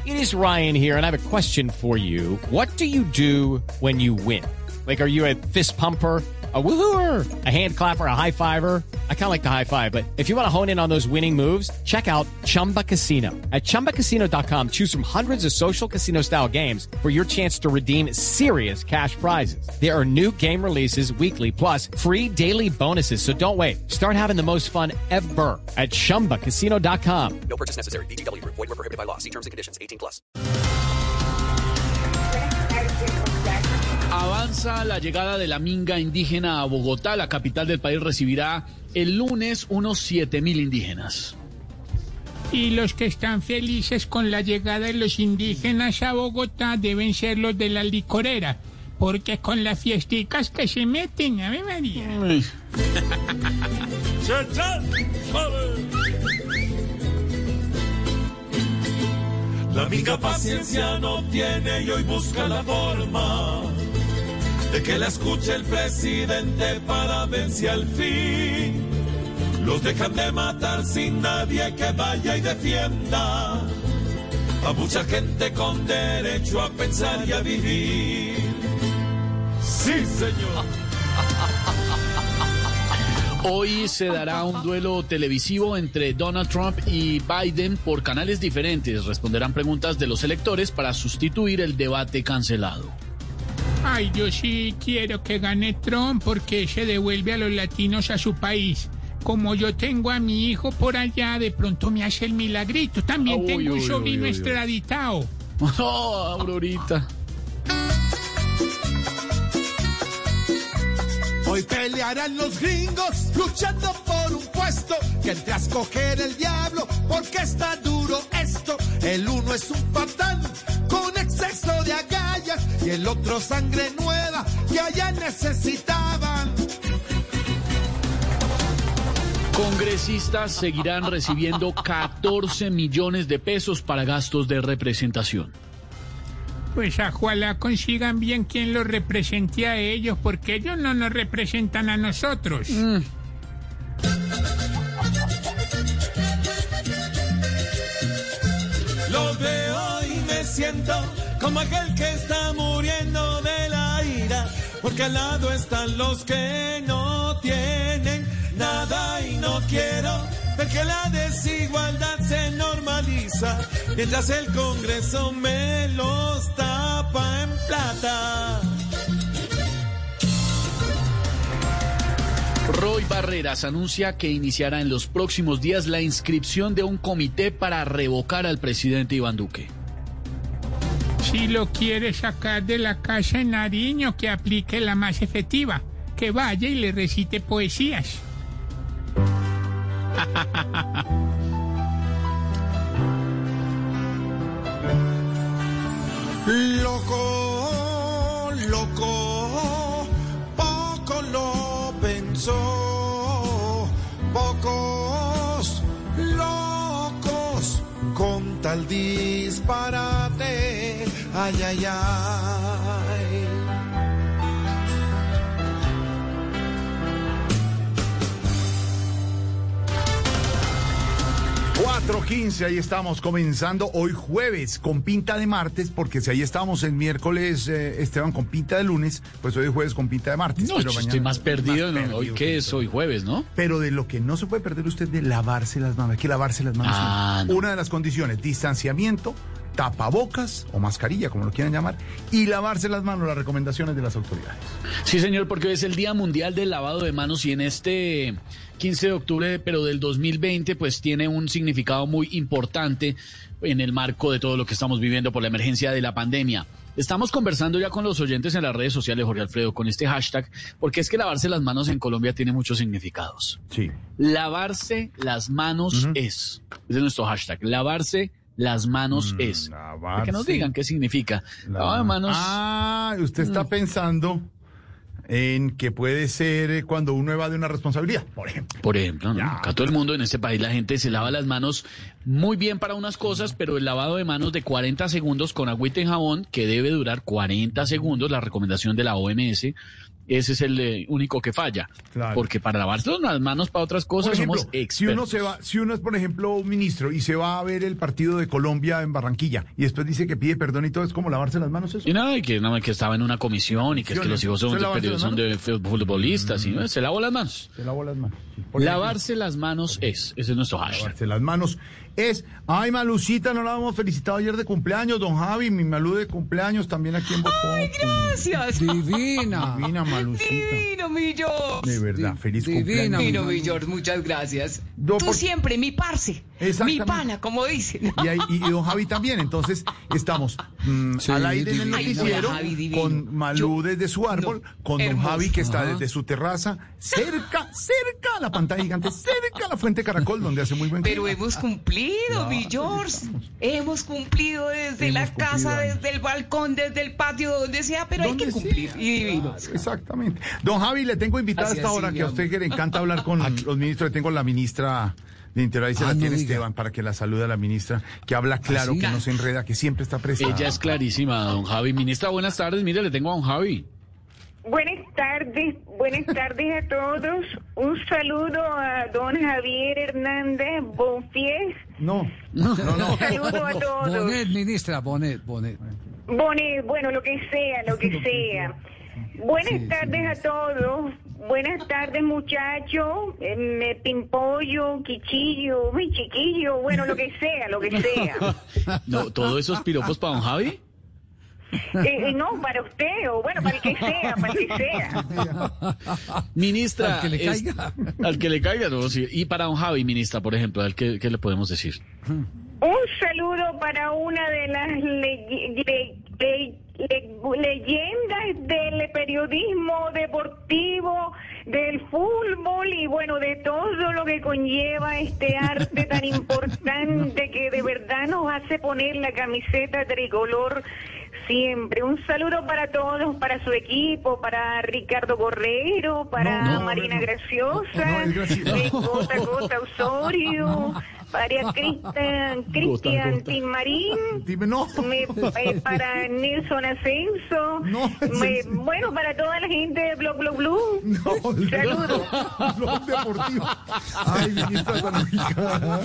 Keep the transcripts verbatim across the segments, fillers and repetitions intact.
It is Ryan here, and I have a question for you. What do you do when you win? Like, are you a fist pumper, a woohooer, a hand clapper, a high fiver? I kind of like the high five, but if you want to hone in on those winning moves, check out Chumba Casino. At chumba casino dot com, choose from hundreds of social casino style games for your chance to redeem serious cash prizes. There are new game releases weekly, plus free daily bonuses. So don't wait. Start having the most fun ever at chumba casino dot com. No purchase necessary. V G W Group. Void where prohibited by law. See terms and conditions. eighteen plus. Avanza la llegada de la minga indígena a Bogotá. La capital del país recibirá el lunes unos siete mil indígenas. Y los que están felices con la llegada de los indígenas a Bogotá deben ser los de la licorera, porque con las fiesticas que se meten, a ver, María. La minga paciencia no tiene y hoy busca la forma de que la escuche el presidente para ver si al fin los dejan de matar sin nadie que vaya y defienda a mucha gente con derecho a pensar y a vivir. Sí, señor. Hoy se dará un duelo televisivo entre Donald Trump y Biden por canales diferentes. Responderán preguntas de los electores para sustituir el debate cancelado. Ay, yo sí quiero que gane Trump porque se devuelve a los latinos a su país. Como yo tengo a mi hijo por allá, de pronto me hace el milagrito. También uy, tengo uy, un sobrino uy, uy, extraditado. Oh, Aurorita. Hoy pelearán los gringos luchando por un puesto que entre a escoger el diablo porque está duro esto. El uno es un patán con exceso de agallas y el otro sangre nueva que allá necesitaban. Congresistas seguirán recibiendo catorce millones de pesos para gastos de representación. Pues ojalá consigan bien quien los represente a ellos, porque ellos no nos representan a nosotros. Mm. Los veo y me siento como aquel que está muriendo de la ira, porque al lado están los que no tienen nada y no quiero ver que la desigualdad se normaliza mientras el Congreso me los tapa en plata. Roy Barreras anuncia que iniciará en los próximos días la inscripción de un comité para revocar al presidente Iván Duque. Si lo quiere sacar de la casa en Nariño, que aplique la más efectiva, que vaya y le recite poesías. Loco, loco, poco lo pensó, pocos locos con tal disparate, ay, ay, ay. cuatro quince, ahí estamos comenzando hoy jueves con pinta de martes, porque si ahí estábamos el miércoles, eh, Esteban, con pinta de lunes, pues hoy jueves con pinta de martes. No, pero yo mañana, estoy más perdido. más No, hoy perdido qué es, hoy jueves, ¿no? Pero de lo que no se puede perder usted de lavarse las manos, hay que lavarse las manos. Ah, no. Una de las condiciones, distanciamiento, tapabocas o mascarilla, como lo quieran llamar, y lavarse las manos, las recomendaciones de las autoridades. Sí, señor, porque hoy es el Día Mundial del Lavado de Manos y en este quince de octubre, pero del dos mil veinte, pues tiene un significado muy importante en el marco de todo lo que estamos viviendo por la emergencia de la pandemia. Estamos conversando ya con los oyentes en las redes sociales, Jorge Alfredo, con este hashtag, porque es que lavarse las manos en Colombia tiene muchos significados. Sí. Lavarse las manos uh-huh. es, ese es nuestro hashtag, lavarse las manos mm, es. Lavarse. Para que nos digan qué significa. La... Lavado de manos. Ah, usted está mm. pensando en que puede ser cuando uno evade una responsabilidad, por ejemplo. Por ejemplo, ¿no? Acá todo el mundo en este país, la gente se lava las manos muy bien para unas cosas, pero el lavado de manos de cuarenta segundos con agüita y jabón, que debe durar cuarenta segundos, la recomendación de la O M S, ese es el eh, único que falla. Claro. Porque para lavarse las manos para otras cosas Por ejemplo, somos expertos. si uno se va, si uno es, por ejemplo, un ministro y se va a ver el partido de Colombia en Barranquilla y después dice que pide perdón y todo, ¿es como lavarse las manos eso? Y nada, y que, no, que estaba en una comisión y que es que los hijos son, ¿Se de, lavarse las son de futbolistas y ¿no? se lavó las manos. Se lavó las manos. Sí. Por Lavarse las manos es, ese es nuestro hashtag. Lavarse las manos es. Ay, Malucita, no la hemos felicitado ayer de cumpleaños, don Javi, mi Malú de cumpleaños también aquí en Bocó. ¡Ay, gracias! Divina. Divina, Malucita. Divino, mi George. De verdad, feliz Divina, cumpleaños. Divino, mi George, muchas gracias. No, Tú por- siempre, mi parce, mi Exactamente. pana, como dicen. Y, ahí- y don Javi también, entonces estamos mm, Sí, al aire en el divino. noticiero Ay, Javi, divino. con Malú Yo- desde su árbol, no, con don hermoso. Javi que está Ajá. desde su terraza, cerca, cerca a la pantalla gigante, cerca a la fuente Caracol, donde hace muy buen Pero clima. hemos cumplido, mi George. Hemos cumplido desde Hemos la casa, cumplido, desde el balcón, desde el patio, donde sea, pero hay Donde que cumplir. sea. Y divinos. Claro, exactamente. Don Javi, le tengo invitada a Así esta es, hora, sí, que a mi usted que le encanta hablar con los ministros, le tengo la ministra de Interior, ahí se Ah, la no tiene diga. Esteban, para que la salude a la ministra, que habla claro, ¿sí? que no se enreda, que siempre está prestada. Ella es clarísima, don Javi. Ministra, buenas tardes. Mire, le tengo a don Javi. Buenas tardes, buenas tardes a todos. Un saludo a don Javier Hernández Bonfies. No, no, no. Un saludo a todos. Bonet, ministra, Bonet, Bonet. Bonet, bueno, lo que sea, lo que sea. Buenas tardes a todos. Buenas tardes, muchachos. Eh, Pimpollo, Quichillo, mi chiquillo, bueno, lo que sea, lo que sea. No, ¿todos esos piropos para don Javi? Eh, eh, no, para usted, o bueno, para el que sea, para el que sea. Ministra. Al que le es- caiga. al que le caiga, no, sí. Y para don Javi, ministra, por ejemplo, ¿al qué, qué le podemos decir? Un saludo para una de las leye- le- le- le- leyendas del periodismo deportivo, del fútbol y bueno, de todo lo que conlleva este arte tan importante que de verdad nos hace poner la camiseta tricolor siempre. Un saludo para todos, para su equipo, para Ricardo Correro, para No, no, Marina no. Graciosa, No, es gracioso. eh, Gota Gota Osorio, para Cristian Cristian Gota. Timarín, Dime, no. me- eh, para Nelson Ascenso, No, me- Ascenso. bueno, para toda la gente de Blog Blog Blue. No, Saludos. Blog deportivo. Ay, ministra tan ubicada.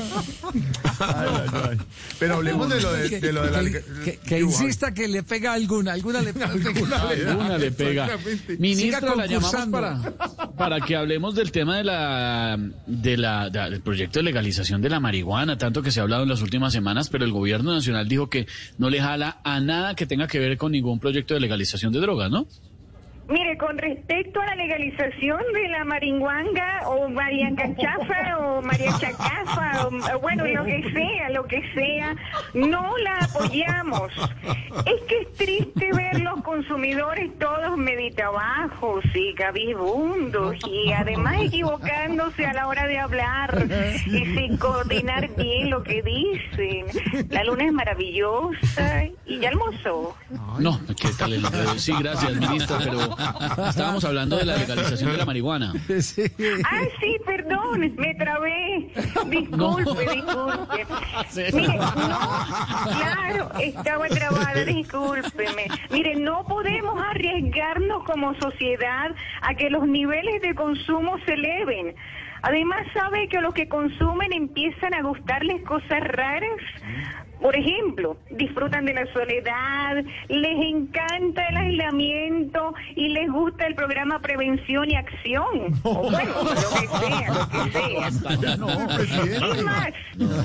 Ay, ay, ay. Pero hablemos de lo de, Que, de lo de la... que- que- que insista que le pega alguna, alguna le pega. Alguna le da. Alguna le pega. Exactamente. Ministra, Siga la llamamos concursando. para, para que hablemos del tema de la, de la, de- del proyecto de legalización de la marihuana, tanto que se ha hablado en las últimas semanas, pero el gobierno nacional dijo que no le jala a nada que tenga que ver con ningún proyecto de legalización de drogas, ¿no? Mire, con respecto a la legalización de la marihuanga o María Cachafa o María Chacafa, o, bueno, lo que sea, lo que sea, no la apoyamos. Es que es triste ver los consumidores todos meditabajos y cabizbundos y además equivocándose a la hora de hablar y sin coordinar bien lo que dicen. La luna es maravillosa y ya almorzó. No, ¿qué tal el enredo? Sí, gracias, ministra, pero estábamos hablando de la legalización de la marihuana. Sí. Ah, sí, perdón, me trabé. Disculpe, disculpe. Mire, no, claro, estaba trabada, discúlpeme. Mire, no podemos arriesgarnos como sociedad a que los niveles de consumo se eleven. Además, sabe que los que consumen empiezan a gustarles cosas raras. Por ejemplo, disfrutan de la soledad, les encanta el aislamiento y les gusta el programa Prevención y Acción. O bueno, lo que sea, lo que sea. No, presidente. Es más,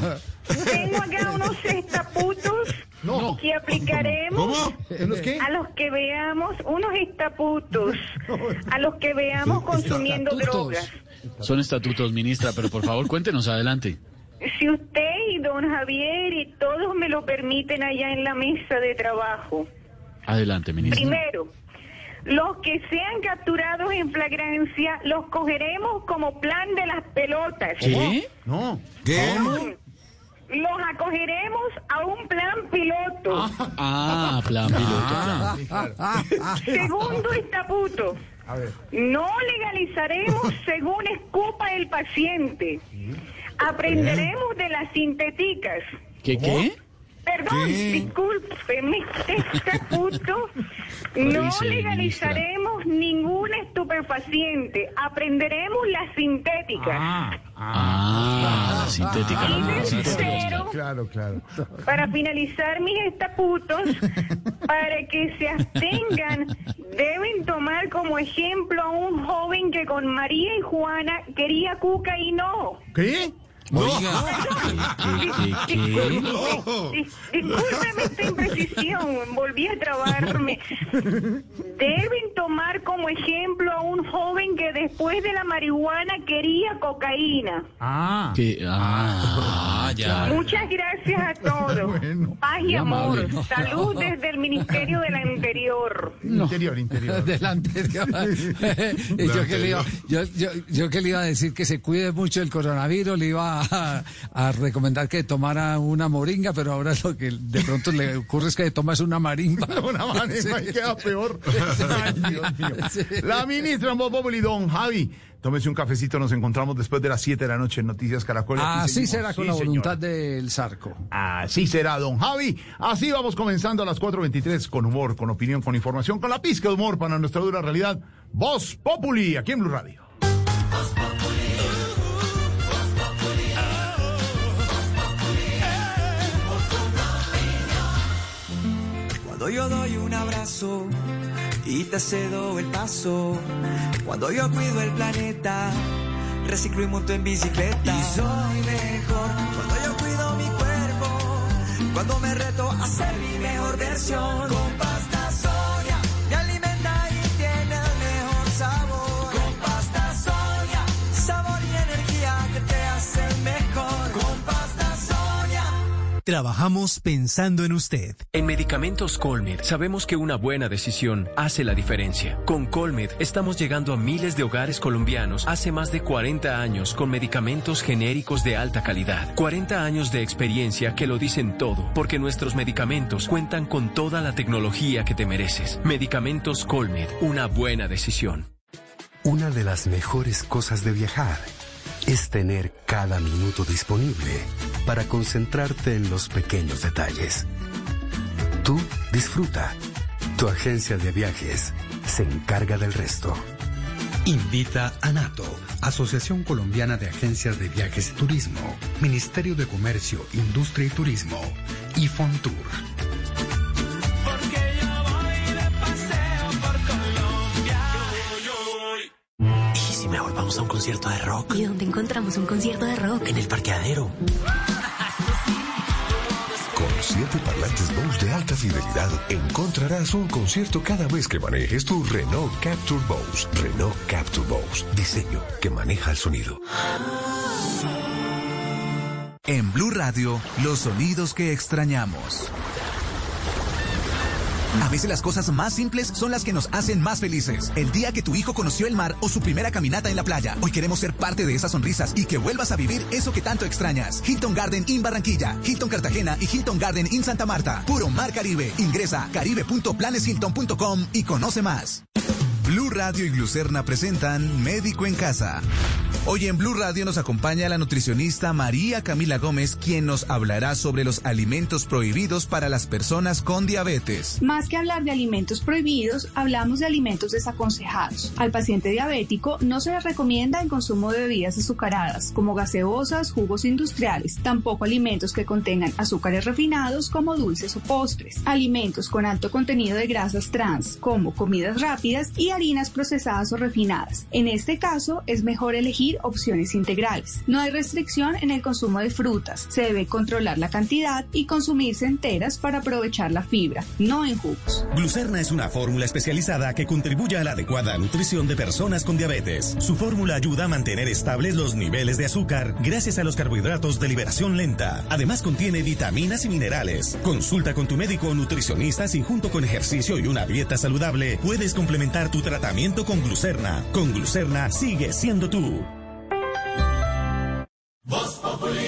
tengo acá unos estaputos No. que aplicaremos ¿En los qué? a los que veamos, unos estaputos, a los que veamos consumiendo Estatutos. drogas. Son estatutos, ministra, pero por favor cuéntenos adelante. Si usted y don Javier y todos me lo permiten allá en la mesa de trabajo. Adelante, ministra. Primero, los que sean capturados en flagrancia los cogeremos como plan de las pelotas. ¿Qué? No. Los acogeremos a un plan piloto. Ah, plan piloto, claro. Segundo estatuto. A ver. No legalizaremos según escupa el paciente. Aprenderemos de las sintéticas. ¿Qué, qué? Perdón, ¿Qué? disculpe. discúlpeme, estatuto, no Revise, legalizaremos ningún estupefaciente, aprenderemos la sintética. Ah, Ah, la sintética. Y la sintética. tercero, claro, claro. para finalizar mis estatutos, para que se abstengan, deben tomar como ejemplo a un joven que con María y Juana quería cuca y no. ¿Qué? Oiga, ¿qué, qué, qué? Dis- Discúlpeme esta imprecisión, volví a trabarme. Deben tomar como ejemplo a un joven que después de la marihuana quería cocaína. Ah. ¿Qué? Ah, ya. Muchas gracias a todos. Bueno. Paz y Muy amor. amable. Salud desde el Ministerio del Interior. Interior, interior. Del anterior. Y yo, que le iba, yo, yo, yo que le iba a decir que se cuide mucho del coronavirus, le iba a, a recomendar que tomara una moringa, pero ahora lo que de pronto le ocurre es que tomas una marimba. Una marimba y queda peor. Ay, Dios mío. La ministra en Voz Populi, don Javi. Tómese un cafecito, nos encontramos después de las siete de la noche en Noticias Caracol. Aquí Así seguimos. será con Sí, la señor. voluntad del Zarco. Así será, don Javi. Así vamos comenzando a las cuatro veintitrés con humor, con opinión, con información, con la pizca de humor para nuestra dura realidad. Voz Populi, aquí en Blue Radio. Cuando yo doy un abrazo y te cedo el paso, cuando yo cuido el planeta, reciclo y monto en bicicleta. Y soy mejor cuando yo cuido mi cuerpo, cuando me reto a ser mi mejor versión. Con pasta Sonia me alimenta y tiene el mejor sabor. Con pasta Sonia, sabor y energía que te hacen mejor. Con pasta Sonia. Trabajamos pensando en usted. En Medicamentos Colmed sabemos que una buena decisión hace la diferencia. Con Colmed estamos llegando a miles de hogares colombianos hace más de cuarenta años con medicamentos genéricos de alta calidad. cuarenta años de experiencia que lo dicen todo, porque nuestros medicamentos cuentan con toda la tecnología que te mereces. Medicamentos Colmed, una buena decisión. Una de las mejores cosas de viajar es tener cada minuto disponible para concentrarte en los pequeños detalles. Tú disfruta. Tu agencia de viajes se encarga del resto. Invita a NATO, Asociación Colombiana de Agencias de Viajes y Turismo, Ministerio de Comercio, Industria y Turismo y Fontour. ¿Y si mejor vamos a un concierto de rock? ¿Y dónde encontramos un concierto de rock? En el parqueadero. Con siete parlantes Bose de alta fidelidad, encontrarás un concierto cada vez que manejes tu Renault Captur Bose. Renault Captur Bose. Diseño que maneja el sonido. En Blue Radio, los sonidos que extrañamos. A veces las cosas más simples son las que nos hacen más felices. El día que tu hijo conoció el mar o su primera caminata en la playa. Hoy queremos ser parte de esas sonrisas y que vuelvas a vivir eso que tanto extrañas. Hilton Garden in Barranquilla, Hilton Cartagena y Hilton Garden in Santa Marta. Puro mar Caribe. Ingresa a caribe punto planes hilton punto com y conoce más. Blue Radio y Glucerna presentan Médico en Casa. Hoy en Blue Radio nos acompaña la nutricionista María Camila Gómez, quien nos hablará sobre los alimentos prohibidos para las personas con diabetes. Más que hablar de alimentos prohibidos, hablamos de alimentos desaconsejados. Al paciente diabético no se le recomienda el consumo de bebidas azucaradas, como gaseosas, jugos industriales, tampoco alimentos que contengan azúcares refinados como dulces o postres, alimentos con alto contenido de grasas trans, como comidas rápidas y harinas procesadas o refinadas. En este caso, es mejor elegir opciones integrales. No hay restricción en el consumo de frutas. Se debe controlar la cantidad y consumirse enteras para aprovechar la fibra, no en jugos. Glucerna es una fórmula especializada que contribuye a la adecuada nutrición de personas con diabetes. Su fórmula ayuda a mantener estables los niveles de azúcar gracias a los carbohidratos de liberación lenta. Además contiene vitaminas y minerales. Consulta con tu médico o nutricionista si junto con ejercicio y una dieta saludable puedes complementar tu tratamiento con Glucerna. Con Glucerna sigue siendo tú. Voz Populi.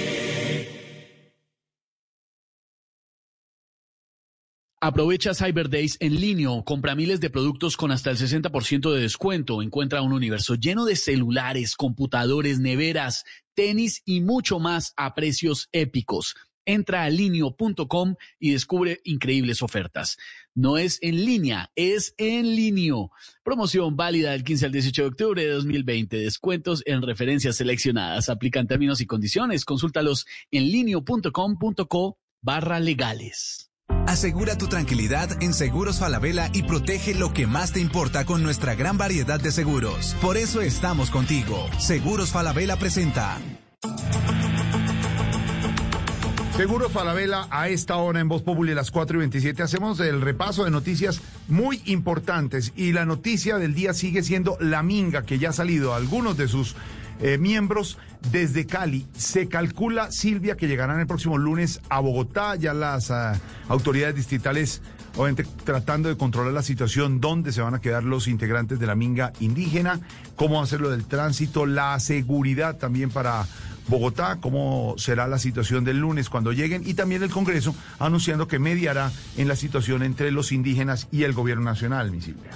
Aprovecha Cyber Days en línea, compra miles de productos con hasta el sesenta por ciento de descuento, encuentra un universo lleno de celulares, computadores, neveras, tenis y mucho más a precios épicos. Entra a linio punto com y descubre increíbles ofertas. No es en línea, es en Linio. Promoción válida del quince al dieciocho de octubre de dos mil veinte. Descuentos en referencias seleccionadas. Aplican términos y condiciones. Consúltalos en linio punto com punto co barra legales. Asegura tu tranquilidad en Seguros Falabella y protege lo que más te importa con nuestra gran variedad de seguros. Por eso estamos contigo. Seguros Falabella presenta. Seguros Falabella a esta hora en Voz Populi, las cuatro y veintisiete. Hacemos el repaso de noticias muy importantes y la noticia del día sigue siendo la minga que ya ha salido a algunos de sus eh, miembros desde Cali. Se calcula, Silvia, que llegarán el próximo lunes a Bogotá. Ya las uh, autoridades distritales, obviamente, tratando de controlar la situación, dónde se van a quedar los integrantes de la minga indígena, cómo hacerlo del tránsito, la seguridad también para Bogotá, cómo será la situación del lunes cuando lleguen, y también el Congreso anunciando que mediará en la situación entre los indígenas y el gobierno nacional, mi Silvia.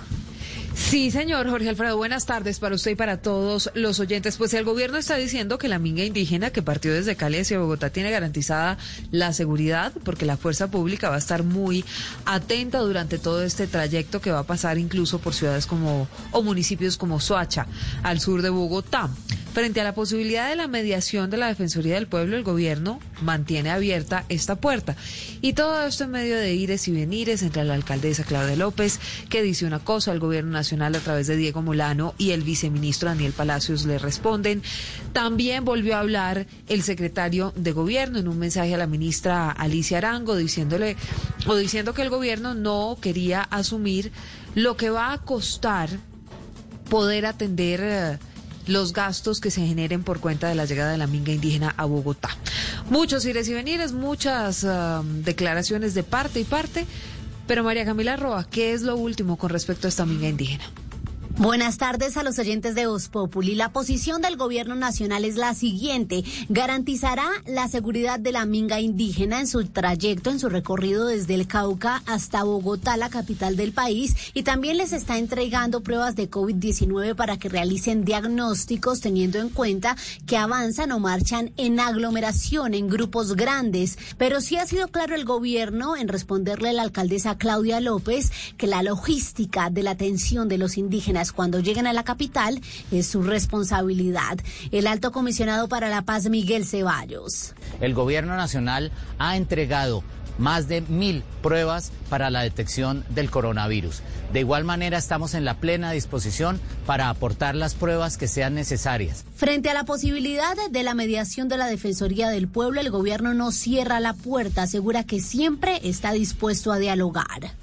Sí, señor Jorge Alfredo, buenas tardes para usted y para todos los oyentes. Pues el gobierno está diciendo que la minga indígena que partió desde Cali hacia Bogotá tiene garantizada la seguridad, porque la fuerza pública va a estar muy atenta durante todo este trayecto que va a pasar incluso por ciudades como o municipios como Soacha, al sur de Bogotá. Frente a la posibilidad de la mediación de la Defensoría del Pueblo, el gobierno mantiene abierta esta puerta. Y todo esto en medio de ires y venires entre la alcaldesa Claudia López, que dice una cosa, el gobierno nacional a través de Diego Molano y el viceministro Daniel Palacios le responden. También volvió a hablar el secretario de gobierno en un mensaje a la ministra Alicia Arango, diciéndole o diciendo que el gobierno no quería asumir lo que va a costar poder atender eh, los gastos que se generen por cuenta de la llegada de la minga indígena a Bogotá. Muchos ires y venires, muchas uh, declaraciones de parte y parte, pero María Camila Roa, ¿qué es lo último con respecto a esta minga indígena? Buenas tardes a los oyentes de Voz Populi. La posición del gobierno nacional es la siguiente: garantizará la seguridad de la minga indígena en su trayecto, en su recorrido desde el Cauca hasta Bogotá, la capital del país, y también les está entregando pruebas de COVID diecinueve para que realicen diagnósticos, teniendo en cuenta que avanzan o marchan en aglomeración, en grupos grandes. Pero sí ha sido claro el gobierno en responderle a la alcaldesa Claudia López que la logística de la atención de los indígenas cuando lleguen a la capital es su responsabilidad. El alto comisionado para la paz, Miguel Ceballos. El gobierno nacional ha entregado más de mil pruebas para la detección del coronavirus. De igual manera, estamos en la plena disposición para aportar las pruebas que sean necesarias. Frente a la posibilidad de la mediación de la Defensoría del Pueblo, el gobierno no cierra la puerta, asegura que siempre está dispuesto a dialogar.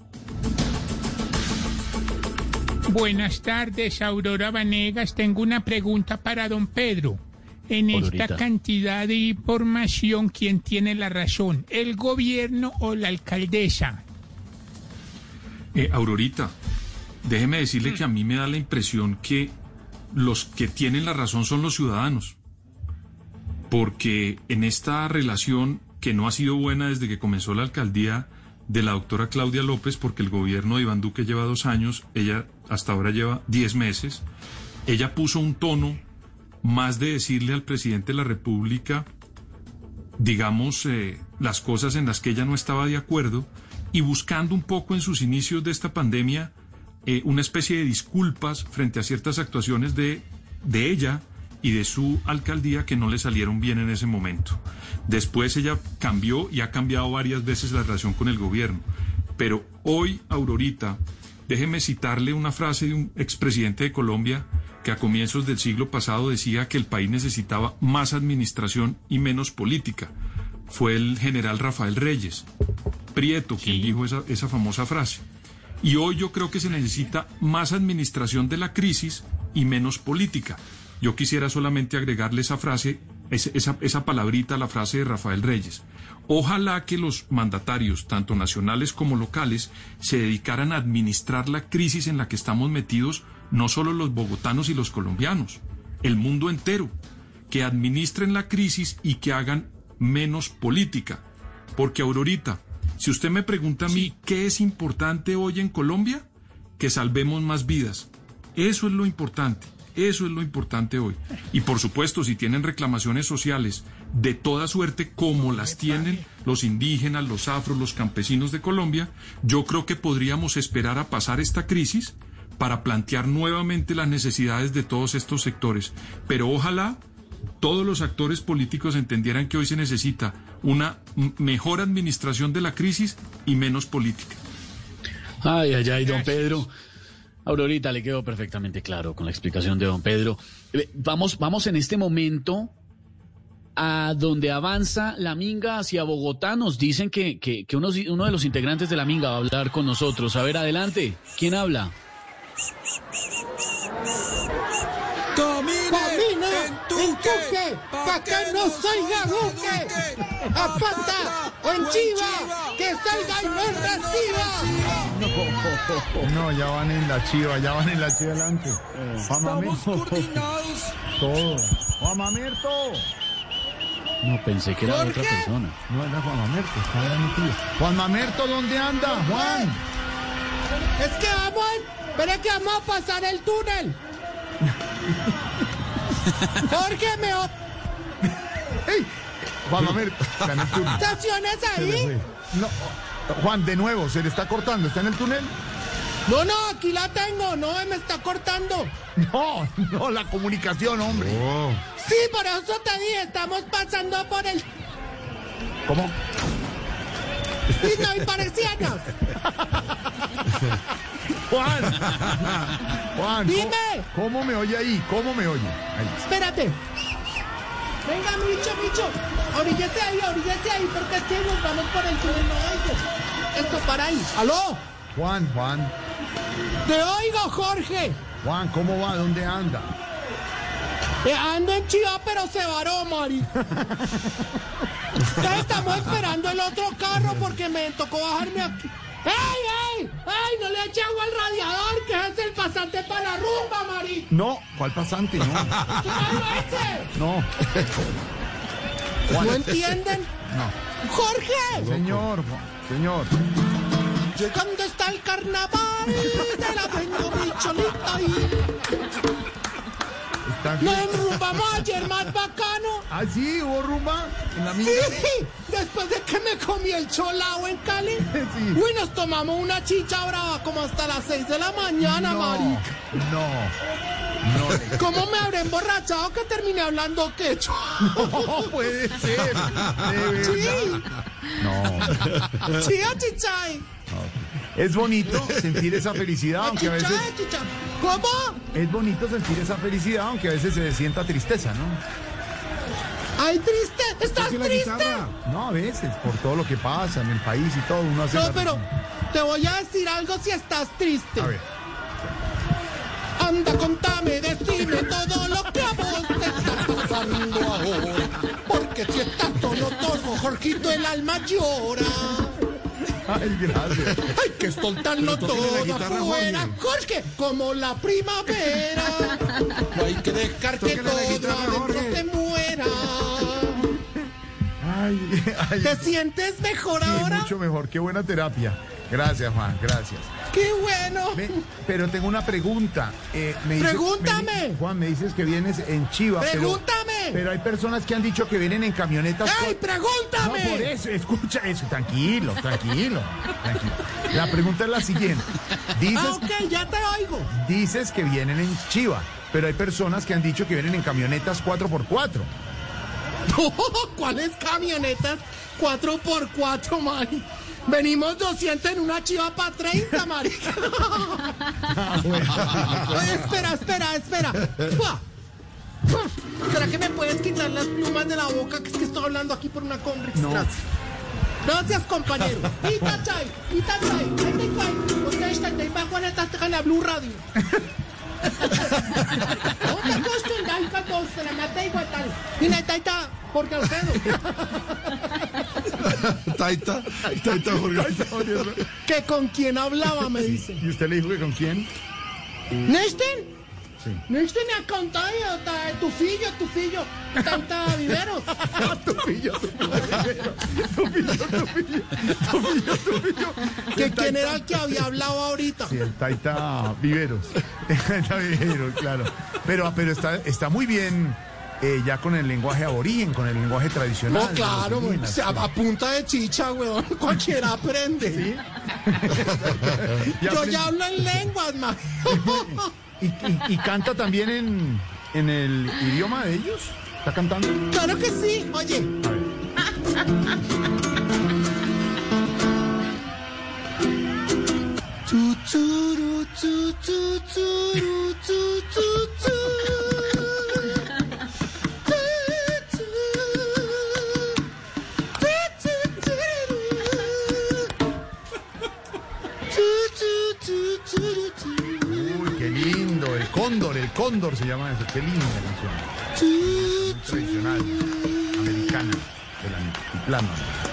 Buenas tardes, Aurora Vanegas. Tengo una pregunta para don Pedro. En Aurorita. Esta cantidad de información, ¿quién tiene la razón? ¿El gobierno o la alcaldesa? Eh, Aurorita, déjeme decirle que a mí me da la impresión que los que tienen la razón son los ciudadanos. Porque en esta relación que no ha sido buena desde que comenzó la alcaldía de la doctora Claudia López, porque el gobierno de Iván Duque lleva dos años, ella hasta ahora lleva diez meses, ella puso un tono más de decirle al presidente de la República, digamos, eh, las cosas en las que ella no estaba de acuerdo, y buscando un poco en sus inicios de esta pandemia eh, una especie de disculpas frente a ciertas actuaciones de, de ella y de su alcaldía que no le salieron bien en ese momento. Después ella cambió y ha cambiado varias veces la relación con el gobierno. Pero hoy, Aurorita, déjeme citarle una frase de un expresidente de Colombia que a comienzos del siglo pasado decía que el país necesitaba más administración y menos política. Fue el general Rafael Reyes Prieto quien dijo esa, esa famosa frase. Y hoy yo creo que se necesita más administración de la crisis y menos política. Yo quisiera solamente agregarle esa frase, esa, esa palabrita a la frase de Rafael Reyes. Ojalá que los mandatarios, tanto nacionales como locales, se dedicaran a administrar la crisis en la que estamos metidos, no solo los bogotanos y los colombianos, el mundo entero, que administren la crisis y que hagan menos política. Porque, Aurorita, si usted me pregunta a mí qué es importante hoy en Colombia, que salvemos más vidas. Eso es lo importante. Eso es lo importante hoy. Y por supuesto, si tienen reclamaciones sociales de toda suerte, como las tienen los indígenas, los afros, los campesinos de Colombia, yo creo que podríamos esperar a pasar esta crisis para plantear nuevamente las necesidades de todos estos sectores. Pero ojalá todos los actores políticos entendieran que hoy se necesita una mejor administración de la crisis y menos política. Ay, ay, ay, don Pedro. Aurorita, le quedó perfectamente claro con la explicación de don Pedro. Vamos, vamos en este momento a donde avanza la Minga hacia Bogotá. Nos dicen que, que, que uno, uno de los integrantes de la Minga va a hablar con nosotros. A ver, adelante. ¿Quién habla? Camina en Tuque, pa' que no salga Duque, a pata o en Chiva, que salga y nos reciba. No, ya van en la Chiva, ya van en la Chiva adelante. Juan Mamerto. Todo. Juan Mamerto. No, pensé que era otra persona. No, era Juan Mamerto, está en mi tío. Juan Mamerto, ¿dónde anda, Juan? Es que vamos, espera que vamos a pasar el túnel. Jorge, me... ¡Ey! Juan Mamerto, está en el túnel. ¿Estaciones ahí? No, Juan, de nuevo, se le está cortando, ¿está en el túnel? No, no, aquí la tengo, no, me está cortando. No, no, la comunicación, hombre. Oh. Sí, por eso te dije, estamos pasando por el... ¿Cómo? Sí, no, y parecianos. Juan, Juan, dime. ¿cómo, ¿cómo me oye ahí? ¿Cómo me oye? Ahí. Espérate. Venga, Micho, Micho, oríllate ahí, oríllate ahí, porque es que nos vamos por el túnel, no oigo. Esto para ahí. ¿Aló? Juan, Juan. Te oigo, Jorge. Juan, ¿cómo va? ¿Dónde anda? Eh, ando en Chiva, pero se varó, Mari. Ya estamos esperando el otro carro porque me tocó bajarme aquí. ¡Ey, ey! ¡Ay, no le eche agua al radiador, que es el pasante para la rumba, Mari! No, ¿cuál pasante? No. ¡Ese! No. ¿No entienden? No. ¡Jorge! Señor, señor. Llegando está el carnaval de la Peña Micholita ahí. Nos enrumbamos ayer más bacano. ¿Ah, sí? ¿Hubo rumba en la Minga? Sí, después de que me comí el cholao en Cali. Sí. Uy, nos tomamos una chicha brava como hasta las seis de la mañana, no, marica. No, no. ¿Cómo me habré emborrachado que terminé hablando quechua? No puede ser, de verdad. Sí. No. Sí, chichay. No. Es bonito sentir esa felicidad, aunque a veces... ¿Cómo? Es bonito sentir esa felicidad, aunque a veces se sienta tristeza, ¿no? ¡Ay, triste! ¿Estás triste? No, a veces, por todo lo que pasa en el país y todo, uno hace... No, pero te voy a decir algo si estás triste. A ver. Anda, contame, decime todo lo que a vos te está pasando ahora. Porque si estás solo, todo, Jorgito, el alma llora. Ay, gracias. Hay que soltarlo todo afuera, Jorge, como la primavera. No hay que dejar que todo adentro se muera. Ay, ay. ¿Te sientes mejor sí, ahora? Mucho mejor, qué buena terapia. Gracias, Juan, gracias. ¡Qué bueno! Me, pero tengo una pregunta. Eh, me dices, ¡Pregúntame! Me, Juan, me dices que vienes en Chiva. ¡Pregúntame! Pero, pero hay personas que han dicho que vienen en camionetas. ¡Ey, con... pregúntame! No, por eso, escucha eso. Tranquilo, tranquilo, tranquilo. La pregunta es la siguiente. Dices, ah, ok, ya te oigo. Dices que vienen en Chiva, pero hay personas que han dicho que vienen en camionetas cuatro por cuatro. ¿Cuáles camionetas cuatro por cuatro, Mari? Venimos doscientos en una Chiva para treinta, marica. Ah, bueno. Oye, espera, espera, espera. ¿Será que me puedes quitar las plumas de la boca? Que es que estoy hablando aquí por una Conrix. No. Gracias. Gracias, compañero. Itachay, Itachay, Itachay. Usted está en Baguaneta, en la Blue Radio. No te acostumbras a todos, se la mata igual tal. Mira, Taita, Jorge Alfredo. Taita, Taita, Jorge Alfredo. ¿Que con quién hablaba, me dice? ¿Y usted le dijo que con quién? ¿Nesten? Sí. No hice ni a contar, tu fillo, tu fillo, tanta viveros. tu fillo, tu fillo, tu fillo, tu fillo, tu fillo, tu fillo. ¿Que quién era el que había hablado ahorita? Sí, el Taita Viveros. Taita Viveros, claro. Pero, pero está, está muy bien. Eh, ya con el lenguaje aborigen, con el lenguaje tradicional. No, claro, güey. O sea, a punta de chicha, weón. Cualquiera aprende. ¿Sí? ya Yo aprende. Ya hablo en lenguas, man. ¿Y, y, ¿Y canta también en, en el idioma de ellos? ¿Está cantando? Claro que sí. Oye. A ver. Tu, turu, tu, tu, turu, tu, tu, tu. Uy, qué lindo, el cóndor, el cóndor se llama eso, qué linda canción. Tradicional, americana, del altiplano.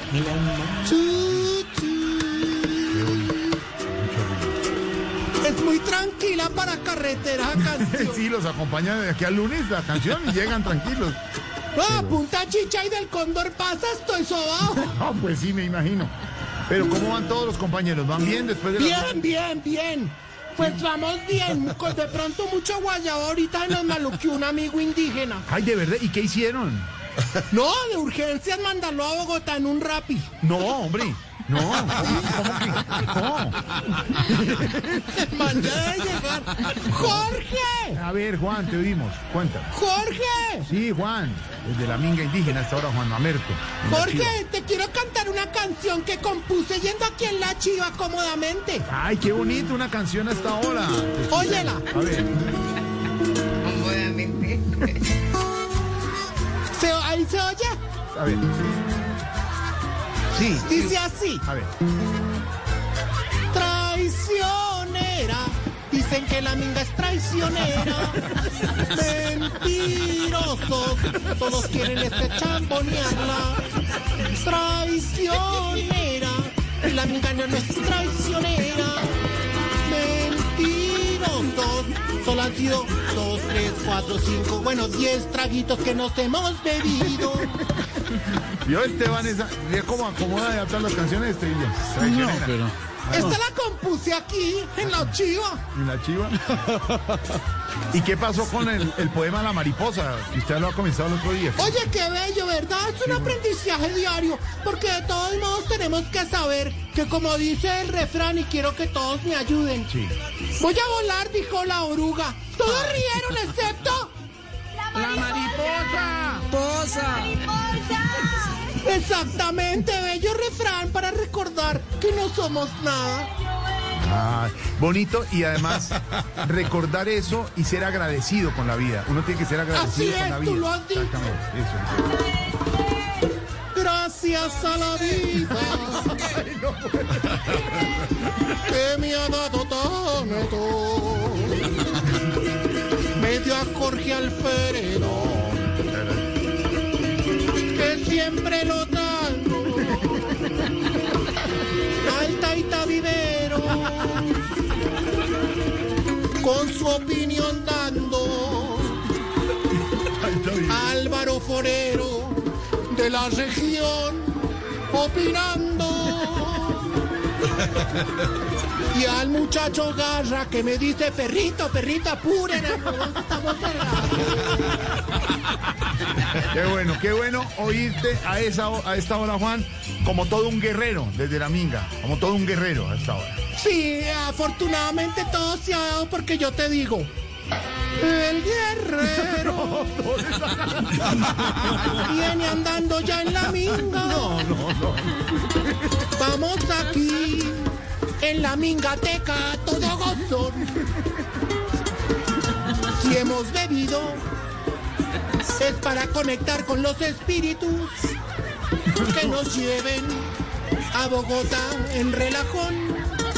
Qué bonito, mucho ruido. Es muy tranquila para carretera canción. Sí, los acompaña de aquí al lunes la canción y llegan tranquilos. No, pero... punta chicha y del cóndor pasa, estoy sobao. No, pues sí, me imagino. Pero ¿cómo van todos los compañeros? ¿Van bien después de la... Bien, bien, bien. Pues vamos bien. De pronto mucho guayabo ahorita nos maluqueó un amigo indígena. Ay, ¿de verdad? ¿Y qué hicieron? No, de urgencias mandarlo a Bogotá en un rapi. No, hombre. No, ¿cómo, cómo que? No. El man ya debe llegar. ¡Jorge! A ver, Juan, te oímos. Cuenta. ¡Jorge! Sí, Juan. Desde la minga indígena hasta ahora, Juan Mamerto. Jorge, te quiero cantar una canción que compuse yendo aquí en La Chiva cómodamente. Ay, qué bonito, una canción hasta ahora. Óyela. A ver. Cómodamente. ¿Se, ¿Ahí se oye? A ver. Sí. Dice así. A ver. Traicionera. Dicen que la minga es traicionera. Mentirosos. Todos quieren este chambonearla. Traicionera. La minga no es traicionera. Mentirosos. Solo han sido dos, tres, cuatro, cinco, bueno, diez traguitos que nos hemos bebido. Yo, Esteban, esa, ¿cómo acomoda de atrás las canciones, Estrella? No, pero... Esta la compuse aquí, en La Chiva. ¿En La Chiva? ¿Y qué pasó con el, el poema La Mariposa? Que usted lo ha comenzado el otro día. Oye, qué bello, ¿verdad? Es un sí, aprendizaje diario, porque de todos modos tenemos que saber que como dice el refrán, y quiero que todos me ayuden. Sí. Voy a volar, dijo la oruga. Todos rieron, excepto... ¡La mariposa! ¡Posa! ¡La mariposa! Exactamente, bello refrán para recordar que no somos nada. Ah, bonito, y además recordar eso y ser agradecido con la vida. Uno tiene que ser agradecido Así con es, la vida. tú lo has dicho. Exactamente, eso, eso. Gracias a la vida que me ha dado tanto. Me dio a Jorge Alfredo, que siempre lo tanto. Al Taita Viveros, con su opinión dando. Álvaro Forero, de la región, opinando. Y al muchacho Garra que me dice, perrito, perrito, apuren, estamos pegados. Qué bueno, qué bueno oírte a, esa, a esta hora, Juan, como todo un guerrero desde la minga, como todo un guerrero a esta hora. Sí, afortunadamente todo se ha dado porque yo te digo, el guerrero viene andando ya en la minga. No, no, no. Vamos aquí en la mingateca, todo gozón. Si hemos bebido es para conectar con los espíritus que nos lleven a Bogotá en relajón.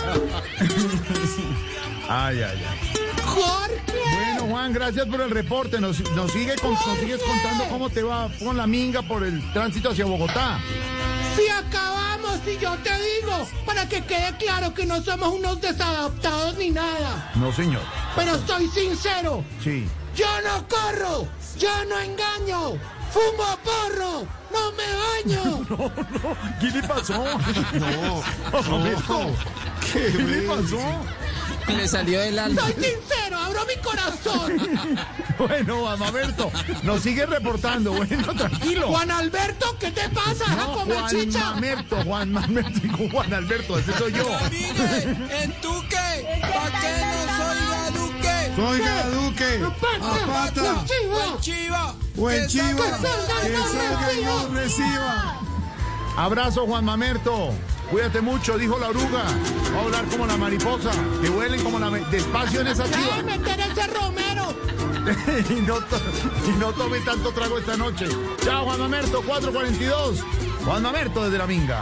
Ay, ay, ay. Jorge. Bueno, Juan, gracias por el reporte. Nos, nos, sigue con, nos sigues contando cómo te va con la minga por el tránsito hacia Bogotá. Si acabamos si yo te digo, para que quede claro que no somos unos desadaptados ni nada. No, señor. Pero soy sincero. Sí. Yo no corro, yo no engaño, fumo porro, no me baño. No, no, ¿qué le pasó? No, no. ¿Qué, ¿Qué le pasó? Le salió del alma. Soy sincero, abro mi corazón. Bueno, Juan Mamerto, nos sigue reportando. Bueno, tranquilo. Juan Alberto, ¿qué te pasa? ¿Vas no, a comer Juan chicha? Mamerto, Juan Mamerto y Juan Alberto, ese soy yo. ¿En tú qué? ¿Para qué no soy Duque? Soy Duque. Apata. Buen chiva. Buen chiva. Que salga y no reciba. Abrazo, Juan Mamerto. Cuídate mucho, dijo la oruga. Va a volar como la mariposa. Que vuelen como la... Despacio en esa chiva. ¡Ay, meter ese Romero! y, no to... y no tome tanto trago esta noche. Chao, Juan Mamerto, cuatro cuarenta y dos. Juan Mamerto desde la Minga.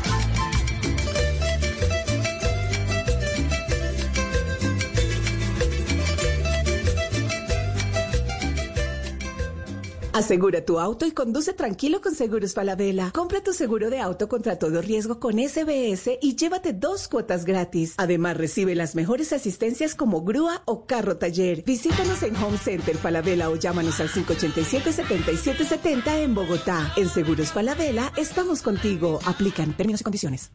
Asegura tu auto y conduce tranquilo con Seguros Falabella. Compra tu seguro de auto contra todo riesgo con S B S y llévate dos cuotas gratis. Además, recibe las mejores asistencias como grúa o carro taller. Visítanos en Home Center Falabella o llámanos al cinco ocho siete, siete siete siete cero en Bogotá. En Seguros Falabella estamos contigo. Aplican términos y condiciones.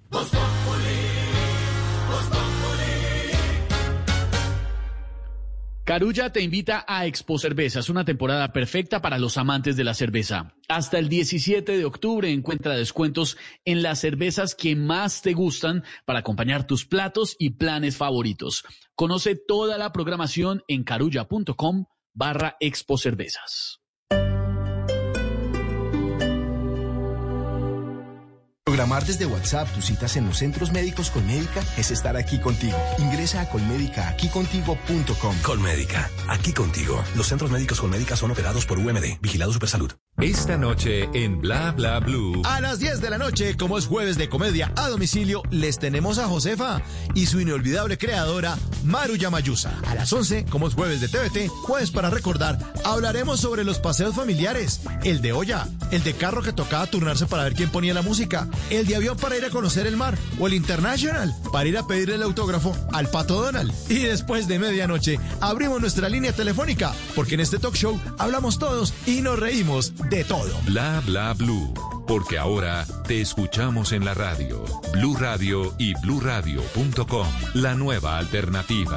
Carulla te invita a Expo Cerveza. Es una temporada perfecta para los amantes de la cerveza. Hasta el diecisiete de octubre encuentra descuentos en las cervezas que más te gustan para acompañar tus platos y planes favoritos. Conoce toda la programación en carulla.com barra Expo Cervezas. Programar desde WhatsApp tus citas en los centros médicos Colmédica es estar aquí contigo. Ingresa a colmédica aquí contigo punto com. Colmédica, aquí contigo. Los centros médicos Colmédica son operados por U M D, Vigilado Supersalud. Esta noche en Bla Bla Blue. A las diez de la noche, como es jueves de comedia a domicilio, les tenemos a Josefa y su inolvidable creadora, Maru Yamayusa. A las once, como es jueves de T V T, jueves para recordar, hablaremos sobre los paseos familiares. El de olla, el de carro que tocaba turnarse para ver quién ponía la música, el de avión para ir a conocer el mar, o el International para ir a pedirle el autógrafo al Pato Donald. Y después de medianoche, abrimos nuestra línea telefónica, porque en este talk show hablamos todos y nos reímos de todo. Bla Bla Blue, porque ahora te escuchamos en la radio. Blue Radio y blue radio punto com, la nueva alternativa.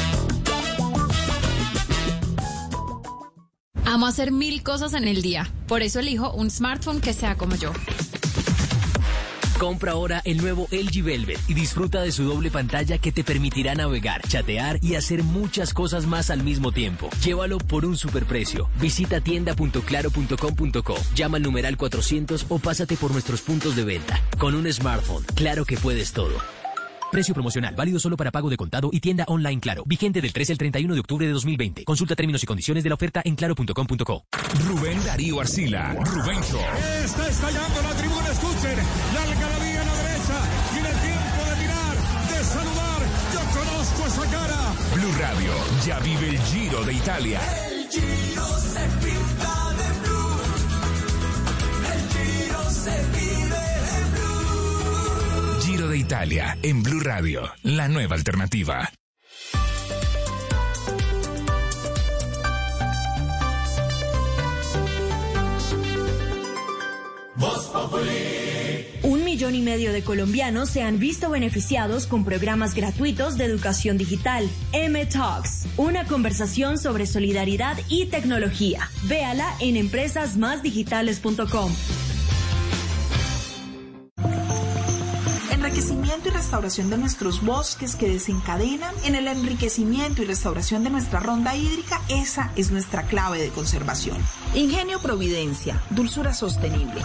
Amo hacer mil cosas en el día, por eso elijo un smartphone que sea como yo. Compra ahora el nuevo L G Velvet y disfruta de su doble pantalla que te permitirá navegar, chatear y hacer muchas cosas más al mismo tiempo. Llévalo por un superprecio. Visita tienda punto claro punto com punto co, llama al numeral cuatrocientos o pásate por nuestros puntos de venta. Con un smartphone, claro que puedes todo. Precio promocional, válido solo para pago de contado y tienda online Claro. Vigente del trece al treinta y uno de octubre de dos mil veinte. Consulta términos y condiciones de la oferta en claro punto com punto co. Rubén Darío Arcila, Rubencho. Está estallando la tribuna, escuchen. La algarabía a la derecha. Tiene tiempo de mirar, de saludar. Yo conozco esa cara. Blue Radio ya vive el Giro de Italia. El Giro se pinta de blue. El Giro se vive de blue. Giro de Italia en Blue Radio, la nueva alternativa. Un millón y medio de colombianos se han visto beneficiados con programas gratuitos de educación digital. M Talks, una conversación sobre solidaridad y tecnología. Véala en empresas más digitales punto com. Enriquecimiento y restauración de nuestros bosques que desencadenan en el enriquecimiento y restauración de nuestra ronda hídrica, esa es nuestra clave de conservación. Ingenio Providencia, dulzura sostenible.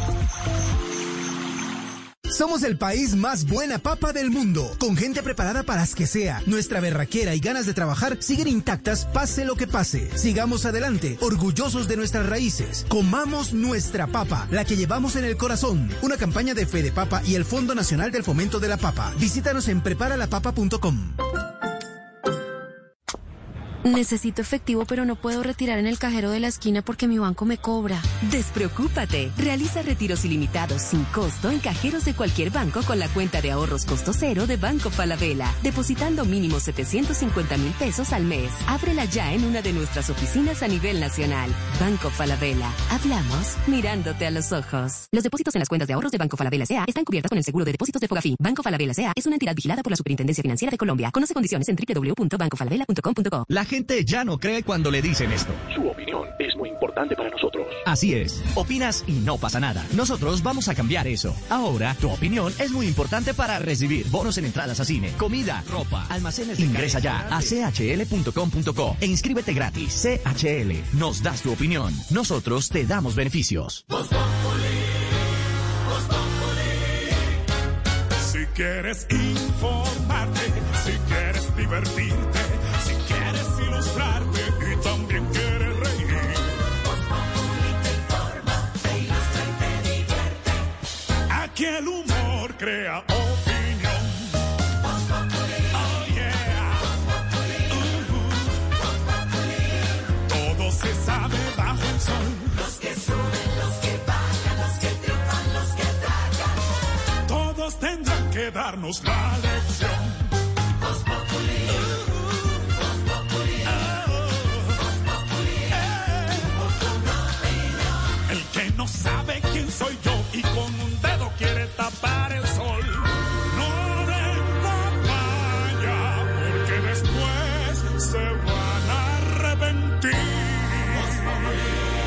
Somos el país más buena papa del mundo, con gente preparada para las que sea. Nuestra berraquera y ganas de trabajar siguen intactas, pase lo que pase. Sigamos adelante, orgullosos de nuestras raíces. Comamos nuestra papa, la que llevamos en el corazón. Una campaña de Fede Papa y el Fondo Nacional del Fomento de la Papa. Visítanos en prepara la papa punto com. Necesito efectivo, pero no puedo retirar en el cajero de la esquina porque mi banco me cobra. Despreocúpate. Realiza retiros ilimitados sin costo en cajeros de cualquier banco con la cuenta de ahorros costo cero de Banco Falabella, depositando mínimo setecientos cincuenta mil pesos al mes. Ábrela ya en una de nuestras oficinas a nivel nacional. Banco Falabella. Hablamos mirándote a los ojos. Los depósitos en las cuentas de ahorros de Banco Falabella S A están cubiertas con el seguro de depósitos de Fogafín. Banco Falabella S A es una entidad vigilada por la Superintendencia Financiera de Colombia. Conoce condiciones en doble u doble u doble u punto banco falabella punto com punto co. La gente ya no cree cuando le dicen esto. Su opinión es muy importante para nosotros. Así es. Opinas y no pasa nada. Nosotros vamos a cambiar eso. Ahora, tu opinión es muy importante para recibir bonos en entradas a cine, comida, ropa, almacenes de Ingresa ya a c h l punto com punto co e inscríbete gratis. C H L. Nos das tu opinión. Nosotros te damos beneficios. Si quieres informarte, si quieres divertirte, si quieres ilustrarte y también quieres reír. Voz Populi te informa, te ilustra y te divierte. Aquí el humor crea opinión. Voz Populi. Oh yeah. Voz Populi. Uh-huh. Voz Populi. Todo se sabe bajo el sol. Los que suben, los que bajan, los que triunfan, los que tragan. Todos tendrán que darnos la lección. Voz Populi. Voz Populi. Voz Populi. El que no sabe quién soy yo y con un dedo quiere tapar el sol, no le papaya, porque después se van a arrepentir. Voz Populi.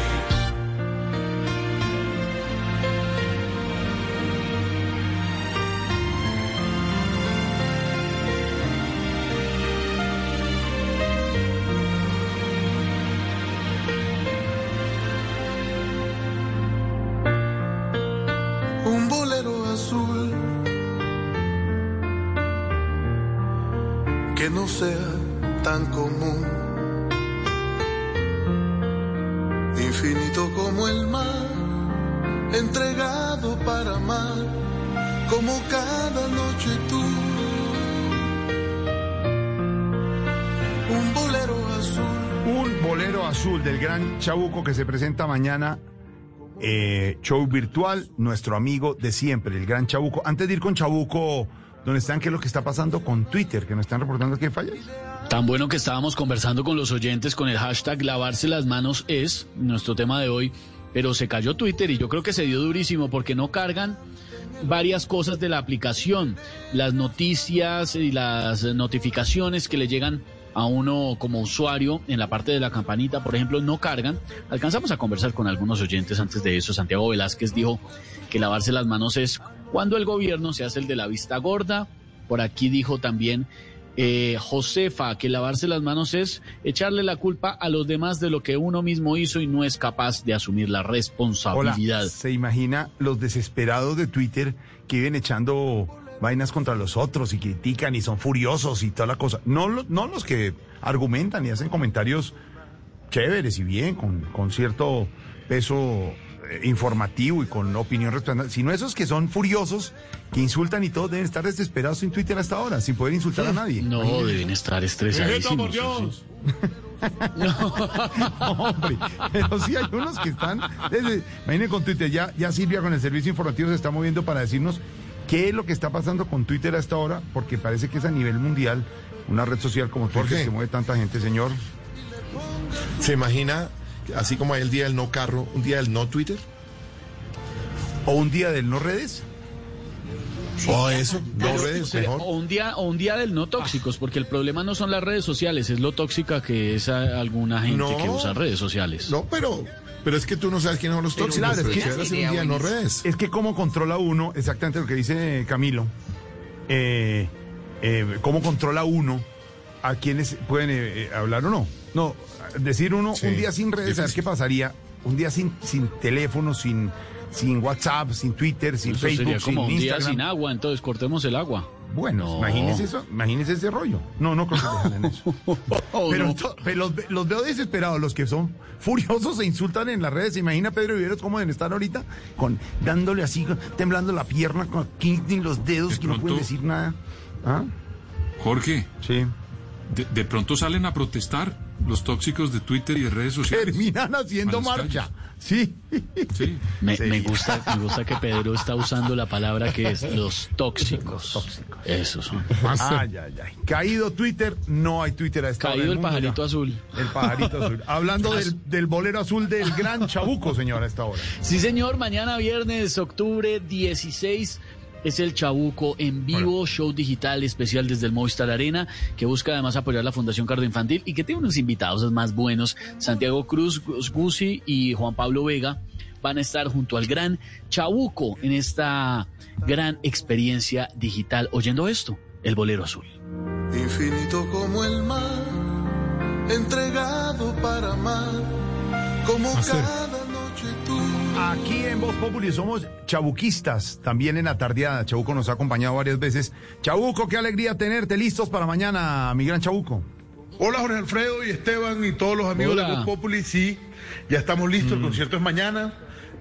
Un bolero azul que no sea tan común, infinito como el mar, entregado para amar, como cada noche tú. Un bolero azul. Un bolero azul del gran Chabuco que se presenta mañana. Eh, show virtual, nuestro amigo de siempre, el gran Chabuco. Antes de ir con Chabuco, ¿dónde están? ¿Qué es lo que está pasando con Twitter? Que nos están reportando que hay fallas. Tan bueno que estábamos conversando con los oyentes con el hashtag lavarse las manos es nuestro tema de hoy, pero se cayó Twitter y yo creo que se dio durísimo porque no cargan varias cosas de la aplicación, las noticias y las notificaciones que le llegan a uno como usuario en la parte de la campanita, por ejemplo, no cargan. Alcanzamos a conversar con algunos oyentes antes de eso. Santiago Velázquez dijo que lavarse las manos es cuando el gobierno se hace el de la vista gorda. Por aquí dijo también eh, Josefa que lavarse las manos es echarle la culpa a los demás de lo que uno mismo hizo y no es capaz de asumir la responsabilidad. Hola, ¿se imagina los desesperados de Twitter que viven echando vainas contra los otros y critican y son furiosos y toda la cosa? No, no los que argumentan y hacen comentarios chéveres y bien, con, con cierto peso eh, informativo y con opinión respetable, sino esos que son furiosos, que insultan y todos deben estar desesperados en Twitter hasta ahora, sin poder insultar a nadie. No, Imagínense. Deben estar estresadísimos. ¡Por Dios! No, hombre, pero sí hay unos que están desde, imagínense con Twitter, ya, ya Silvia con el servicio informativo se está moviendo para decirnos qué es lo que está pasando con Twitter a esta hora, porque parece que es a nivel mundial una red social como Twitter que mueve tanta gente, señor. ¿Se imagina, así como hay el día del no carro, un día del no Twitter? ¿O un día del no redes? O eso, no Pero, redes, o, mejor. o un día o un día del no tóxicos, porque el problema no son las redes sociales, es lo tóxica que es a alguna gente No. que usa redes sociales. No, pero, pero es que tú no sabes quiénes son los Pero tóxicos. claro, es pero que- chévere hacer un día no redes. Es que cómo controla uno, exactamente lo que dice Camilo, eh, eh, cómo controla uno a quienes pueden eh, eh, hablar o no. No, decir uno Sí, un día sin redes, a ver difícil. qué pasaría, un día sin, sin teléfono, sin, sin WhatsApp, sin Twitter, sin Eso Facebook, sería como sin un día Instagram. sin agua, entonces cortemos el agua. Bueno, No. imagínese eso, imagínese ese rollo. No, no creo que dejan en eso. Oh, pero no. to- pero los, ve- los veo desesperados, los que son furiosos e insultan en las redes. ¿Se imagina Pedro Viveros cómo deben estar ahorita? Con, dándole así, con- temblando la pierna, con aquí en los dedos, De que no pronto- pueden decir nada. ¿Ah? Jorge. Sí. De, de pronto salen a protestar. los tóxicos de Twitter y de redes sociales. Terminan haciendo marcha. Sí. Sí. Me, Sí. me gusta, me gusta que Pedro está usando la palabra que es los tóxicos. tóxicos. Esos son. Ay, ay, ay. Caído Twitter, no hay Twitter a esta hora Caído del el mundo pajarito ya. azul. El pajarito azul. Hablando del, del bolero azul del gran Chabuco, señora, a esta hora. Sí, señor, mañana viernes, octubre dieciséis, es el Chabuco en vivo, bueno. Show digital especial desde el Movistar Arena, que busca además apoyar la Fundación Cardioinfantil y que tiene unos invitados más buenos. Santiago Cruz, Guzzi y Juan Pablo Vega van a estar junto al gran Chabuco en esta gran experiencia digital. Oyendo esto, el bolero azul. Infinito como el mar, entregado para amar, como cada noche tú. Aquí en Voz Populi somos chabuquistas, también en la tardeada. Chabuco nos ha acompañado varias veces. Chabuco, qué alegría tenerte listos para mañana, mi gran Chabuco. Hola Jorge Alfredo y Esteban y todos los amigos Hola. de Voz Populi. Sí, ya estamos listos, mm. el concierto es mañana.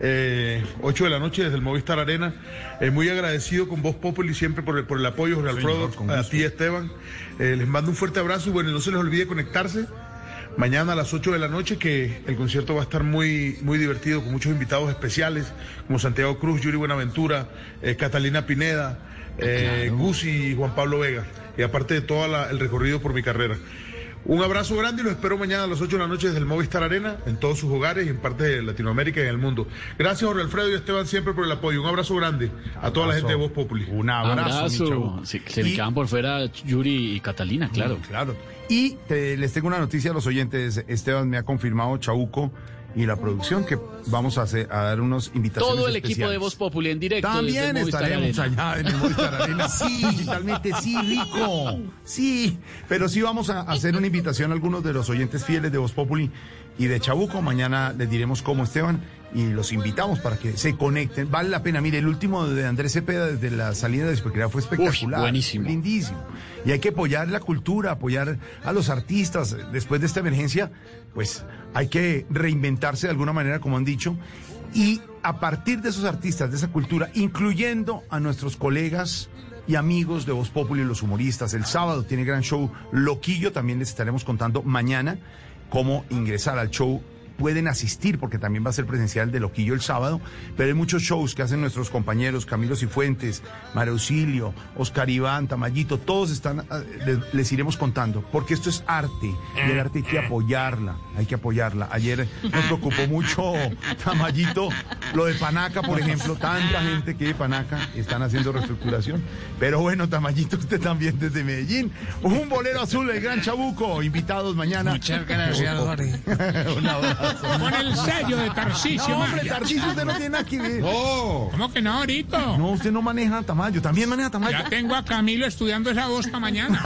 Eh, ocho de la noche desde el Movistar Arena. Eh, muy agradecido con Voz Populi siempre por el, por el apoyo, Jorge Alfredo, Señor, a ti Esteban. Eh, les mando un fuerte abrazo y bueno, no se les olvide conectarse mañana a las ocho de la noche, que el concierto va a estar muy, muy divertido, con muchos invitados especiales, como Santiago Cruz, Yuri Buenaventura, eh, Catalina Pineda, eh, claro. Guzzi y Juan Pablo Vega, y aparte de todo la, el recorrido por mi carrera. Un abrazo grande y los espero mañana a las ocho de la noche desde el Movistar Arena, en todos sus hogares y en parte de Latinoamérica y en el mundo. Gracias, Jorge Alfredo y Esteban, siempre por el apoyo. Un abrazo grande a toda abrazo. La gente de Voz Populi. Un abrazo. abrazo. Sí, se y... me quedan por fuera Yuri y Catalina, claro. Mm, claro. Y te, les tengo una noticia a los oyentes. Esteban me ha confirmado, Chabuco y la producción, que vamos a, hacer, a dar unos invitaciones todo el especiales. Equipo de Voz Populi en directo. También estaremos allá en el Movistar Arena. Sí, digitalmente, sí, rico. Sí, pero sí vamos a hacer una invitación a algunos de los oyentes fieles de Voz Populi y de Chabuco. Mañana les diremos cómo, Esteban, y los invitamos para que se conecten. Vale la pena. Mire, el último de Andrés Cepeda desde la salida de Despequería fue espectacular. Uy, buenísimo. Lindísimo. Y hay que apoyar la cultura, apoyar a los artistas. Después de esta emergencia, pues hay que reinventarse de alguna manera, como han dicho. Y a partir de esos artistas, de esa cultura, incluyendo a nuestros colegas y amigos de Voz Populi, los humoristas. El sábado tiene gran show Loquillo. También les estaremos contando mañana cómo ingresar al show. Pueden asistir porque también va a ser presencial de Loquillo el sábado, pero hay muchos shows que hacen nuestros compañeros Camilo Cifuentes, María Auxilio, Oscar Iván, Tamayito, todos están, les, les iremos contando, porque esto es arte, y el arte hay que apoyarla, hay que apoyarla. Ayer nos preocupó mucho, Tamayito, lo de Panaca, por ejemplo, tanta gente que de Panaca están haciendo reestructuración, pero bueno, Tamayito, usted también desde Medellín, un bolero azul, el gran Chabuco, invitados mañana. Muchas gracias, Jorge. Un abrazo. Con el sello de Tarcisio. No, hombre, Tarcisio usted no tiene nada que ver. No. ¿Cómo que no, ahorita? No, usted no maneja Tamayo, también maneja Tamayo. Ya tengo a Camilo estudiando esa voz para mañana.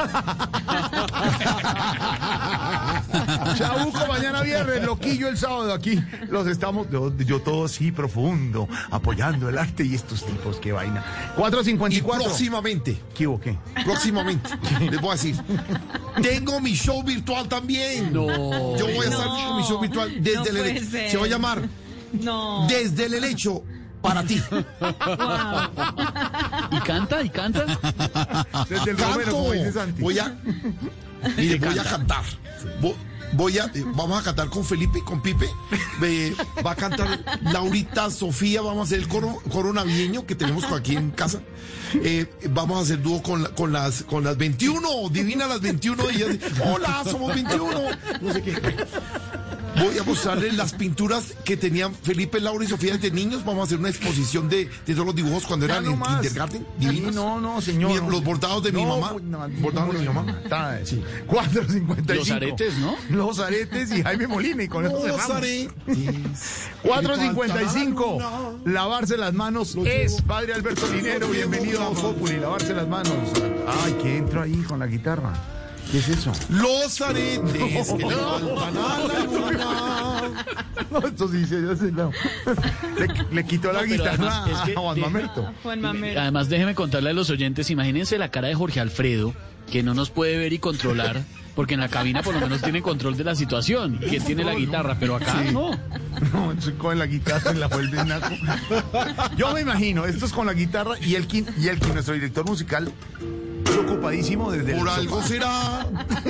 Chabuco mañana viernes, Loquillo el sábado, aquí los estamos, yo, yo todo así profundo, apoyando el arte y estos tipos, qué vaina. cuatro cincuenta y cuatro. Y próximamente. ¿Qué o qué? Próximamente. Les voy a decir. Tengo mi show virtual también. No. Yo voy a no. estar con mi show virtual desde no el helecho. Se va a llamar No. Desde el helecho para ti. Wow. ¿Y canta? ¿Y canta? Desde el Canto. Romero, como dice Santi. Voy a, mire, voy a cantar. Voy, voy a, vamos a cantar con Felipe y con Pipe. Eh, va a cantar Laurita, Sofía. Vamos a hacer el coro, coro navideño que tenemos aquí en casa. Eh, vamos a hacer dúo con, la, con las con las veintiuno. Divina las veintiuno. Y ella dice, hola, somos veintiuno. No sé qué. Voy a mostrarles las pinturas que tenían Felipe, Laura y Sofía desde niños. Vamos a hacer una exposición de, de todos los dibujos cuando eran no en más. Kindergarten. Divinos. Sí, no, no, señor. Mira, los bordados de no, mi mamá. No, bordados de mi mamá. Está, sí. cuatro cincuenta y cinco. Los aretes, ¿no? Los aretes y Jaime Molina. Y con eso Los cerramos. aretes. cuatro cincuenta y cinco. Lavarse las manos los es digo. Padre Alberto Linero. Bienvenido a Voz Populi. Lavarse las manos. Ay, que entro ahí con la guitarra. ¿Qué es eso? Los aretes que le faltan a la luna. No, esto sí se hace no. le, le quitó la no, guitarra además, es que, a Juan Mamerto. Juan Mamerto. Además, déjeme contarle a los oyentes, imagínense la cara de Jorge Alfredo, que no nos puede ver y controlar, porque en la cabina por lo menos tiene control de la situación, que tiene la guitarra, pero acá sí. no. No, estoy con la guitarra y la vuelve naco. Yo me imagino, esto es con la guitarra y Elkin, y Elkin, nuestro director musical, Amaneció ocupadísimo desde Por el algo sofá. será.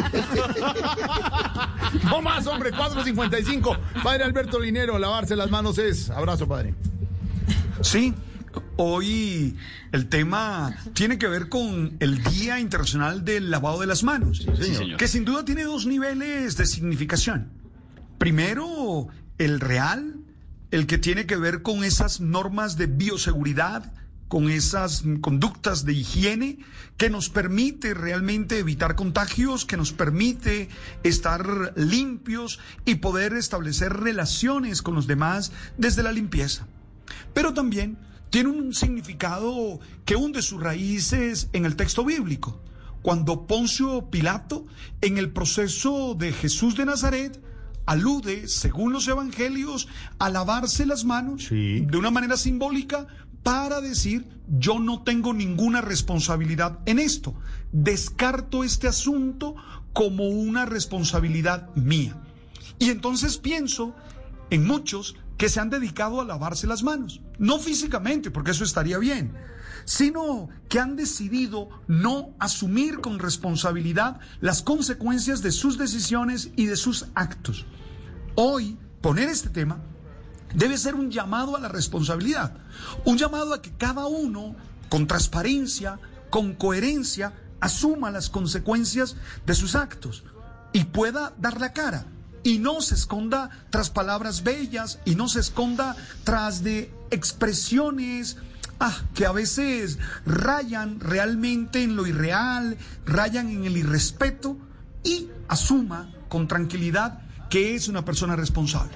No más, hombre, cuatro cincuenta y cinco. Padre Alberto Linero, lavarse las manos es. Abrazo, padre. Sí, hoy el tema tiene que ver con el Día Internacional del Lavado de las Manos, Sí, señor. que sin duda tiene dos niveles de significación. Primero, el real, el que tiene que ver con esas normas de bioseguridad, con esas conductas de higiene que nos permite realmente evitar contagios, que nos permite estar limpios y poder establecer relaciones con los demás desde la limpieza. Pero también tiene un significado que hunde sus raíces en el texto bíblico. Cuando Poncio Pilato, en el proceso de Jesús de Nazaret, alude, según los evangelios, a lavarse las manos de una manera simbólica para decir, yo no tengo ninguna responsabilidad en esto. Descarto este asunto como una responsabilidad mía. Y entonces pienso en muchos que se han dedicado a lavarse las manos, no físicamente, porque eso estaría bien, sino que han decidido no asumir con responsabilidad las consecuencias de sus decisiones y de sus actos. Hoy, poner este tema debe ser un llamado a la responsabilidad, un llamado a que cada uno, con transparencia, con coherencia, asuma las consecuencias de sus actos y pueda dar la cara. Y no se esconda tras palabras bellas y no se esconda tras de expresiones ah, que a veces rayan realmente en lo irreal, rayan en el irrespeto, y asuma con tranquilidad que es una persona responsable.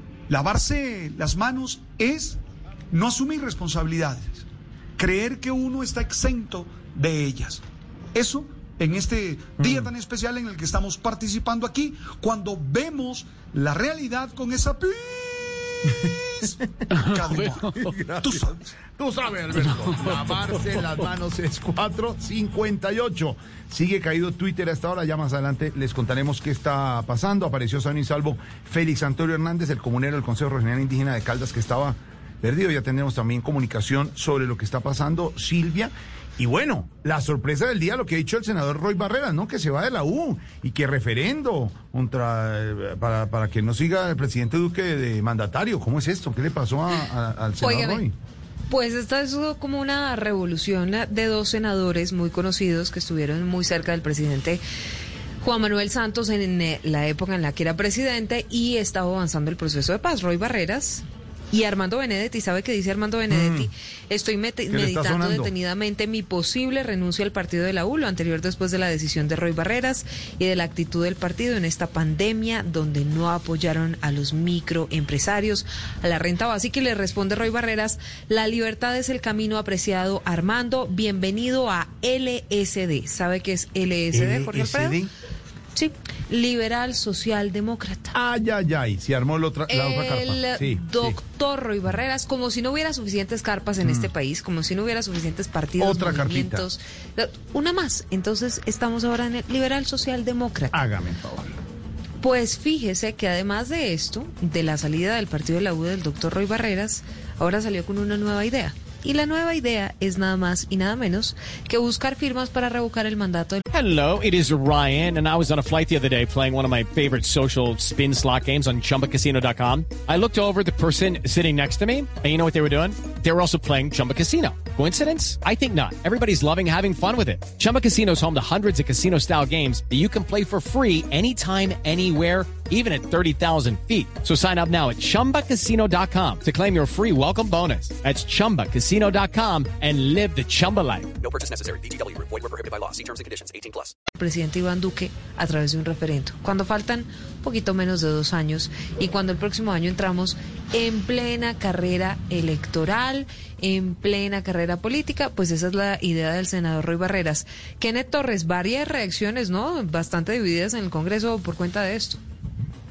Lavarse las manos es no asumir responsabilidades, creer que uno está exento de ellas. Eso en este día tan especial en el que estamos participando aquí, cuando vemos la realidad con esa pis. Tú sabes. Tú sabes, Alberto. Lavarse las manos es cuatro cincuenta y ocho. Sigue caído Twitter a esta hora. Ya más adelante les contaremos qué está pasando. Apareció sano y salvo Félix Antonio Hernández, el comunero del Consejo Regional Indígena de Caldas, que estaba perdido. Ya tenemos también comunicación sobre lo que está pasando, Silvia. Y bueno, la sorpresa del día, lo que ha dicho el senador Roy Barreras, ¿no? Que se va de la U y que referendo contra, para, para que no siga el presidente Duque de mandatario. ¿Cómo es esto? ¿Qué le pasó a, a, al senador Óigame, Roy? Pues esta es como una revolución de dos senadores muy conocidos que estuvieron muy cerca del presidente Juan Manuel Santos en la época en la que era presidente y estaba avanzando el proceso de paz. Roy Barreras y Armando Benedetti. ¿Sabe qué dice Armando Benedetti? Mm. Estoy met- meditando detenidamente mi posible renuncia al partido de la U, lo anterior después de la decisión de Roy Barreras y de la actitud del partido en esta pandemia donde no apoyaron a los microempresarios, a la renta básica. Y le responde Roy Barreras: la libertad es el camino apreciado. Armando, bienvenido a L S D. ¿Sabe qué es L S D, Jorge Alfredo? Sí, liberal socialdemócrata. Ay, ay, ay, se armó la otra, la otra carpa. El sí, doctor sí. Roy Barreras, como si no hubiera suficientes carpas en mm. este país, como si no hubiera suficientes partidos, otra movimientos. Carpita. Una más. Entonces estamos ahora en el liberal socialdemócrata. Hágame el favor. Pues fíjese que además de esto, de la salida del partido de la U del doctor Roy Barreras, ahora salió con una nueva idea. Y la nueva idea es nada más y nada menos que buscar firmas para revocar el mandato del... Hello, it is Ryan, and I was on a flight the other day playing one of my favorite social spin slot games on Chumba Casino dot com. I looked over at the person sitting next to me, and you know what they were doing? They were also playing Chumba Casino. Coincidence? I think not. Everybody's loving having fun with it. Chumba Casino is home to hundreds of casino-style games that you can play for free anytime, anywhere, even at thirty thousand feet. So sign up now at Chumba Casino dot com to claim your free welcome bonus. That's Chumba Casino dot com and live the Chumba life. No purchase necessary. V G W. Void where prohibited by law. See terms and conditions. eighteen plus. El presidente Iván Duque a través de un referendo. Cuando faltan un poquito menos de dos años y cuando el próximo año entramos en plena carrera electoral, en plena carrera política, pues esa es la idea del senador Roy Barreras. Kenneth Torres, varias reacciones, ¿no? Bastante divididas en el Congreso por cuenta de esto.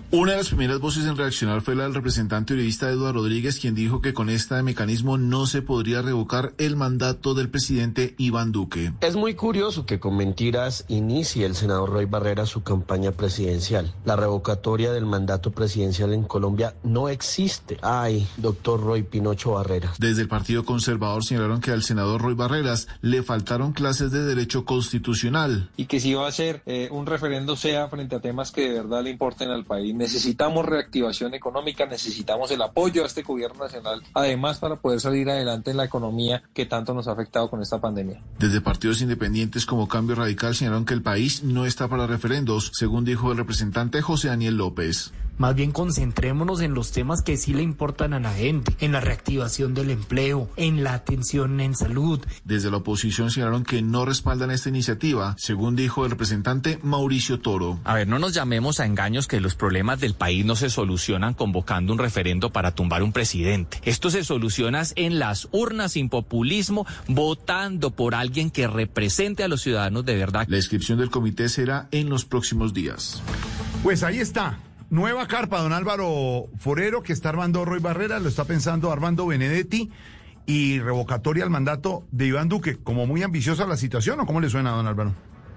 Una de las primeras voces en reaccionar fue la del representante uribista Eduardo Rodríguez, quien dijo que con este mecanismo no se podría revocar el mandato del presidente Iván Duque. Es muy curioso que con mentiras inicie el senador Roy Barreras su campaña presidencial. La revocatoria del mandato presidencial en Colombia no existe. Ay, doctor Roy Pinocho Barreras. Desde el Partido Conservador señalaron que al senador Roy Barreras le faltaron clases de derecho constitucional. Y que si va a ser eh, un referendo sea frente a temas que de verdad le importen al país. Necesitamos reactivación económica, necesitamos el apoyo a este gobierno nacional, además para poder salir adelante en la economía que tanto nos ha afectado con esta pandemia. Desde partidos independientes como Cambio Radical señalaron que el país no está para referendos, según dijo el representante José Daniel López. Más bien concentrémonos en los temas que sí le importan a la gente, en la reactivación del empleo, en la atención en salud. Desde la oposición señalaron que no respaldan esta iniciativa, según dijo el representante Mauricio Toro. A ver, no nos llamemos a engaños que los problemas del país no se solucionan convocando un referendo para tumbar un presidente. Esto se soluciona en las urnas, sin populismo, votando por alguien que represente a los ciudadanos de verdad. La inscripción del comité será en los próximos días. Pues ahí está. Nueva carpa, don Álvaro Forero, que está armando Roy Barreras, lo está pensando Armando Benedetti, y revocatoria al mandato de Iván Duque. ¿Como muy ambiciosa la situación o cómo le suena, don Álvaro?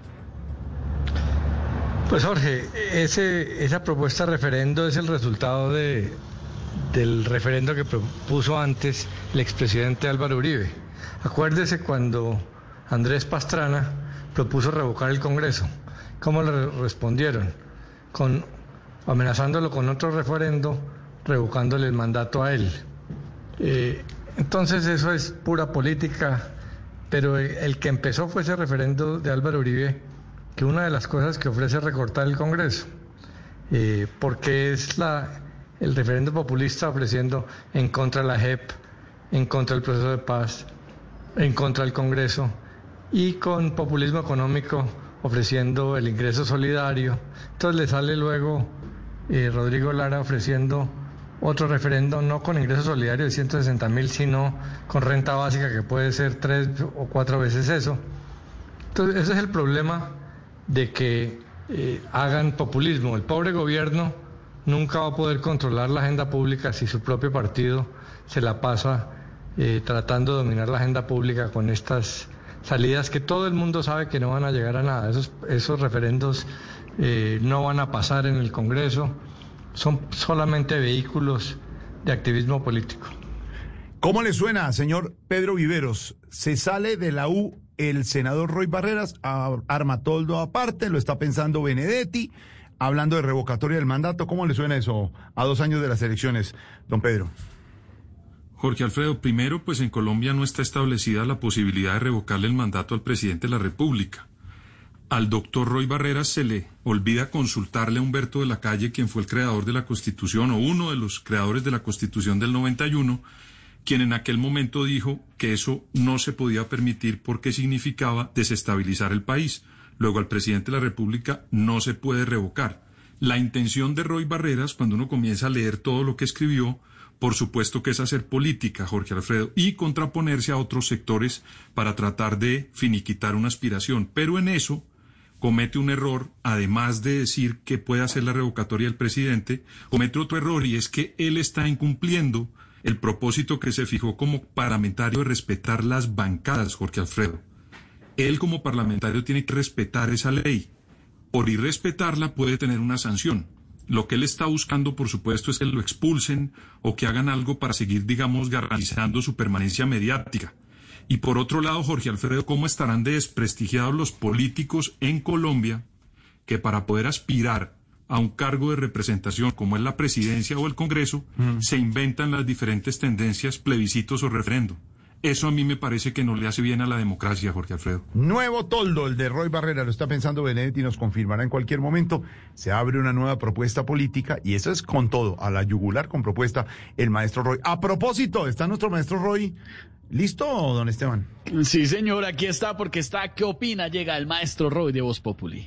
Pues Jorge, ese, esa propuesta de referendo es el resultado de, del referendo que propuso antes el expresidente Álvaro Uribe. Acuérdese cuando Andrés Pastrana propuso revocar el Congreso. ¿Cómo le respondieron? Con amenazándolo con otro referendo, revocándole el mandato a él. Eh, entonces eso es pura política, pero el que empezó fue ese referendo de Álvaro Uribe, que una de las cosas que ofrece es recortar el Congreso, eh, porque es la, el referendo populista ofreciendo en contra de la J E P, en contra del proceso de paz, en contra del Congreso, y con populismo económico ofreciendo el ingreso solidario. Entonces le sale luego eh, Rodrigo Lara ofreciendo otro referendo, no con ingreso solidario de ciento sesenta mil, sino con renta básica que puede ser tres o cuatro veces eso. Entonces ese es el problema de que eh, hagan populismo. El pobre gobierno nunca va a poder controlar la agenda pública si su propio partido se la pasa eh, tratando de dominar la agenda pública con estas salidas que todo el mundo sabe que no van a llegar a nada. Esos, esos referendos eh, no van a pasar en el Congreso, son solamente vehículos de activismo político. ¿Cómo le suena, señor Pedro Viveros? Se sale de la U el senador Roy Barreras, a, arma toldo aparte, lo está pensando Benedetti, hablando de revocatoria del mandato. ¿Cómo le suena eso a dos años de las elecciones, don Pedro? Jorge Alfredo, primero, pues en Colombia no está establecida la posibilidad de revocarle el mandato al presidente de la República. Al doctor Roy Barreras se le olvida consultarle a Humberto de la Calle, quien fue el creador de la Constitución, o uno de los creadores de la Constitución del noventa y uno, quien en aquel momento dijo que eso no se podía permitir porque significaba desestabilizar el país. Luego al presidente de la República no se puede revocar. La intención de Roy Barreras, cuando uno comienza a leer todo lo que escribió, por supuesto que es hacer política, Jorge Alfredo, y contraponerse a otros sectores para tratar de finiquitar una aspiración. Pero en eso comete un error, además de decir que puede hacer la revocatoria del presidente, comete otro error, y es que él está incumpliendo el propósito que se fijó como parlamentario de respetar las bancadas, Jorge Alfredo. Él como parlamentario tiene que respetar esa ley. Por irrespetarla puede tener una sanción. Lo que él está buscando, por supuesto, es que lo expulsen o que hagan algo para seguir, digamos, garantizando su permanencia mediática. Y por otro lado, Jorge Alfredo, ¿cómo estarán de desprestigiados los políticos en Colombia que para poder aspirar a un cargo de representación como es la presidencia o el Congreso, mm. se inventan las diferentes tendencias, plebiscitos o referendo? Eso a mí me parece que no le hace bien a la democracia, Jorge Alfredo. Nuevo toldo, el de Roy Barreras, lo está pensando Benedetti, nos confirmará en cualquier momento. Se abre una nueva propuesta política y eso es con todo, a la yugular con propuesta el maestro Roy. A propósito, ¿está nuestro maestro Roy listo, don Esteban? Sí, señor, aquí está porque está. ¿Qué opina? Llega el maestro Roy de Voz Populi.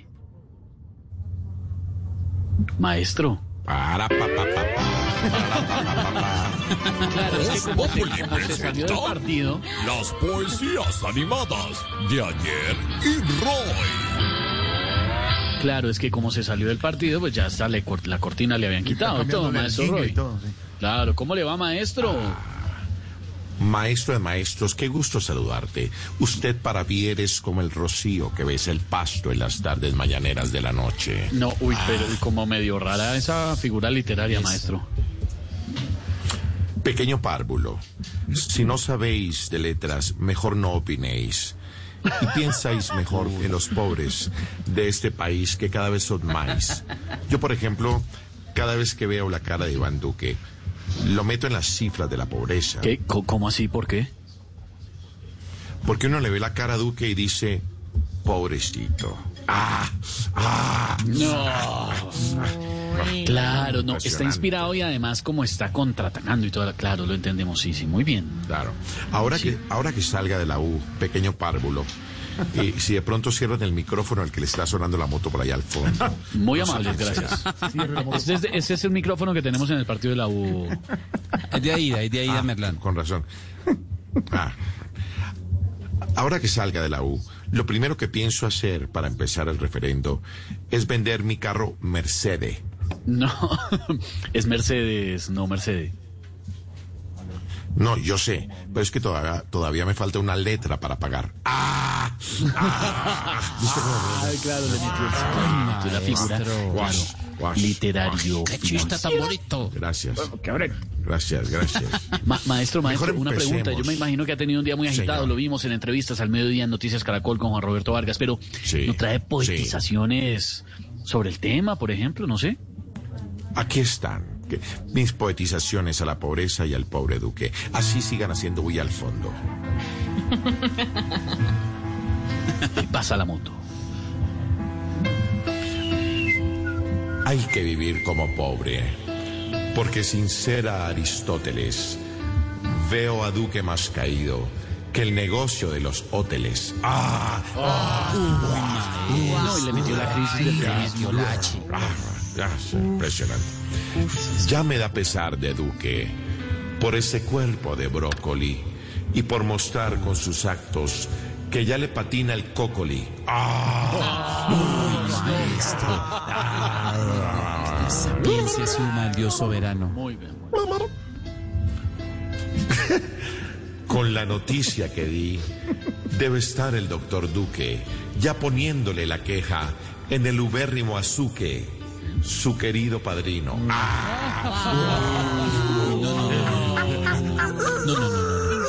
Maestro. Para, pa, pa, pa, pa, para, pa, pa, pa. Claro, es que como, se, como se salió del partido. Las poesías animadas de ayer y Roy. Claro, es que como se salió del partido, pues ya hasta le cort- la cortina le habían quitado y todo, maestro Roy. Todo, sí. Claro, ¿cómo le va, maestro? Maestro de maestros, qué gusto saludarte. Usted para mí eres como el rocío que besa el pasto en las tardes mañaneras de la noche. No, uy, pero como medio rara esa figura literaria, maestro. Pequeño párvulo, si no sabéis de letras, mejor no opinéis. Y piensáis mejor en los pobres de este país que cada vez son más. Yo, por ejemplo, cada vez que veo la cara de Iván Duque, lo meto en las cifras de la pobreza. ¿Qué? ¿Cómo así? ¿Por qué? Porque uno le ve la cara a Duque y dice, pobrecito. ¡Ah! ¡Ah! No. Claro, no, está inspirado y además como está contraatacando y todo, claro, lo entendemos, sí, sí, muy bien. Claro. Ahora, sí. que, ahora que salga de la U, pequeño párvulo, y si de pronto cierran el micrófono al que le está sonando la moto por allá al fondo. Muy no amables, gracias. Ese es, ese es el micrófono que tenemos en el partido de la U. Es de Aida, es de Aida ah, Merlán. Con razón. Ah. Ahora que salga de la U, lo primero que pienso hacer para empezar el referendo es vender mi carro Mercedes. No, es Mercedes, no Mercedes. No, yo sé, pero es que todavía, todavía me falta una letra para pagar. ¡Ah! ¡Ah! Ay, claro, le metió el la figura. Wash, wash, literario. ¡Qué chiste tan bonito! Gracias. Gracias, gracias. Ma maestro, maestro, una pregunta. Yo me imagino que ha tenido un día muy agitado. Señor. Lo vimos en entrevistas al mediodía en Noticias Caracol con Juan Roberto Vargas, pero sí, ¿no trae poetizaciones sí. sobre el tema, por ejemplo? No sé. Aquí están. Mis poetizaciones a la pobreza y al pobre Duque. Así sigan haciendo bulla al fondo. Y pasa la moto. Hay que vivir como pobre, porque sin ser a Aristóteles, veo a Duque más caído que el negocio de los hoteles. ¡Ah! ¡Ah! ¡Ah! ¡Ah! No, y le metió la crisis del precio. Impresionante. Ya me da pesar de Duque por ese cuerpo de brócoli y por mostrar con sus actos que ya le patina el cócoli. ¡Ah! Maestro. Ah, piense suma el Dios soberano. Muy bien. Con la noticia que di, debe estar el doctor Duque ya poniéndole la queja en el ubérrimo Azuque, su querido padrino. ¡Ah! No, no, no, no,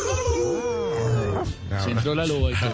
no. Se entró la loba y todo.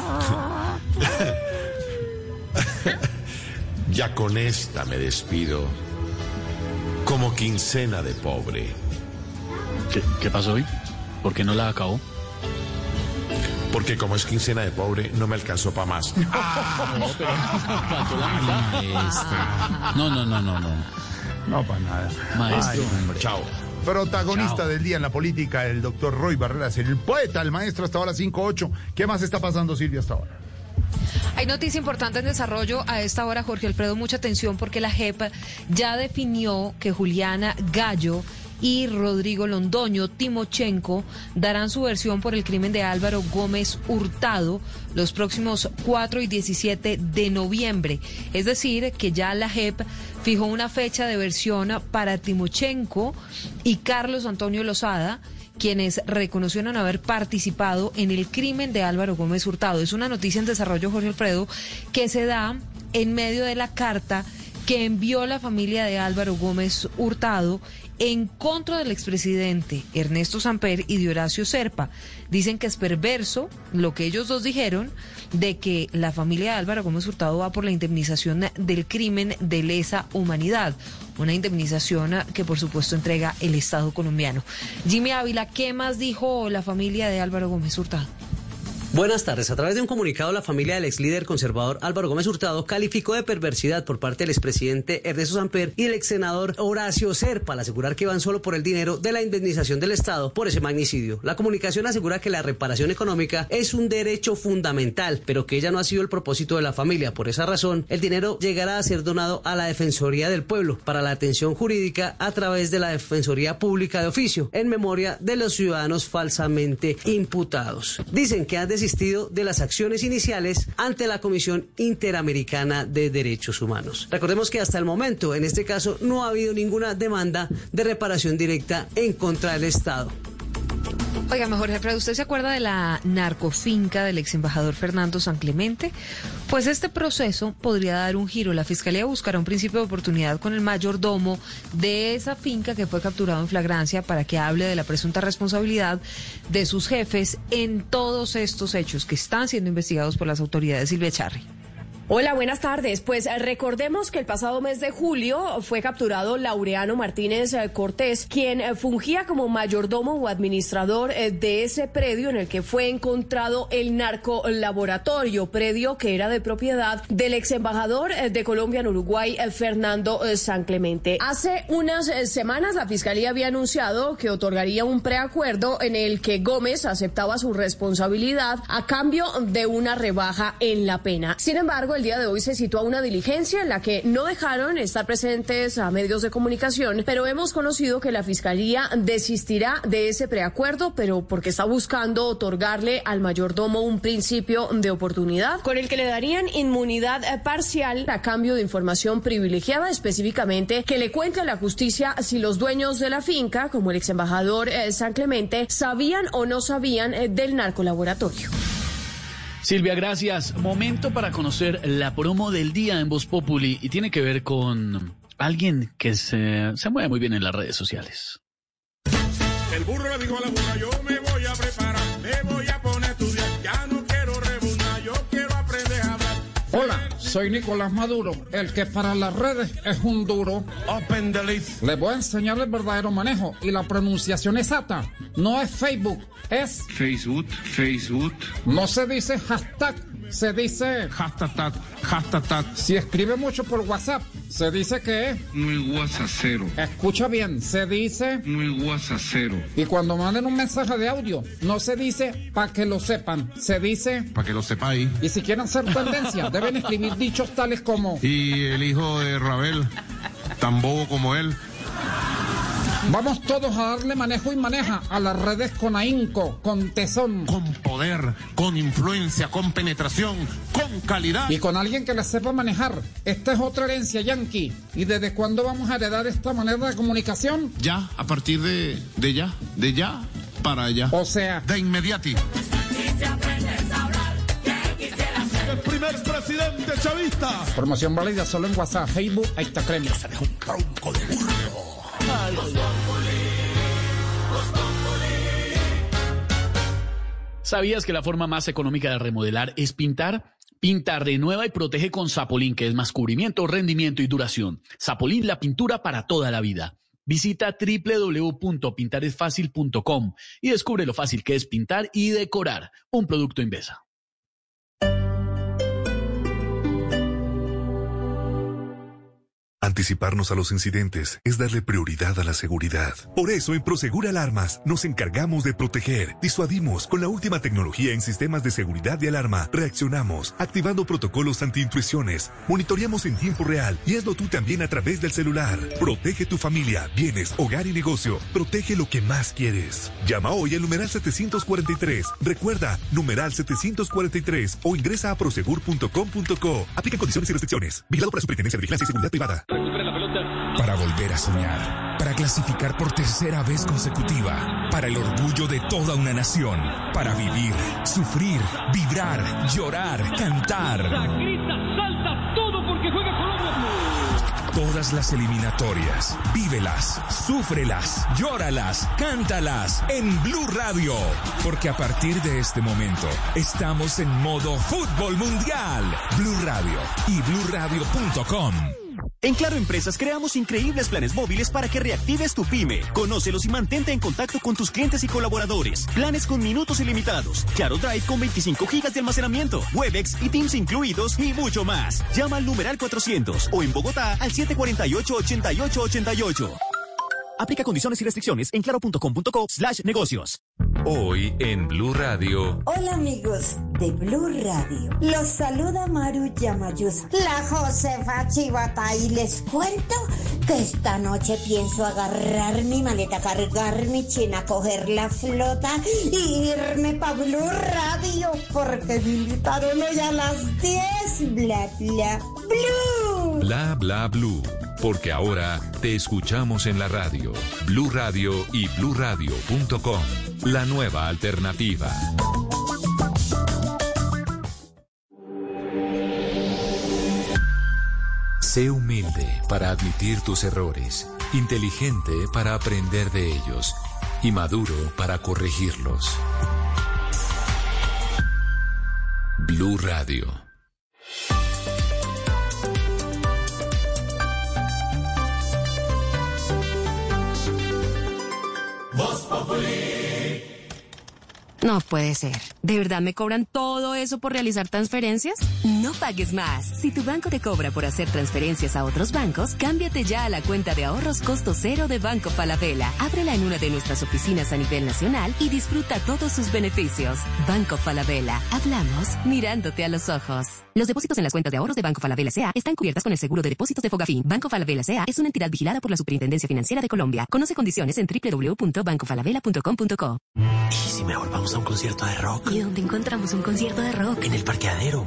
Ya con esta me despido, como quincena de pobre. ¿Qué, qué pasó hoy? ¿Por qué no la acabó? Porque como es quincena de pobre, no me alcanzó para más. Ah, no, pero faltó la mitad. No, no, no, no, no. No, para nada. Maestro. Ay, hombre. Chao. Protagonista Chao. del día en la política, el doctor Roy Barreras, el poeta, el maestro, hasta ahora cinco ocho. ¿Qué más está pasando, Silvia, hasta ahora? Hay noticia importante en desarrollo a esta hora, Jorge Alfredo, mucha atención porque la J E P ya definió que Juliana Gallo y Rodrigo Londoño Timochenko darán su versión por el crimen de Álvaro Gómez Hurtado los próximos cuatro y diecisiete de noviembre. Es decir, que ya la J E P fijó una fecha de versión para Timochenko y Carlos Antonio Lozada, quienes reconocieron haber participado en el crimen de Álvaro Gómez Hurtado. Es una noticia en desarrollo, Jorge Alfredo, que se da en medio de la carta que envió la familia de Álvaro Gómez Hurtado en contra del expresidente Ernesto Samper y de Horacio Serpa. Dicen que es perverso lo que ellos dos dijeron de que la familia de Álvaro Gómez Hurtado va por la indemnización del crimen de lesa humanidad, una indemnización que por supuesto entrega el Estado colombiano. Jimmy Ávila, ¿qué más dijo la familia de Álvaro Gómez Hurtado? Buenas tardes. A través de un comunicado, la familia del ex líder conservador Álvaro Gómez Hurtado calificó de perversidad por parte del expresidente Ernesto Samper y del ex senador Horacio Serpa al asegurar que van solo por el dinero de la indemnización del Estado por ese magnicidio. La comunicación asegura que la reparación económica es un derecho fundamental, pero que ella no ha sido el propósito de la familia. Por esa razón, el dinero llegará a ser donado a la Defensoría del Pueblo para la atención jurídica a través de la Defensoría Pública de Oficio, en memoria de los ciudadanos falsamente imputados. Dicen que han decidido desistido de las acciones iniciales ante la Comisión Interamericana de Derechos Humanos. Recordemos que hasta el momento, en este caso, no ha habido ninguna demanda de reparación directa en contra del Estado. Oiga, mejor jefe, ¿usted se acuerda de la narcofinca del ex embajador Fernando San Clemente? Pues este proceso podría dar un giro. La Fiscalía buscará un principio de oportunidad con el mayordomo de esa finca que fue capturado en flagrancia para que hable de la presunta responsabilidad de sus jefes en todos estos hechos que están siendo investigados por las autoridades. Silvia Charri. Hola, buenas tardes. Pues recordemos que el pasado mes de julio fue capturado Laureano Martínez Cortés, quien fungía como mayordomo o administrador de ese predio en el que fue encontrado el narcolaboratorio, predio que era de propiedad del ex embajador de Colombia en Uruguay, Fernando San Clemente. Hace unas semanas la Fiscalía había anunciado que otorgaría un preacuerdo en el que Gómez aceptaba su responsabilidad a cambio de una rebaja en la pena. Sin embargo, el día de hoy se sitúa una diligencia en la que no dejaron estar presentes a medios de comunicación, pero hemos conocido que la Fiscalía desistirá de ese preacuerdo, pero porque está buscando otorgarle al mayordomo un principio de oportunidad con el que le darían inmunidad parcial a cambio de información privilegiada, específicamente que le cuente a la justicia si los dueños de la finca, como el ex embajador eh, San Clemente, sabían o no sabían eh, del narcolaboratorio. Silvia, gracias. Momento para conocer la promo del día en Voz Populi y tiene que ver con alguien que se, se mueve muy bien en las redes sociales. El burro le dijo a la burra, yo me voy a preparar, me voy a poner a estudiar, ya no quiero rebunar, yo quiero aprender a hablar. Hola, soy Nicolás Maduro, el que para las redes es un duro. Open the list. Les voy a enseñar el verdadero manejo y la pronunciación exacta. No es Facebook, es Facebook, Facebook. No se dice hashtag, se dice hashtag, hashtag. Si escribe mucho por WhatsApp, se dice que es muy WhatsAppero. Escucha bien, se dice muy WhatsAppero. Y cuando manden un mensaje de audio, no se dice para que lo sepan, se dice para que lo sepáis. Y si quieren ser tendencia, deben escribir dichos tales como y el hijo de Ravel, tan bobo como él. Vamos todos a darle manejo y maneja a las redes con ahínco, con tesón, con poder, con influencia, con penetración, con calidad. Y con alguien que la sepa manejar. Esta es otra herencia yankee. ¿Y desde cuándo vamos a heredar esta manera de comunicación? Ya, a partir de, de ya, de ya para allá. O sea, de inmediati. El primer presidente chavista. Promoción válida solo en WhatsApp, Facebook, ahí está crema. Se dejó un tronco de burro. ¿Sabías que la forma más económica de remodelar es pintar? Pinta, renueva y protege con Sapolín, que es más cubrimiento, rendimiento y duración. Sapolín, la pintura para toda la vida. Visita doble u doble u doble u punto pintar es fácil punto com y descubre lo fácil que es pintar y decorar. Un producto Invesa. Anticiparnos a los incidentes es darle prioridad a la seguridad. Por eso en Prosegur Alarmas nos encargamos de proteger, disuadimos con la última tecnología en sistemas de seguridad y alarma, reaccionamos activando protocolos antiintrusiones, monitoreamos en tiempo real y hazlo tú también a través del celular. Protege tu familia, bienes, hogar y negocio. Protege lo que más quieres. Llama hoy al numeral setecientos cuarenta y tres. Recuerda, numeral setecientos cuarenta y tres o ingresa a prosegur punto com punto co. Aplica condiciones y restricciones. Vigilado por la Superintendencia de Vigilancia y Seguridad Privada. Para volver a soñar, para clasificar por tercera vez consecutiva, para el orgullo de toda una nación, para vivir, sufrir, vibrar, llorar, cantar. Grita, salta, todo porque juega Colombia. Todas las eliminatorias, vívelas, súfrelas, llóralas, cántalas en Blue Radio. Porque a partir de este momento estamos en modo fútbol mundial. Blue Radio y blue radio punto com. En Claro Empresas creamos increíbles planes móviles para que reactives tu pyme. Conócelos y mantente en contacto con tus clientes y colaboradores. Planes con minutos ilimitados, Claro Drive con veinticinco gigas de almacenamiento, Webex y Teams incluidos y mucho más. Llama al numeral cuatrocientos o en Bogotá al siete cuatro ocho, ocho ocho ocho ocho. Aplica condiciones y restricciones en claro punto com punto co slash negocios. Hoy en Blue Radio. Hola amigos de Blue Radio. Los saluda Maru Yamayusa, la Josefa Chivata, y les cuento que esta noche pienso agarrar mi maleta, cargar mi china, coger la flota y irme pa' Blue Radio, porque me invitaron hoy a las diez. Bla bla Blue. Bla bla Blue. Porque ahora te escuchamos en la radio. Blue Radio y blue radio punto com. La nueva alternativa. Sé humilde para admitir tus errores, inteligente para aprender de ellos y maduro para corregirlos. Blue Radio. No puede ser. ¿De verdad me cobran todo eso por realizar transferencias? No pagues más. Si tu banco te cobra por hacer transferencias a otros bancos, cámbiate ya a la cuenta de ahorros costo cero de Banco Falabella. Ábrela en una de nuestras oficinas a nivel nacional y disfruta todos sus beneficios. Banco Falabella. Hablamos mirándote a los ojos. Los depósitos en las cuentas de ahorros de Banco Falabella S A están cubiertas con el seguro de depósitos de Fogafín. Banco Falabella S A es una entidad vigilada por la Superintendencia Financiera de Colombia. Conoce condiciones en doble u doble u doble u punto banco falabella punto com punto co. ¿Y si mejor vamos a un concierto de rock? ¿Y dónde encontramos un concierto de rock? En el parqueadero.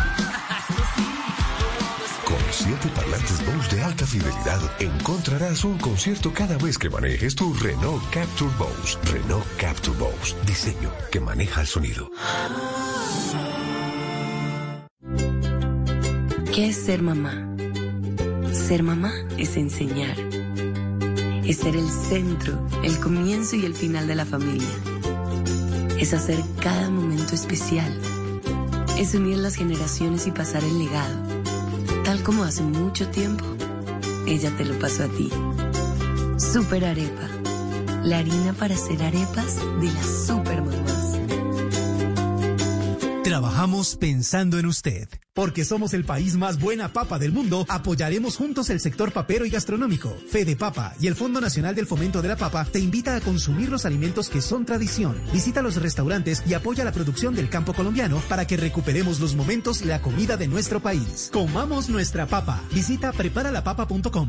Con siete parlantes Bose de alta fidelidad, encontrarás un concierto cada vez que manejes tu Renault Captur Bose. Renault Captur Bose. Diseño que maneja el sonido. ¿Qué es ser mamá? Ser mamá es enseñar. Es ser el centro, el comienzo y el final de la familia. Es hacer cada momento especial. Es unir las generaciones y pasar el legado. Tal como hace mucho tiempo, ella te lo pasó a ti. Super Arepa. La harina para hacer arepas de las super mamás. Trabajamos pensando en usted. Porque somos el país más buena papa del mundo, apoyaremos juntos el sector papero y gastronómico. Fede Papa y el Fondo Nacional del Fomento de la Papa te invita a consumir los alimentos que son tradición. Visita los restaurantes y apoya la producción del campo colombiano para que recuperemos los momentos y la comida de nuestro país. Comamos nuestra papa. Visita prepara la papa punto com.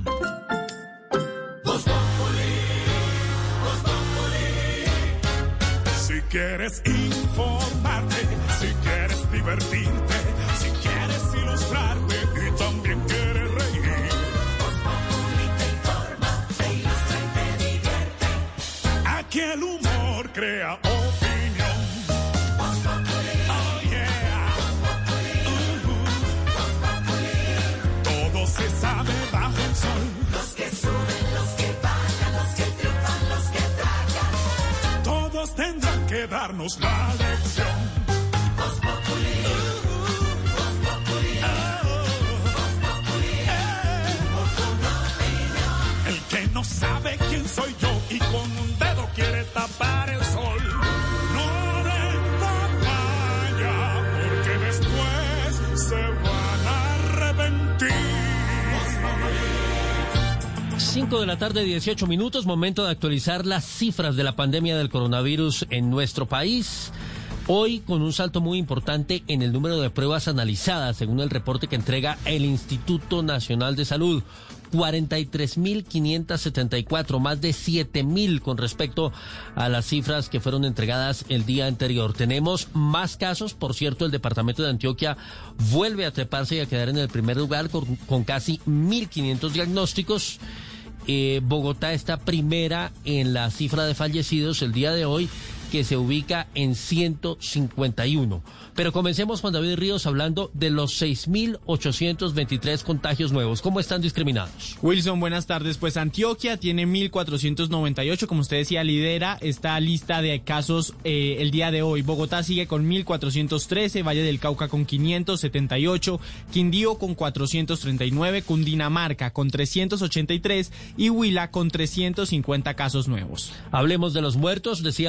Si quieres informarte, si quieres divertirte, si quieres ilustrarte y también quieres reír. Voz Populi te informa, te ilustra y te divierte. Aquí el humor crea opinión. Voz Populi. Oh yeah. Voz Populi. Uh-huh. Voz Populi. Todo se sabe bajo el sol. Los que suben, los que bajan, los que triunfan, los que tragan. Todos tendrán que darnos la lección. Voz Populi. Voz Populi. Voz Populi. El que no sabe quién soy yo y con un dedo quiere tapar el sol, no den papaya, porque después se van a arrepentir. cinco de la tarde, dieciocho minutos, momento de actualizar las cifras de la pandemia del coronavirus en nuestro país. Hoy con un salto muy importante en el número de pruebas analizadas, según el reporte que entrega el Instituto Nacional de Salud. cuarenta y tres mil quinientos setenta y cuatro, más de siete mil con respecto a las cifras que fueron entregadas el día anterior. Tenemos más casos, por cierto, el departamento de Antioquia vuelve a treparse y a quedar en el primer lugar con, con casi mil quinientos diagnósticos. Eh, Bogotá está primera en la cifra de fallecidos el día de hoy, que se ubica en ciento cincuenta y uno. Pero comencemos, Juan David Ríos, hablando de los seis mil ochocientos veintitrés contagios nuevos. ¿Cómo están discriminados? Wilson, buenas tardes. Pues Antioquia tiene mil cuatrocientos noventa y ocho, como usted decía, lidera esta lista de casos eh, el día de hoy. Bogotá sigue con mil cuatrocientos trece, Valle del Cauca con quinientos setenta y ocho, Quindío con cuatrocientos treinta y nueve, Cundinamarca con trescientos ochenta y tres y Huila con trescientos cincuenta casos nuevos. Hablemos de los muertos, decíamos ciento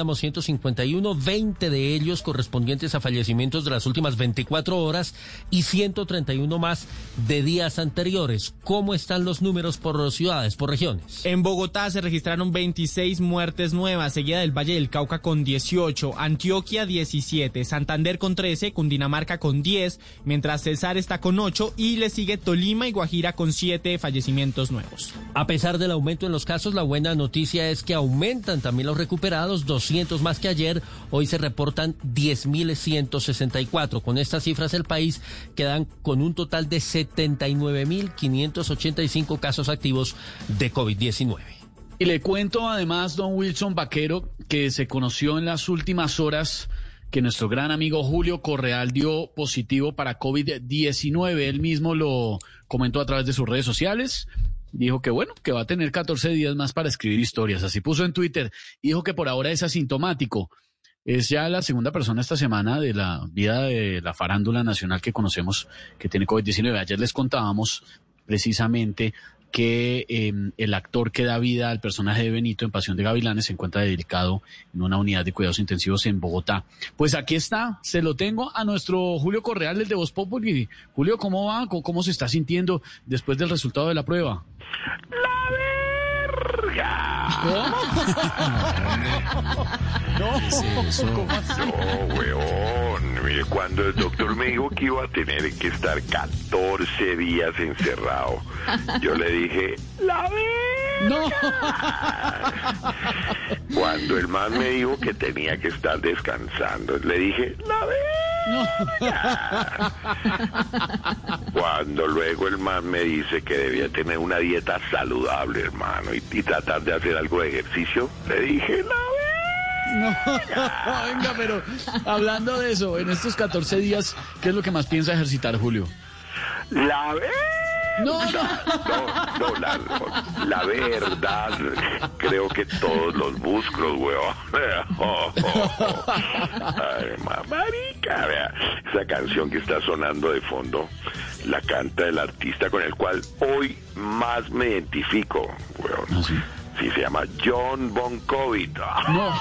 cincuenta y uno, veinte de ellos correspondientes a fallecimientos de las últimas veinticuatro horas y ciento treinta y uno más de días anteriores. ¿Cómo están los números por ciudades, por regiones? En Bogotá se registraron veintiséis muertes nuevas, seguida del Valle del Cauca con dieciocho, Antioquia diecisiete, Santander con trece, Cundinamarca con diez, mientras Cesar está con ocho y le sigue Tolima y Guajira con siete fallecimientos nuevos. A pesar del aumento en los casos, la buena noticia es que aumentan también los recuperados, doscientos más que ayer. Hoy se reportan diez mil ciento sesenta y cuatro. Con estas cifras el país quedan con un total de setenta y nueve mil quinientos ochenta y cinco casos activos de COVID diecinueve. Y le cuento además, don Wilson Vaquero, que se conoció en las últimas horas que nuestro gran amigo Julio Correal dio positivo para COVID diecinueve. Él mismo lo comentó a través de sus redes sociales. Dijo que bueno, que va a tener catorce días más para escribir historias. Así puso en Twitter. Dijo que por ahora es asintomático. Es ya la segunda persona esta semana de la vida de la farándula nacional que conocemos que tiene COVID diecinueve. Ayer les contábamos precisamente que eh, el actor que da vida al personaje de Benito en Pasión de Gavilanes se encuentra dedicado en una unidad de cuidados intensivos en Bogotá. Pues aquí está, se lo tengo a nuestro Julio Correal, el de Voz Populi. Julio, ¿cómo va? ¿Cómo, cómo se está sintiendo después del resultado de la prueba? ¡La verga! ¿Cómo? No, ¿Qué es eso? ¿Cómo así? No, weón. Mire, cuando el doctor me dijo que iba a tener que estar catorce días encerrado, yo le dije, ¡la verga! No. Cuando el man me dijo que tenía que estar descansando, le dije, ¡la verga! No. Cuando luego el man me dice que debía tener una dieta saludable, hermano, y, y tratar de hacer algo de ejercicio, le dije, ¡la verga! No, venga, pero hablando de eso, en estos catorce días, ¿qué es lo que más piensa ejercitar, Julio? La verga. No, no. No, no, la, la verdad, creo que todos los músculos, weón. Oh, oh, oh. Ay, mamarica, vea. Esa canción que está sonando de fondo, la canta el artista con el cual hoy más me identifico, weón. ¿Ah, sí? Sí, se llama John Bon Jovi. No.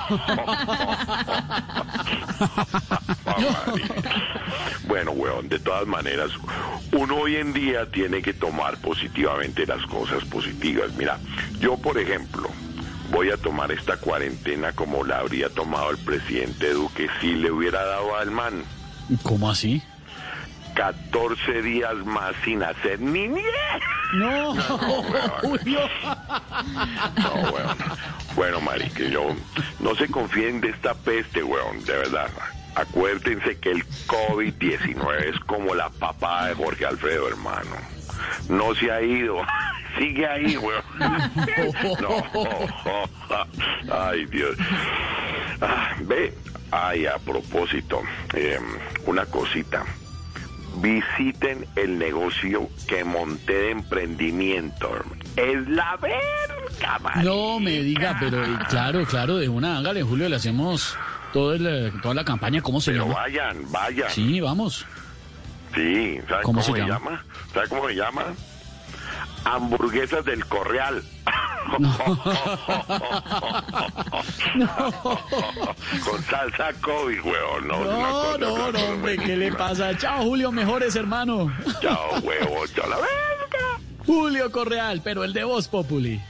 Bueno, weón, de todas maneras, uno hoy en día tiene que tomar positivamente las cosas positivas. Mira, yo, por ejemplo, voy a tomar esta cuarentena como la habría tomado el presidente Duque si le hubiera dado al man. ¿Cómo así? catorce días más sin hacer ni ni. No, no, Julio. No, weón. Bueno, marica, yo no se confíen de esta peste, weón, de verdad. Acuérdense que el COVID diecinueve es como la papada de Jorge Alfredo, hermano. No se ha ido. Sigue ahí, weón. No. Ay, Dios. Ah, ve. Ay, a propósito, eh, una cosita. Visiten el negocio que monté de emprendimiento. Es la verga, marica. No me diga, pero eh, claro, claro, de una, hágale, Julio, le hacemos todo el, toda la campaña. ¿Cómo se pero llama? vayan, vayan. Sí, vamos. Sí, ¿sabe ¿Cómo cómo, se se llama? llama? ¿Sabe cómo se llama? Hamburguesas del Correal. No. No. Con salsa COVID, weón. No, No, no, no, hombre, ¿qué le pasa? Chao, Julio, mejores, hermano. Chao, huevo, chao, la verga. Julio Correal, pero el de Voz Populi.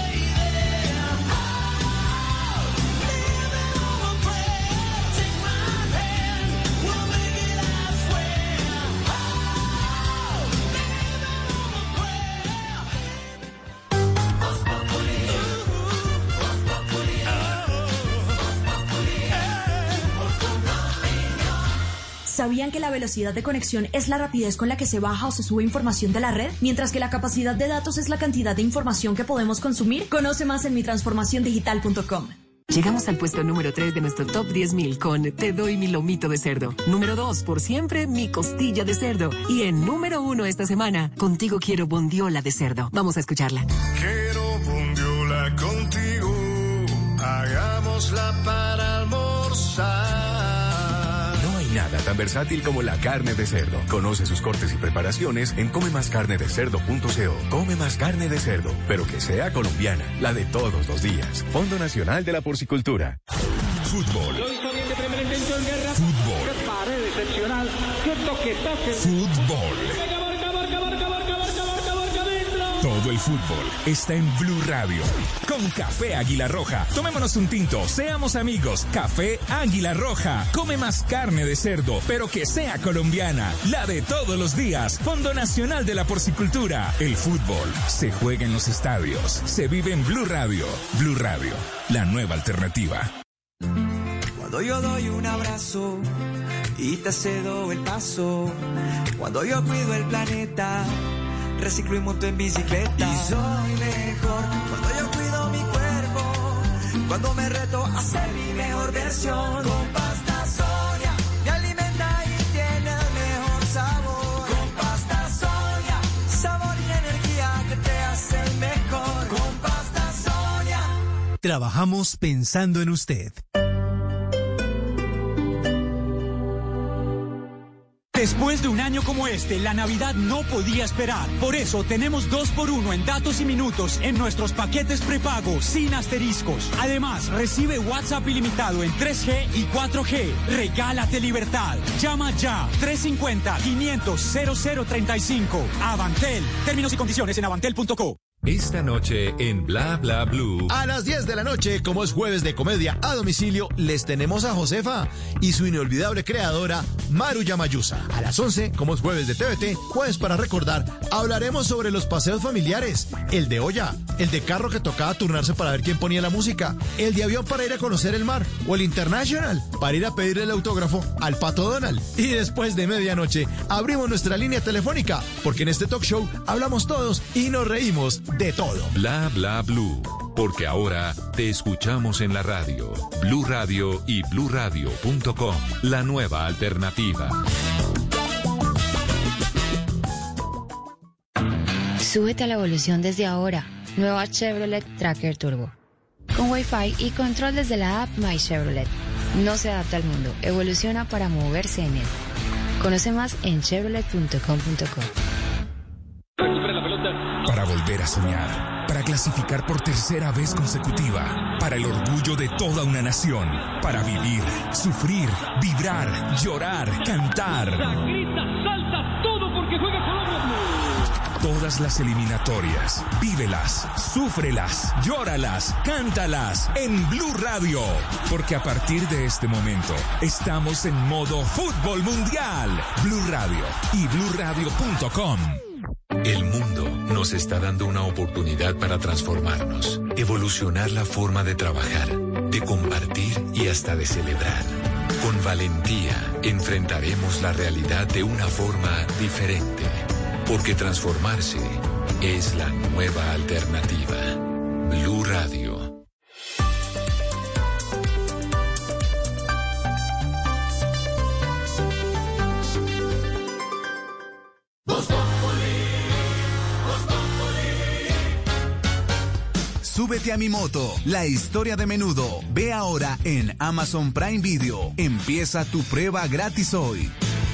¿Sabían que la velocidad de conexión es la rapidez con la que se baja o se sube información de la red? Mientras que la capacidad de datos es la cantidad de información que podemos consumir. Conoce más en mi transformación digital punto com. Llegamos al puesto número tres de nuestro Top diez mil con Te doy mi lomito de cerdo. Número dos, por siempre, mi costilla de cerdo. Y en número uno esta semana, Contigo quiero bondiola de cerdo. Vamos a escucharla. Quiero bondiola contigo, hagámosla para almorzar. Nada tan versátil como la carne de cerdo. Conoce sus cortes y preparaciones en come más carne de cerdo punto co. Come más carne de cerdo, pero que sea colombiana, la de todos los días. Fondo Nacional de la Porcicultura. fútbol. Fútbol. ¡Qué pared excepcional! ¡Qué toque, toque! Fútbol. Todo el fútbol está en Blue Radio. Con Café Águila Roja. Tomémonos un tinto, seamos amigos. Café Águila Roja. Come más carne de cerdo, pero que sea colombiana. La de todos los días. Fondo Nacional de la Porcicultura. El fútbol se juega en los estadios. Se vive en Blue Radio. Blue Radio, la nueva alternativa. Cuando yo doy un abrazo y te cedo el paso. Cuando yo cuido el planeta, reciclo y monto en bicicleta. Y soy mejor cuando yo cuido mi cuerpo, cuando me reto a ser mi mejor versión. Con pasta Sonia me alimenta y tiene el mejor sabor. Con pasta Sonia, sabor y energía que te hacen mejor. Con pasta Sonia. Trabajamos pensando en usted. Después de un año como este, la Navidad no podía esperar. Por eso tenemos dos por uno en datos y minutos en nuestros paquetes prepago sin asteriscos. Además, recibe WhatsApp ilimitado en tres G y cuatro G. Regálate libertad. Llama ya trescientos cincuenta, quinientos, cero cero treinta y cinco. Avantel. Términos y condiciones en avantel punto co. Esta noche en Bla Bla Blue. A las diez de la noche, como es jueves de comedia a domicilio, les tenemos a Josefa y su inolvidable creadora, Maru Yamayusa. A las once, como es jueves de T V T, jueves para recordar, hablaremos sobre los paseos familiares, el de olla, el de carro que tocaba turnarse para ver quién ponía la música, el de avión para ir a conocer el mar, o el International para ir a pedirle el autógrafo al Pato Donald. Y después de medianoche, abrimos nuestra línea telefónica, porque en este talk show hablamos todos y nos reímos de todo. Bla Bla Blue, porque ahora te escuchamos en la radio. Blue Radio y blue radio punto com, la nueva alternativa. Súbete a la evolución desde ahora. Nueva Chevrolet Tracker Turbo. Con Wi-Fi y control desde la app My Chevrolet. No se adapta al mundo, evoluciona para moverse en él. Conoce más en chevrolet punto com punto co. Para volver a soñar, para clasificar por tercera vez consecutiva, para el orgullo de toda una nación, para vivir, sufrir, vibrar, llorar, cantar. Grita, salta, todo porque juega Colombia. Todas las eliminatorias, vívelas, súfrelas, llóralas, cántalas en Blue Radio, porque a partir de este momento estamos en modo fútbol mundial. Blue Radio y blue radio punto com. El mundo nos está dando una oportunidad para transformarnos, evolucionar la forma de trabajar, de compartir y hasta de celebrar. Con valentía enfrentaremos la realidad de una forma diferente, porque transformarse es la nueva alternativa. Blue Radio. Súbete a mi moto, la historia de Menudo. Ve ahora en Amazon Prime Video. Empieza tu prueba gratis hoy.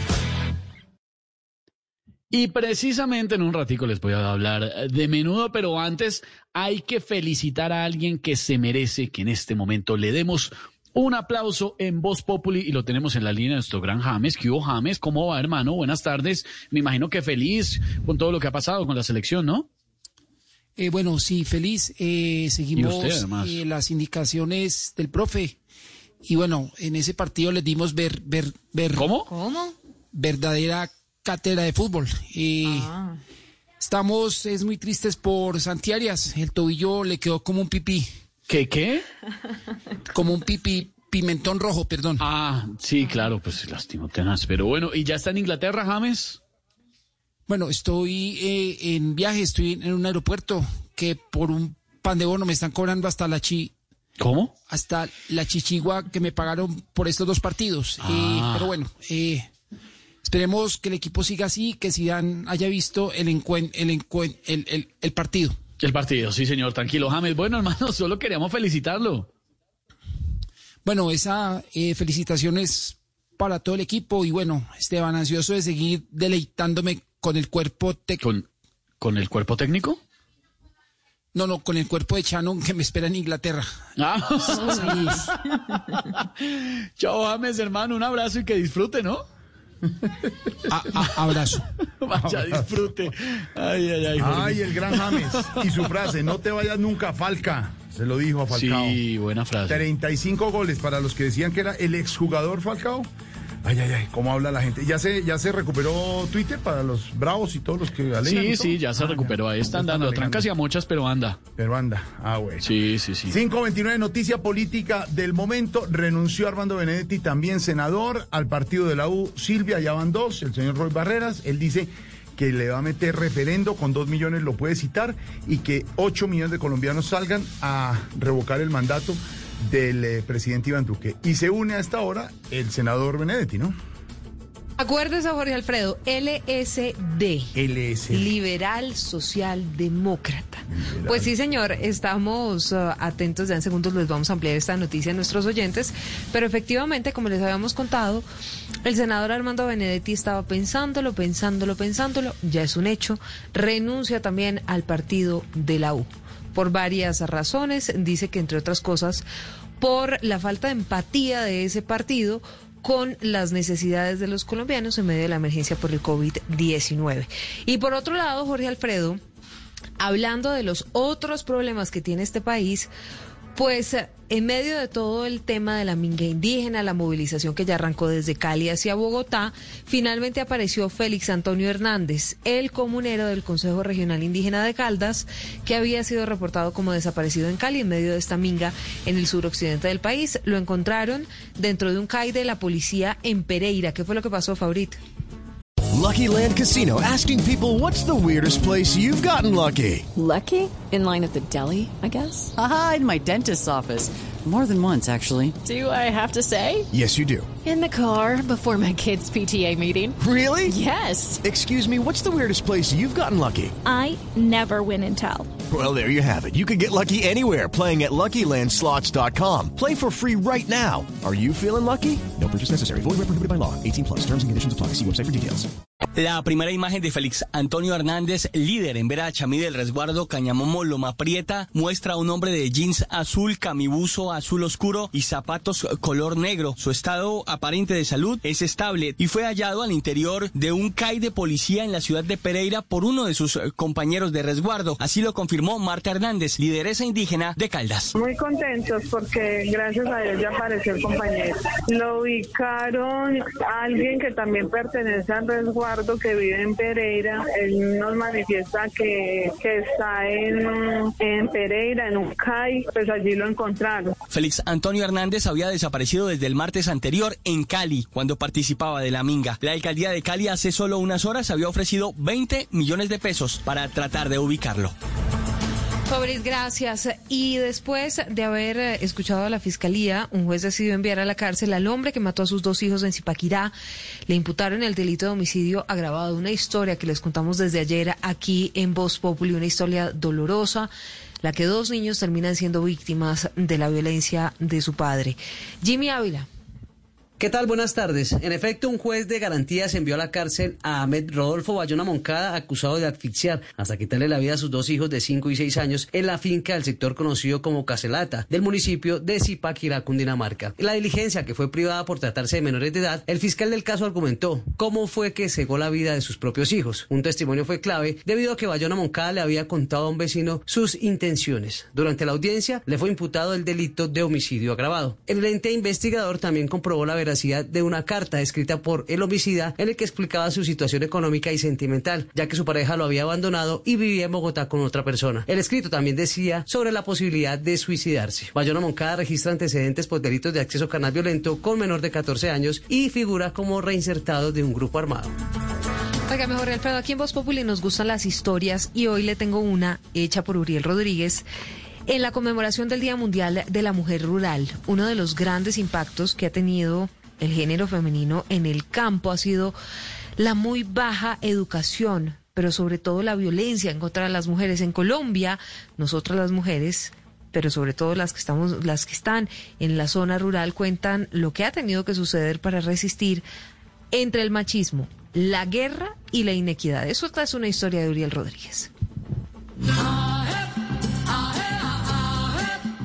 Y precisamente en un ratico les voy a hablar de Menudo, pero antes hay que felicitar a alguien que se merece que en este momento le demos un aplauso en Voz Populi, y lo tenemos en la línea de nuestro gran James. ¿Qué hubo, James? ¿Cómo va, hermano? Buenas tardes. Me imagino que feliz con todo lo que ha pasado con la selección, ¿no? Eh, bueno, sí, feliz. Eh, seguimos eh, las indicaciones del profe. Y bueno, en ese partido les dimos ver, ver, ver. ¿Cómo? ¿Cómo? Verdadera cátedra de fútbol. Eh, ah. Estamos, es muy tristes por Santi Arias. El tobillo le quedó como un pipí. ¿Qué, qué? Como un pipí, pimentón rojo, perdón. Ah, sí, claro, pues lastimo tenaz. Pero bueno, ¿y ya está en Inglaterra, James? Bueno, estoy eh, en viaje, estoy en un aeropuerto que por un pan de bono me están cobrando hasta la chi... ¿Cómo? Hasta la chichigua que me pagaron por estos dos partidos. Ah. Eh, pero bueno, eh, esperemos que el equipo siga así, que Zidane haya visto el, encuen, el, encuen, el, el, el partido. El partido, sí, señor, tranquilo, James. Bueno, hermano, solo queríamos felicitarlo. Bueno, esa eh, felicitaciones para todo el equipo y bueno, Esteban, ansioso de seguir deleitándome con el cuerpo técnico. ¿Con, ¿Con el cuerpo técnico? No, no, con el cuerpo de Chano que me espera en Inglaterra. Ah. Sí. Chao, James, hermano, un abrazo y que disfrute, ¿no? A, a, abrazo. Vaya, disfrute. Ay, ay, ay. Jorge. Ay, el gran James. Y su frase, no te vayas nunca, Falca. Se lo dijo a Falcao. Sí, buena frase. treinta y cinco goles para los que decían que era el exjugador Falcao. Ay, ay, ay, cómo habla la gente. ¿Ya se, ya se recuperó Twitter para los bravos y todos los que alegan? Sí, sí, ya se ah, recuperó. Ya. Ahí están dando trancas y a muchas, pero anda. Pero anda. Ah, bueno. Sí, sí, sí. cinco veintinueve, noticia política del momento. Renunció Armando Benedetti, también senador, al partido de la U. Silvia, ya van dos. El señor Roy Barreras, él dice que le va a meter referendo, con dos millones lo puede citar, y que ocho millones de colombianos salgan a revocar el mandato del eh, presidente Iván Duque. Y se une a esta hora el senador Benedetti, ¿no? Acuérdese, Jorge Alfredo, L S D. L S D. Liberal Socialdemócrata. Liberal. Pues sí, señor, estamos uh, atentos, ya en segundos les vamos a ampliar esta noticia a nuestros oyentes, pero efectivamente, como les habíamos contado, el senador Armando Benedetti estaba pensándolo, pensándolo, pensándolo, ya es un hecho, renuncia también al partido de la U. Por varias razones, dice que entre otras cosas, por la falta de empatía de ese partido con las necesidades de los colombianos en medio de la emergencia por el COVID diecinueve. Y por otro lado, Jorge Alfredo, hablando de los otros problemas que tiene este país, pues en medio de todo el tema de la minga indígena, la movilización que ya arrancó desde Cali hacia Bogotá, finalmente apareció Félix Antonio Hernández, el comunero del Consejo Regional Indígena de Caldas, que había sido reportado como desaparecido en Cali en medio de esta minga en el suroccidente del país. Lo encontraron dentro de un C A I de la policía en Pereira. ¿Qué fue lo que pasó, Fabrit? Lucky Land Casino, asking people, what's the weirdest place you've gotten lucky? Lucky? In line at the deli, I guess? Aha, in my dentist's office. More than once, actually. Do I have to say? Yes, you do. In the car before my kids' P T A meeting. Really? Yes. Excuse me, what's the weirdest place you've gotten lucky? I never win and tell. Well, there you have it. You can get lucky anywhere, playing at Lucky Land Slots dot com. Play for free right now. Are you feeling lucky? No purchase necessary. Void where prohibited by law. eighteen plus. Terms and conditions apply. See website for details. La primera imagen de Félix Antonio Hernández, líder en Vera Chamí del resguardo Cañamomo Loma Prieta, muestra a un hombre de jeans azul, camibuzo azul oscuro y zapatos color negro. Su estado aparente de salud es estable y fue hallado al interior de un C A I de policía en la ciudad de Pereira por uno de sus compañeros de resguardo. Así lo confirmó Marta Hernández, lideresa indígena de Caldas. Muy contentos porque gracias a Dios ya apareció el compañero. Lo ubicaron a alguien que también pertenece al resguardo, que vive en Pereira. Él nos manifiesta que, que está en, en Pereira, en un C A I, pues allí lo encontraron. Félix Antonio Hernández había desaparecido desde el martes anterior en Cali, cuando participaba de la minga. La alcaldía de Cali hace solo unas horas había ofrecido veinte millones de pesos para tratar de ubicarlo. Fabriz, gracias. Y después de haber escuchado a la fiscalía, un juez decidió enviar a la cárcel al hombre que mató a sus dos hijos en Zipaquirá. Le imputaron el delito de homicidio agravado. Una historia que les contamos desde ayer aquí en Voz Populi, una historia dolorosa, la que dos niños terminan siendo víctimas de la violencia de su padre. Jimmy Ávila. ¿Qué tal? Buenas tardes. En efecto, un juez de garantías envió a la cárcel a Ahmed Rodolfo Bayona Moncada, acusado de asfixiar hasta quitarle la vida a sus dos hijos de cinco y seis años en la finca del sector conocido como Caselata, del municipio de Zipaquirá, Cundinamarca. En la diligencia, que fue privada por tratarse de menores de edad, el fiscal del caso argumentó cómo fue que cegó la vida de sus propios hijos. Un testimonio fue clave debido a que Bayona Moncada le había contado a un vecino sus intenciones. Durante la audiencia, le fue imputado el delito de homicidio agravado. El ente investigador también comprobó la veracidad de una carta escrita por el homicida en el que explicaba su situación económica y sentimental, ya que su pareja lo había abandonado y vivía en Bogotá con otra persona. El escrito también decía sobre la posibilidad de suicidarse. Bayona Moncada registra antecedentes por delitos de acceso carnal violento con menor de catorce años y figura como reinsertado de un grupo armado. Oiga, mejor Alfredo, aquí en Voz Populi nos gustan las historias y hoy le tengo una hecha por Uriel Rodríguez. En la conmemoración del Día Mundial de la Mujer Rural, uno de los grandes impactos que ha tenido el género femenino en el campo ha sido la muy baja educación, pero sobre todo la violencia en contra de las mujeres. En Colombia, nosotras las mujeres, pero sobre todo las que estamos, las que están en la zona rural, cuentan lo que ha tenido que suceder para resistir entre el machismo, la guerra y la inequidad. Eso es una historia de Uriel Rodríguez.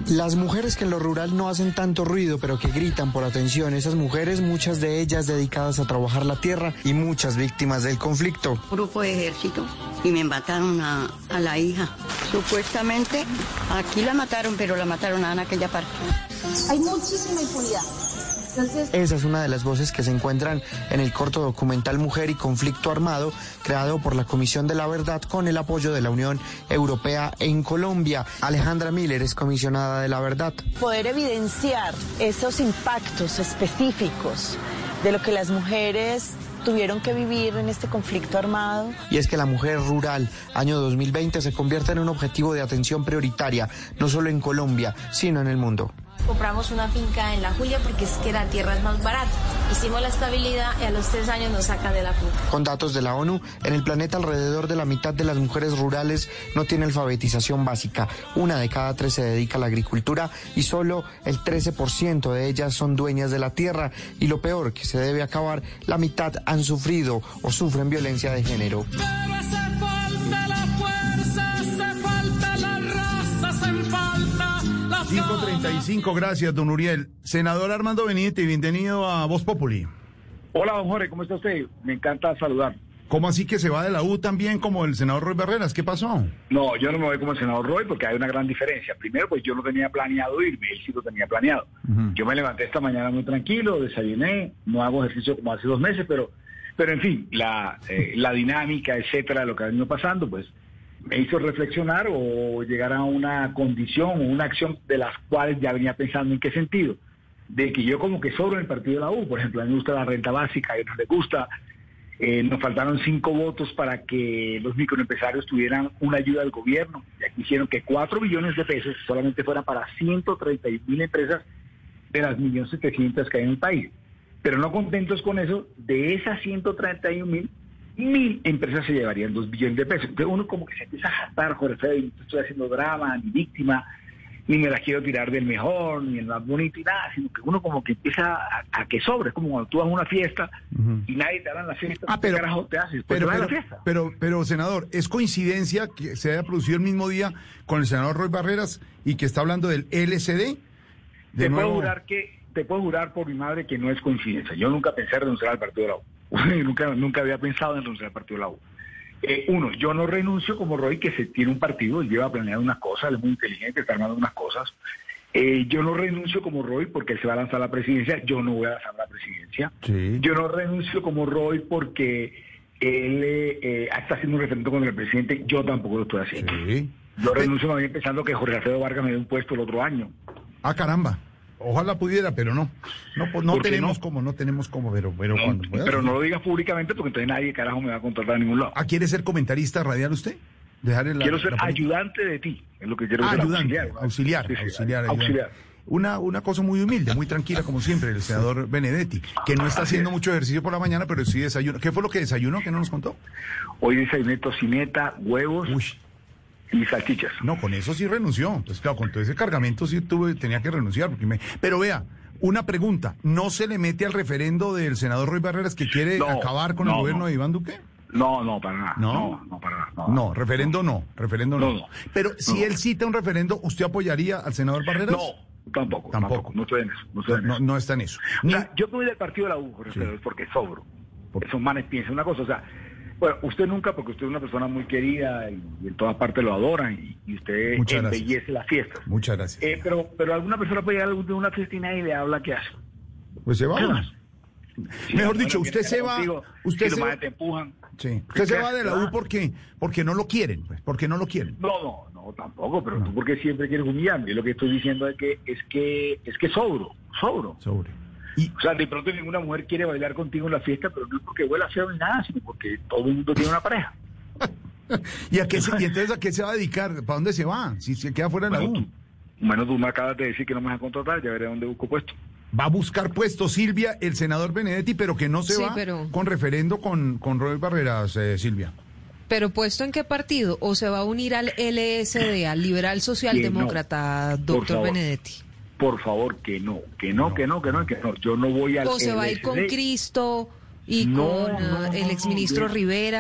Las mujeres que en lo rural no hacen tanto ruido, pero que gritan por atención. Esas mujeres, muchas de ellas dedicadas a trabajar la tierra y muchas víctimas del conflicto. Grupo de ejército y me mataron a, a la hija. Supuestamente aquí la mataron, pero la mataron en aquella parte. Hay muchísima impunidad. Entonces... Esa es una de las voces que se encuentran en el corto documental Mujer y Conflicto Armado, creado por la Comisión de la Verdad con el apoyo de la Unión Europea en Colombia. Alejandra Miller es comisionada de la Verdad. Poder evidenciar esos impactos específicos de lo que las mujeres tuvieron que vivir en este conflicto armado. Y es que la mujer rural, año dos mil veinte, se convierte en un objetivo de atención prioritaria, no solo en Colombia, sino en el mundo. Compramos una finca en La Julia porque es que la tierra es más barata. Hicimos la estabilidad y a los tres años nos sacan de la finca. Con datos de la ONU, en el planeta alrededor de la mitad de las mujeres rurales no tiene alfabetización básica. Una de cada tres se dedica a la agricultura y solo el trece por ciento de ellas son dueñas de la tierra. Y lo peor, que se debe acabar, la mitad han sufrido o sufren violencia de género. Pero hace falta la fuerza, hace falta la raza, hacen falta las cinco treinta y cinco, gracias, don Uriel. Senador Armando Benedetti, bienvenido a Voz Populi. Hola, don Jorge, ¿cómo está usted? Me encanta saludar. ¿Cómo así que se va de la U también como el senador Roy Barreras? ¿Qué pasó? No, yo no me voy como el senador Roy porque hay una gran diferencia. Primero, pues yo no tenía planeado irme, él sí lo tenía planeado. Uh-huh. Yo me levanté esta mañana muy tranquilo, desayuné, no hago ejercicio como hace dos meses, pero, pero en fin, la, eh, la dinámica, etcétera, lo que ha venido pasando, pues me hizo reflexionar o llegar a una condición o una acción de las cuales ya venía pensando en qué sentido. De que yo como que sobro en el partido de la U, por ejemplo, a mí me gusta la renta básica, a ellos no les gusta. Eh, nos faltaron cinco votos para que los microempresarios tuvieran una ayuda del gobierno. Ya quisieron que cuatro billones de pesos solamente fueran para ciento treinta y mil empresas de las un millón setecientas mil que hay en el país. Pero no contentos con eso, de esas ciento treinta y un mil, mil empresas se llevarían dos billones de pesos. Entonces uno como que se empieza a jactar, Jorge Fede, no estoy haciendo drama, ni víctima, ni me la quiero tirar del mejor, ni el más bonito y nada, sino que uno como que empieza a, a que sobre, es como cuando tú vas a una fiesta uh-huh. y nadie te da en la fiesta, ah, pero, ¿qué carajo te haces? Pero, te pero, la fiesta. Pero, pero, senador, ¿es coincidencia que se haya producido el mismo día con el senador Roy Barreras y que está hablando del L S D? De te nuevo... puedo jurar que, te puedo jurar por mi madre que no es coincidencia. Yo nunca pensé en renunciar al partido de la U. nunca, nunca había pensado en renunciar al partido de la U. Eh, uno, yo no renuncio como Roy, que se tiene un partido, él lleva planeando unas cosas, él es muy inteligente, está armando unas cosas. Eh, yo no renuncio como Roy porque él se va a lanzar a la presidencia, yo no voy a lanzar a la presidencia. Sí. Yo no renuncio como Roy porque él eh, eh, está haciendo un referendo contra el presidente, yo tampoco lo estoy haciendo. Sí. Yo renuncio más bien pensando que Jorge Alfredo Vargas me dé un puesto el otro año. Ah, caramba. Ojalá pudiera, pero no. No, pues no tenemos no? como, no tenemos como, pero, pero no, cuando pueda. Pero no lo digas públicamente porque entonces nadie carajo me va a contratar a ningún lado. ¿Ah, quiere ser comentarista radial usted? Dejar la, quiero ser la ayudante de ti, es lo que quiero ah, ser. Ayudante, auxiliar, auxiliar, sí, sí, auxiliar, auxiliar. auxiliar. Una, una cosa muy humilde, muy tranquila, como siempre, el senador Benedetti, que no está haciendo mucho ejercicio por la mañana, pero sí desayuno. ¿Qué fue lo que desayunó, que no nos contó? Hoy desayuné tocineta, huevos Uy. y salchichas. No, con eso sí renunció. Pues claro, con todo ese cargamento sí tuve, tenía que renunciar. Porque me... Pero vea, una pregunta, ¿no se le mete al referendo del senador Roy Barreras que quiere no, acabar con no, el gobierno no. de Iván Duque? No, no, para nada. No, no, no para nada. No, no referendo no, referendo no. no, no. Pero no, si no. él cita un referendo, ¿usted apoyaría al senador Barreras? No, tampoco. Tampoco. tampoco. No estoy en eso. No, estoy en no, eso. no está en eso. O sea, yo me voy del partido de la U, Jorge, sí. porque sobro. ¿Por? Esos manes piensan una cosa, o sea, bueno, usted nunca, porque usted es una persona muy querida y, y en todas partes lo adoran y, y usted Muchas embellece gracias. las fiestas. Muchas gracias. Eh, pero, pero alguna persona puede llegar a una fiestina y le habla, ¿qué hace? Pues se va. Sí, Mejor dicho, usted se va, contigo, usted si se va, te empujan. Sí. Usted se va de la U porque porque no lo quieren, pues, porque no lo quieren. No, no, no, tampoco, pero no. tú porque siempre quieres humillarme. Y lo que estoy diciendo es que es que es que sobro, sobro. Sobre. Y, o sea, de pronto ninguna mujer quiere bailar contigo en la fiesta, pero no es porque huela feo ni nada, sino porque todo el mundo tiene una pareja. ¿Y a qué se, y entonces a qué se va a dedicar? ¿Para dónde se va? Si se queda fuera de bueno, la U. Tú, bueno, tú me acabas de decir que no me vas a contratar, ya veré dónde busco puesto. Va a buscar puesto, Silvia, el senador Benedetti, pero que no se sí, va pero... con referendo con, con Roy Barreras, eh, Silvia. ¿Pero puesto en qué partido? ¿O se va a unir al L S D, al Liberal Socialdemócrata, no, doctor Benedetti? Por favor, que no, que no, no, que no, que no, que no. Yo no voy al ¿O se L S D. va a ir con Cristo y no, con no, no, el exministro no, Rivera?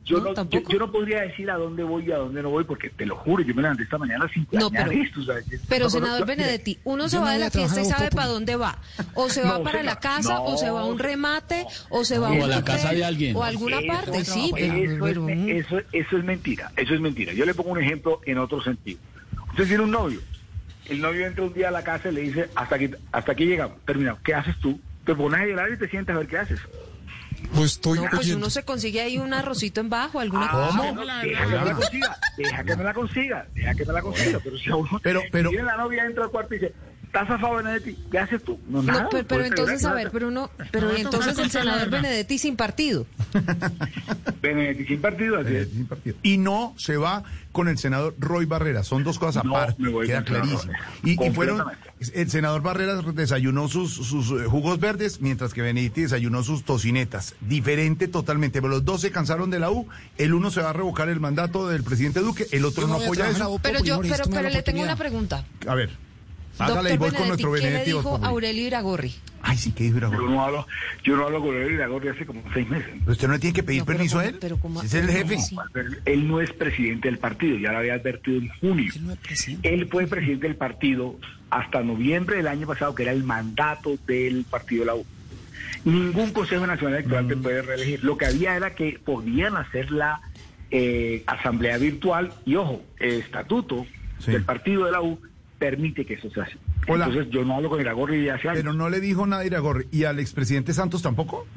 Yo no, no, yo, yo no podría decir a dónde voy y a dónde no voy, porque te lo juro, yo me levanté esta mañana sin planear no, pero, esto. ¿Sabes? Pero, no, senador no, Benedetti, uno se no va de la fiesta y sabe para poco. dónde va. O se va No, para señor, la casa, no, o se va a un remate, o se va o a un a la hotel, casa de alguien. o a alguna Eso, parte, sí. eso, Pero, pero, es, eso, eso es mentira, eso es mentira. Yo le pongo un ejemplo en otro sentido. Usted tiene un novio, el novio entra un día a la casa y le dice, hasta aquí, hasta aquí llegamos, terminado. ¿Qué haces tú? Te pones a llorar y te sientas a ver qué haces. Pues estoy no, pues uno se consigue ahí un arrocito en bajo, alguna Ah, cosa. no, deja que me la consiga, deja que me la consiga, deja que me la consiga. Pero si a uno, pero, pero, si viene la novia, entra al cuarto y dice, ¿estás zafado, Benedetti? ¿Qué haces tú? No, No, nada. pero, pero entonces, a ver, pero uno, pero No, entonces no, el no, senador no. Benedetti sin partido. Benedetti sin partido, así es. sin partido. Y no se va con el senador Roy Barreras, son dos cosas No, aparte, me voy queda con el senador clarísimo. Barreras, Y, y fueron, completamente. el senador Barreras desayunó sus, sus eh, jugos verdes, mientras que Benedetti desayunó sus tocinetas. Diferente totalmente, pero los dos se cansaron de la U, el uno se va a revocar el mandato del presidente Duque, el otro Yo no no voy a apoya trabajar eso. a Pero yo, Populi, pero, esto me da pero la le tengo una oportunidad. pregunta. A ver, hágale ahí, Doctor voy con nuestro Benedetti, ¿qué le Benedetti. Voz dijo Populi. Aurelio Iragorri? Ay, sí, ¿qué dijo Yo Iragorri? no hablo, yo no hablo con él y la Gorri hace como seis meses. Pero usted no le tiene que pedir No, pero permiso a ¿cómo- él, pero cómo- es el pero jefe. cómo así? Pero él no es presidente del partido, ya lo había advertido en junio. Él no es presidente. Él fue presidente del partido hasta noviembre del año pasado, que era el mandato del partido de la U. Ningún Consejo Nacional Electoral te puede reelegir. Lo que había era que podían hacer la eh, asamblea virtual y, ojo, el estatuto Sí. del partido de la U permite que eso se haga. Hola. Entonces yo no hablo con Iragorri de hace años. Pero no le dijo nada a Iragorri. ¿Y al expresidente Santos tampoco?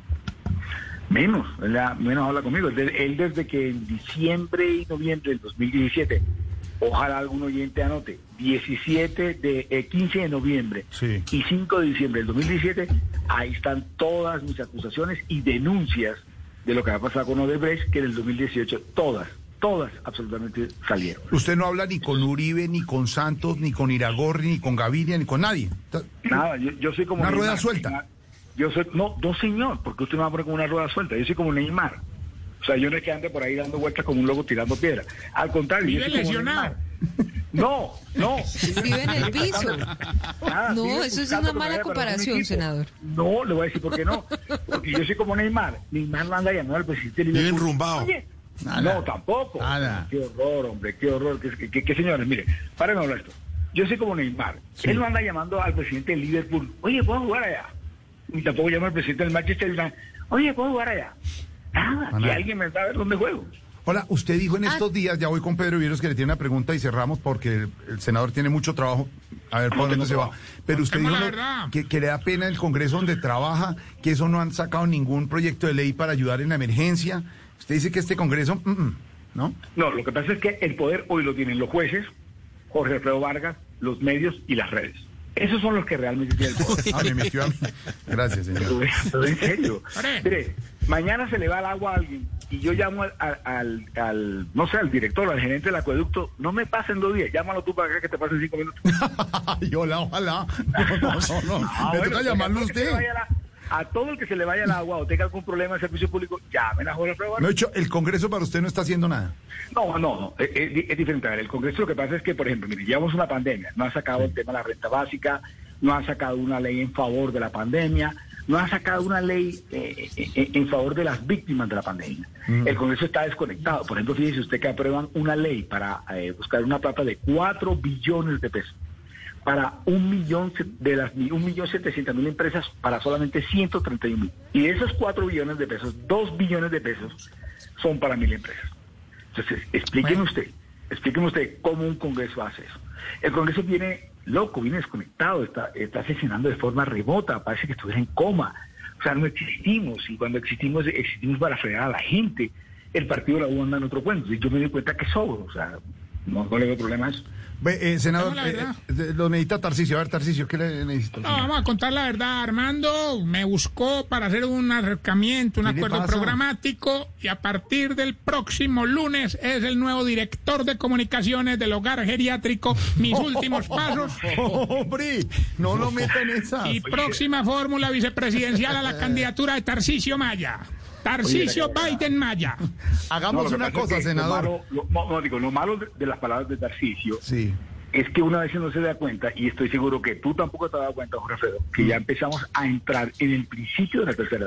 Menos, él la- menos habla conmigo. Él, él desde que en diciembre y noviembre del dos mil diecisiete, ojalá algún oyente anote, diecisiete de, eh, quince de noviembre Sí. y cinco de diciembre del dos mil diecisiete, ahí están todas mis acusaciones y denuncias de lo que ha pasado con Odebrecht, que en el dos mil dieciocho todas, todas absolutamente salieron. Usted no habla ni con Uribe, ni con Santos, ni con Iragorri, ni con Gaviria, ni con nadie. Nada, yo, yo soy como Una Neymar. rueda suelta. Neymar. Yo soy, no, no señor, porque usted me va a poner como una rueda suelta. Yo soy como Neymar. O sea, yo no es que ande por ahí dando vueltas como un loco tirando piedra. Al contrario, yo Vive soy como lesionado. Neymar. No, no. Vive en el piso. Nada, No, vive eso es buscando una que mala vaya para un comparación, equipo. senador. No, le voy a decir por qué no. Porque yo soy como Neymar. Neymar no anda llamando al presidente de Vive Liverpool. enrumbado. Oye, Nada. no, tampoco. Nada. Qué horror, hombre, qué horror. Qué, qué, qué- qué señores, mire, párenme a hablar esto. Yo soy como Neymar. Sí. Él no anda llamando al presidente de Liverpool. Oye, ¿puedo jugar allá? Y tampoco llama al presidente del Manchester United. Oye, ¿puedo jugar allá? Nada. Nada. Y alguien me da a ver dónde juego. Hola, usted dijo Ah. en estos días, ya voy con Pedro Vieros que le tiene una pregunta y cerramos porque el, el senador tiene mucho trabajo. A ver, ¿por No dónde tengo se va? trabajo. Pero usted Contemos dijo la lo- verdad. que, que le da pena el Congreso donde trabaja, que eso no han sacado ningún proyecto de ley para ayudar en la emergencia. Usted dice que este Congreso, mm, mm, ¿no? No, lo que pasa es que el poder hoy lo tienen los jueces, Jorge Alfredo Vargas, los medios y las redes. Esos son los que realmente tienen el poder. Ah, me metió a mí. Gracias, señor. Pero, pero en serio. Ore. Mire, mañana se le va el agua a alguien y yo llamo al, al, al- al, no sé, al director, al gerente del acueducto, no me pasen dos días, llámalo tú para acá que te pasen cinco minutos. Ay, hola, ojalá. No, no, no, no. Ah, Me bueno, toca llamarlo a a todo el que se usted. le vaya la- A todo el que se le vaya el agua o tenga algún problema de servicio público, llamen a Jorge Alfredo Me Vargas. he dicho, el Congreso para usted no está haciendo nada. No, no, no, es, es- es diferente. A ver, el Congreso lo que pasa es que, por ejemplo, mire, llevamos una pandemia, no ha sacado el tema de la renta básica, no ha sacado una ley en favor de la pandemia, no ha sacado una ley eh, eh, en favor de las víctimas de la pandemia. Mm. El Congreso está desconectado. Por ejemplo, fíjese usted que aprueban una ley para eh, buscar una plata de cuatro billones de pesos para un millón se- de las mi- un millón setecientas mil empresas para solamente ciento treinta y un mil. Y de esos cuatro billones de pesos, dos billones de pesos son para mil empresas. Entonces, explíqueme usted, explíqueme usted cómo un Congreso hace eso. El Congreso viene loco, viene desconectado, está, está sesionando de forma remota, parece que estuviera en coma. O sea, no existimos, y cuando existimos, existimos para fregar a la gente. El partido de la U anda en otro cuento, y yo me doy cuenta que sobro, o sea, no, no le veo problema a eso. Ve, eh, senador, Contemos la eh, verdad. eh, lo necesita Tarcisio. A ver, Tarcisio, ¿qué le necesita? No, vamos a contar la verdad. Armando me buscó para hacer un acercamiento, un ¿Qué le acuerdo pasa? programático y a partir del próximo lunes es el nuevo director de comunicaciones del hogar geriátrico Mis Últimos Pasos. Hombre, no lo meta en esa. Y próxima fórmula vicepresidencial a la candidatura de Tarcisio Maya. Tarcisio Oye, Biden Maya. Hagamos No, lo que una pasa es cosa, que senador. Lo malo, lo- no, no, digo, lo malo de, de las palabras de Tarcisio Sí. es que una vez no se da cuenta, y estoy seguro que tú tampoco te has dado cuenta, Jorge Alfredo, que ya empezamos a entrar en el principio de la tercera edad.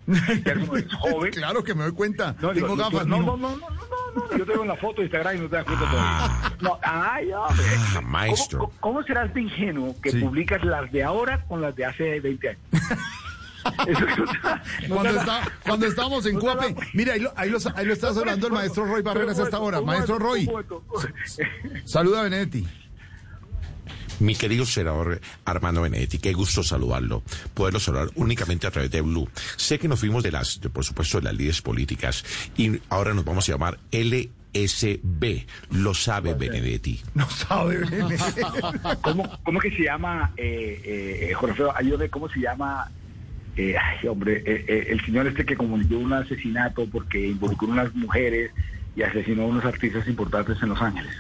Ya como es joven. Claro que me doy cuenta. No, Tengo digo, gafas. no, mijo. no, no, no, no, no, no, yo te veo en la foto de Instagram y no te das cuenta todavía. No, ay, hombre. Ah, maestro. ¿Cómo, cómo serás de ingenuo que Sí. publicas las de ahora con las de hace veinte años? Eso no está- no Cuando, está- está, cuando estábamos en no está- Cope, mira, ahí lo, ahí, lo, ahí lo está hablando el maestro Roy Barreras a esta hora. Maestro Roy, saluda a Benedetti. Mi querido senador Armando Benedetti, qué gusto saludarlo, poderlo saludar únicamente a través de Blue. Sé que nos fuimos de las, de, por supuesto, de las líderes políticas y ahora nos vamos a llamar L S B. Lo sabe Benedetti. No sabe Benedetti. ¿Cómo, ¿Cómo que se llama, eh, eh, Jorge Alfredo, ayúdame, cómo se llama, eh, ay, hombre, eh, eh, el señor este que comunicó un asesinato porque involucró a unas mujeres y asesinó a unos artistas importantes en Los Ángeles?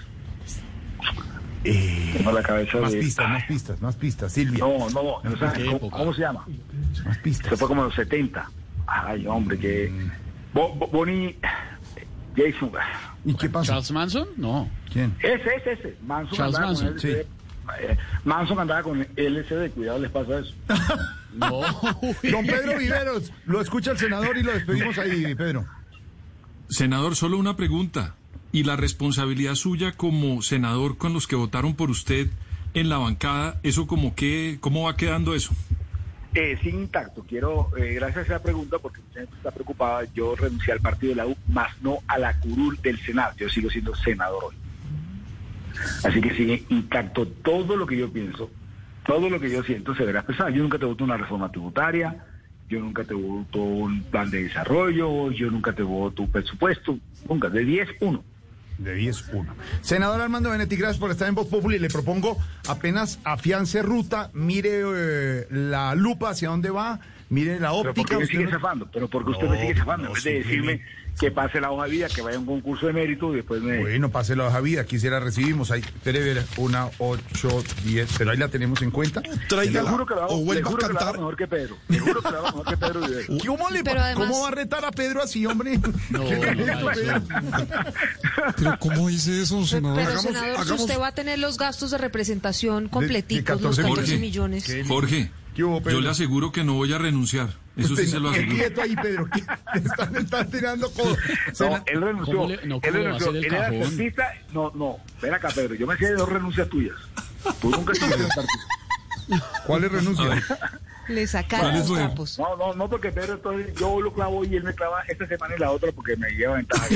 Eh, Tengo la cabeza más de... pistas, más pistas, más pistas, Silvia. No, no, no, en Los Ángeles, ¿cómo, cómo se llama? Más pistas. Se fue como en los setenta. Ay, hombre, que... Bo, Bo- Bonnie... Jason... ¿Y qué pasa? ¿Charles Manson? No. ¿Quién? Ese, ese, ese. Manson Charles andaba Manson, con L S D. Eh, Manson andaba con L S D, cuidado, les pasa eso. No. Don Pedro Viveros, lo escucha el senador y lo despedimos ahí, Pedro. Senador, solo una pregunta. ¿Y la responsabilidad suya como senador con los que votaron por usted en la bancada, eso como que, cómo va quedando eso? Eh, sin intacto, quiero, eh, gracias a esa pregunta, porque mucha gente está preocupada, yo renuncié al partido de la U, más no a la curul del Senado, yo sigo siendo senador hoy. Así que sigue intacto todo lo que yo pienso, todo lo que yo siento se verá expresado. Yo nunca te voto una reforma tributaria, yo nunca te voto un plan de desarrollo, yo nunca te voto un presupuesto, nunca, de diez, uno. De diez uno. Senador Armando Benedetti, gracias por estar en Voz Populi. Le propongo apenas afiance ruta, mire eh, la lupa hacia dónde va, mire la Pero óptica. ¿por qué me usted sigue no- zafando? Pero porque usted No, me sigue zafando, no, en vez de decirme simplemente- que pase la hoja de vida, que vaya a un concurso de mérito y después me... Bueno, pase la hoja vida, aquí se la recibimos. Ahí, espere, ver, una, ocho, diez, pero ahí la tenemos en cuenta. Le juro que lo hago, le juro que lo hago mejor que Pedro. Le juro que lo hago mejor que Pedro Rivera. ¿Cómo, le, Pero además- ¿Cómo va a retar a Pedro así, hombre? No, ¿Qué no, le hizo, no, Pedro? Pero ¿cómo dice eso, senador? Pero, Hagamos- senador, si hagamos- usted va a tener los gastos de representación completicos, los catorce catorce millones. millones. Jorge, ¿Qué hubo, Pedro? yo le aseguro que no voy a renunciar. Eso Usted sí se lo no- aseguro. quieto ahí, Pedro. que Están, están tirando codo. No, él renunció. ¿Cómo le- no, él cómo le va a renunció. hacer el Él era cajón? artista. No, no. Ven acá, Pedro. Yo me hacía de dos renuncias tuyas. Tú nunca estuviste en artista. ¿Cuál es renuncia? Le sacaron ¿Cuál los fue? trapos. No, no, no, porque Pedro, entonces yo lo clavo y él me clava esta semana y la otra porque me lleva ventaja.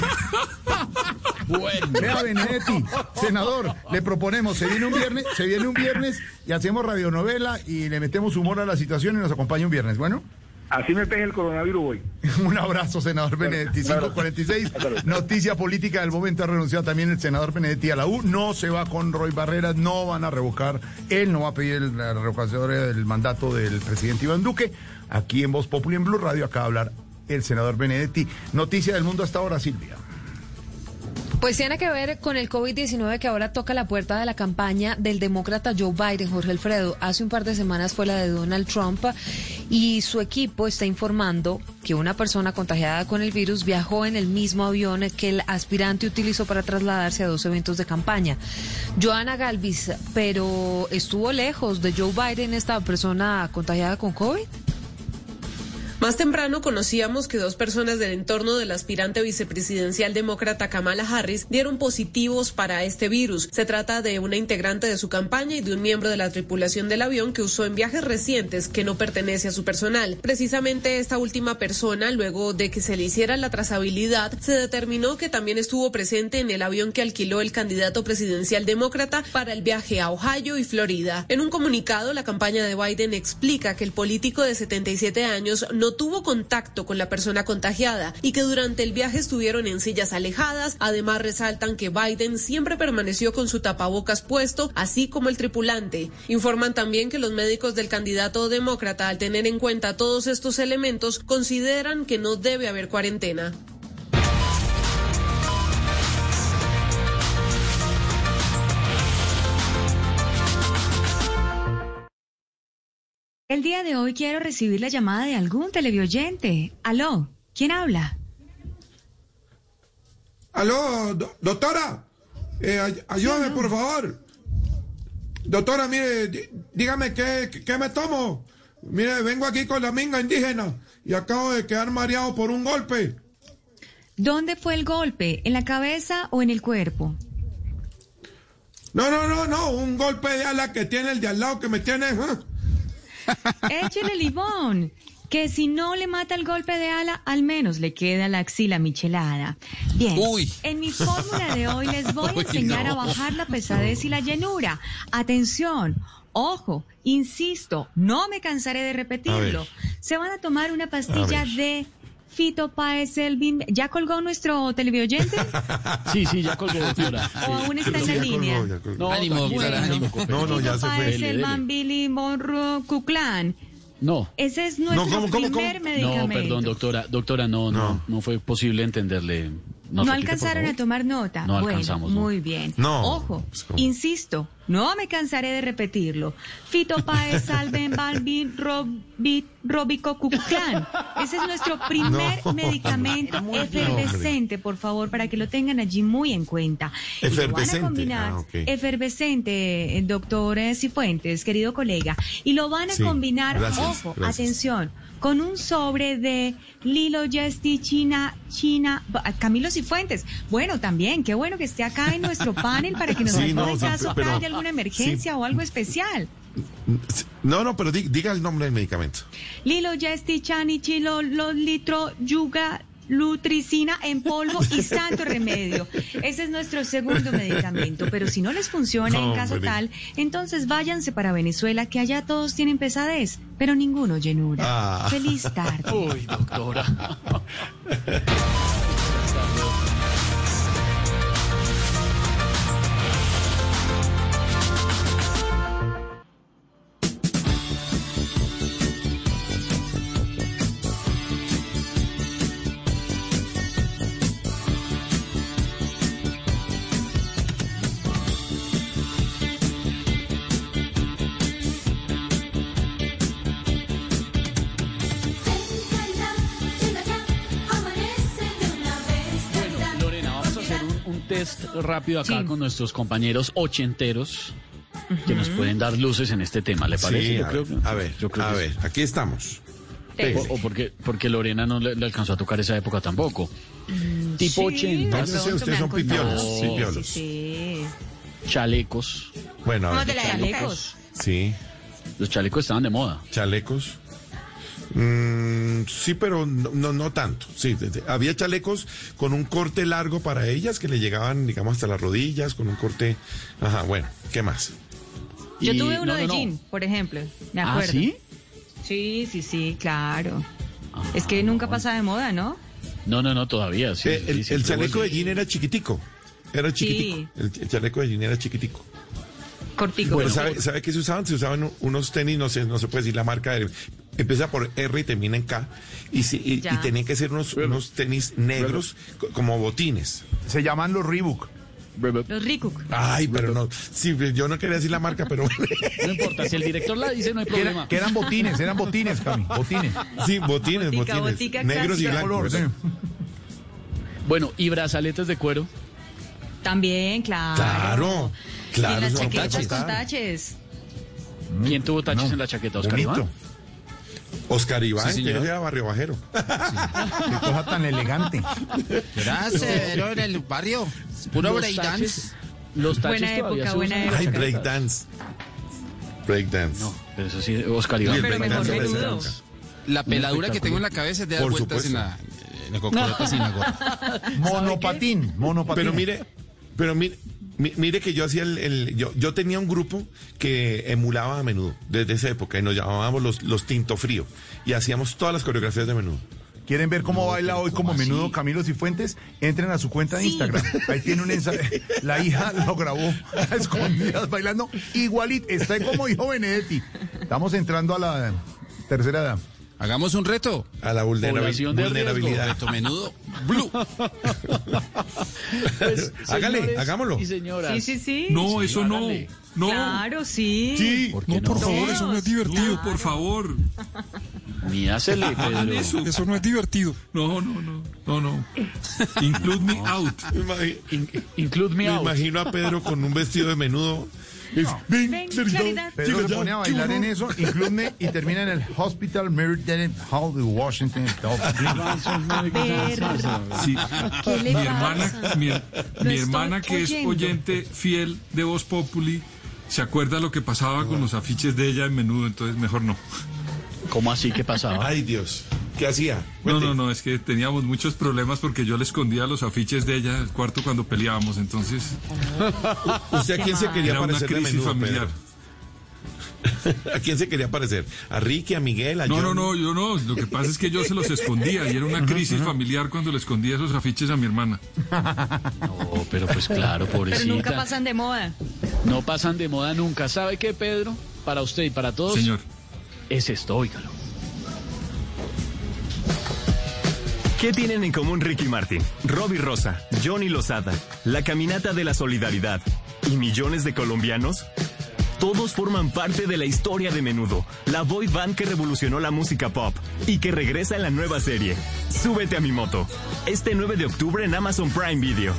Bueno. Vea, Benedetti, senador, le proponemos, se viene un viernes, se viene un viernes y hacemos radionovela y le metemos humor a la situación y nos acompaña un viernes. Bueno, Así me pegue el coronavirus hoy. un abrazo, senador Benedetti. cinco cuarenta y seis, noticia política del momento. Ha renunciado también el senador Benedetti a la U. No se va con Roy Barreras, no van a revocar. Él no va a pedir la revocatoria del mandato del presidente Iván Duque. Aquí en Voz Populi en Blue Radio acaba de hablar el senador Benedetti. Noticia del mundo hasta ahora, Silvia. Pues tiene que ver con el COVID diecinueve que ahora toca la puerta de la campaña del demócrata Joe Biden, Jorge Alfredo. Hace un par de semanas fue la de Donald Trump y su equipo está informando que una persona contagiada con el virus viajó en el mismo avión que el aspirante utilizó para trasladarse a dos eventos de campaña. Joana Galvis, pero ¿estuvo lejos de Joe Biden esta persona contagiada con COVID? Más temprano conocíamos que dos personas del entorno del aspirante vicepresidencial demócrata Kamala Harris dieron positivos para este virus. Se trata de una integrante de su campaña y de un miembro de la tripulación del avión que usó en viajes recientes que no pertenece a su personal. Precisamente esta última persona, luego de que se le hiciera la trazabilidad, se determinó que también estuvo presente en el avión que alquiló el candidato presidencial demócrata para el viaje a Ohio y Florida. En un comunicado, la campaña de Biden explica que el político de setenta y siete años no tuvo contacto con la persona contagiada y que durante el viaje estuvieron en sillas alejadas. Además, resaltan que Biden siempre permaneció con su tapabocas puesto, así como el tripulante. Informan también que los médicos del candidato demócrata, al tener en cuenta todos estos elementos, consideran que no debe haber cuarentena. El día de hoy quiero recibir la llamada de algún televidente. Aló, ¿quién habla? Aló, do- doctora, eh, ay- ayúdame por favor. Doctora, mire, dí- dígame qué, qué me tomo. Mire, vengo aquí con la minga indígena y acabo de quedar mareado por un golpe. ¿Dónde fue el golpe? ¿En la cabeza o en el cuerpo? No, no, no, no, un golpe de ala que tiene el de al lado que me tiene... ¿eh? Échele limón, que si no le mata el golpe de ala, al menos le queda la axila michelada. Bien, Uy. En mi fórmula de hoy les voy a Uy, enseñar no. a bajar la pesadez y la llenura. Atención, ojo, insisto, no me cansaré de repetirlo. Se van a tomar una pastilla de fitopaeselvin. ¿Ya colgó nuestro televidente? Sí, sí, ya colgó, doctora. ¿O aún está en la Ya línea? colgó, ya colgó. No, Ánimo, tranquila, doctora, no se ánimo. preocupe. No, no, ya se fue. Dele, dele. Fitopaeselvambilimonrucuclan. No. Ese es nuestro No, ¿cómo, cómo, primer cómo? medicamento. No, perdón, doctora, doctora, no, no, No. no fue posible entenderle. No, repite, por alcanzaron favor. a tomar nota. No bueno, alcanzamos, ¿no? muy bien. No. Ojo, Pues, ¿cómo? insisto, no me cansaré de repetirlo. Fitopaesalbenbalbirrobicocuclan. Ese es nuestro primer No. medicamento efervescente, por favor, para que lo tengan allí muy en cuenta. Y lo van a Efervescente. combinar, Ah, ok. efervescente, eh, doctor eh, Cifuentes, querido colega, y lo van a Sí, combinar, gracias, ojo, gracias. atención, con un sobre de Lilo Yesti China, China, Camilo Cifuentes. Bueno, también, qué bueno que esté acá en nuestro panel para que nos Sí, ayude no, en sí, caso pero- tal de alguna emergencia sí. o algo especial. No, no, pero di- diga el nombre del medicamento. Lilo Yesti Chani Chilo Lo Litro Yuga Lutricina en polvo y santo remedio. Ese es nuestro segundo medicamento, pero si no les funciona en caso Hombre. tal, entonces váyanse para Venezuela, que allá todos tienen pesadez, pero ninguno llenura. Ah. Feliz tarde. Uy, doctora. Bueno, Lorena, vamos a hacer un, un test rápido acá Sí. con nuestros compañeros ochenteros que nos pueden dar luces en este tema, ¿le parece? Sí, Yo a, creo ver, que- a ver, yo creo a que ver, sí. aquí estamos. O, o porque, porque Lorena no le, le alcanzó a tocar esa época tampoco. Tipo ochenta, No sé, ustedes son pipiolos, Sí, pipiolos. sí, sí. chalecos. Bueno, a ¿Cómo ver, te la chalecos? sí, Los chalecos estaban de moda. chalecos. Mm, sí, pero no, no, no tanto. Sí, de- de- había chalecos con un corte largo para ellas que le llegaban, digamos, hasta las rodillas, con un corte. Ajá, bueno, ¿qué más? Yo Y- tuve uno no, de no, no. jean, por ejemplo. Me ¿Ah, acuerdo. sí? Sí, sí, sí, claro. Es que nunca pasa de moda, ¿no? No, no, no, todavía. Sí, Eh, sí, el sí, el sí, chaleco de sí. jean era chiquitico. Era chiquitico. El, el chaleco de jean era chiquitico. Cortico. Bueno, pero- ¿sabe, ¿sabe qué se usaban? Se usaban un- unos tenis, no sé, no se puede decir la marca. de- empieza por R y termina en K. Y, si- y, Ya. y tenían que ser unos, unos tenis negros co- como botines. Se llaman los Reebok. Los Rikuk. Ay, pero no. Sí, yo no quería decir la marca, pero No importa, si el director la dice, no hay Que, problema. era- que eran botines, eran botines, Cami, botines. sí, botines, Botica, botines. botica negros y clásica. blancos. Color, sí. Bueno, y brazaletes de cuero. También, claro. Claro, claro, Y las eso no puede chaquetas con faltar. taches. ¿Quién tuvo taches no. en la chaqueta? ¿Oscar Bonito. Iván? Oscar Iván, Sí, que señor. era barrio bajero. Qué cosa tan elegante. Gracias, en el barrio. Puro Los breakdance. taches- Los taches Buena todavía época, se buena usan en las Ay, época. chaquetas. breakdance. Breakdance. No, pero eso sí, Oscar Y Iván. el Pero mejor breakdance era menudo. esa época. La peladura que tengo en la cabeza es de dar Por vueltas en supuesto. la, en la cocorota sin la gorra. Monopatín, monopatín. Pero mire, pero mire, mi- mire que yo hacía el, el- yo, yo tenía un grupo que emulaba a Menudo desde esa época y nos llamábamos los, los Tinto Frío y hacíamos todas las coreografías de Menudo. ¿Quieren ver cómo No, baila pero hoy ¿cómo como así? menudo Camilo Cifuentes? Entren a su cuenta de Sí. Instagram. Ahí tiene un ensayo. La hija lo grabó a escondidas bailando igualito. Está como hijo Benedetti. Estamos entrando a la tercera edad. Hagamos un reto. A la vulnerabil- Población de vulnerabilidad. Reto menudo. Blue. Pues, Hágale, señores hagámoslo. Y señoras. Sí, sí, sí. No, eso no. hágale. No. Claro, sí. Sí. ¿Por qué No, no? por favor, eso no es divertido, Claro. por favor. Ni hácele, Hagan Pedro. eso. Eso no es divertido. No, no, no, no, no. Include me out. Me imagi- In- include me me out. imagino a Pedro con un vestido de Menudo Es, ven, Ven, Claridad, Claridad. Pedro llega se ya, pone a qué bailar en horror. eso, incluye y termina en el Hospital Meriden Hall de Washington. Sí. ¿Qué le Mi pasa? hermana, mi, Lo mi estoy hermana que es oyendo. oyente fiel de Voz Populi, se acuerda lo que pasaba con los afiches de ella en Menudo, entonces mejor no. ¿Cómo así? ¿Qué pasaba? Ay, Dios. ¿Qué hacía? No, no, no, es que teníamos muchos problemas porque yo le escondía los afiches de ella al cuarto cuando peleábamos, entonces ¿Usted a quién se quería era una parecer de crisis Menudo, familiar. Pedro? ¿A quién se quería parecer? ¿A Ricky, a Miguel, a No, no, Johnny? no, yo no, lo que pasa es que yo se los escondía y era una crisis familiar cuando le escondía esos afiches a mi hermana. No, pero pues claro, Pero nunca pobrecita. pasan de moda. No pasan de moda nunca. ¿Sabe qué, Pedro? Para usted y para todos. Señor. Es esto, óigalo. ¿Qué tienen en común Ricky Martin, Robbie Rosa, Johnny Lozada, la Caminata de la Solidaridad y millones de colombianos? Todos forman parte de la historia de Menudo, la boy band que revolucionó la música pop y que regresa en la nueva serie, Súbete a mi moto, este nueve de octubre en Amazon Prime Video.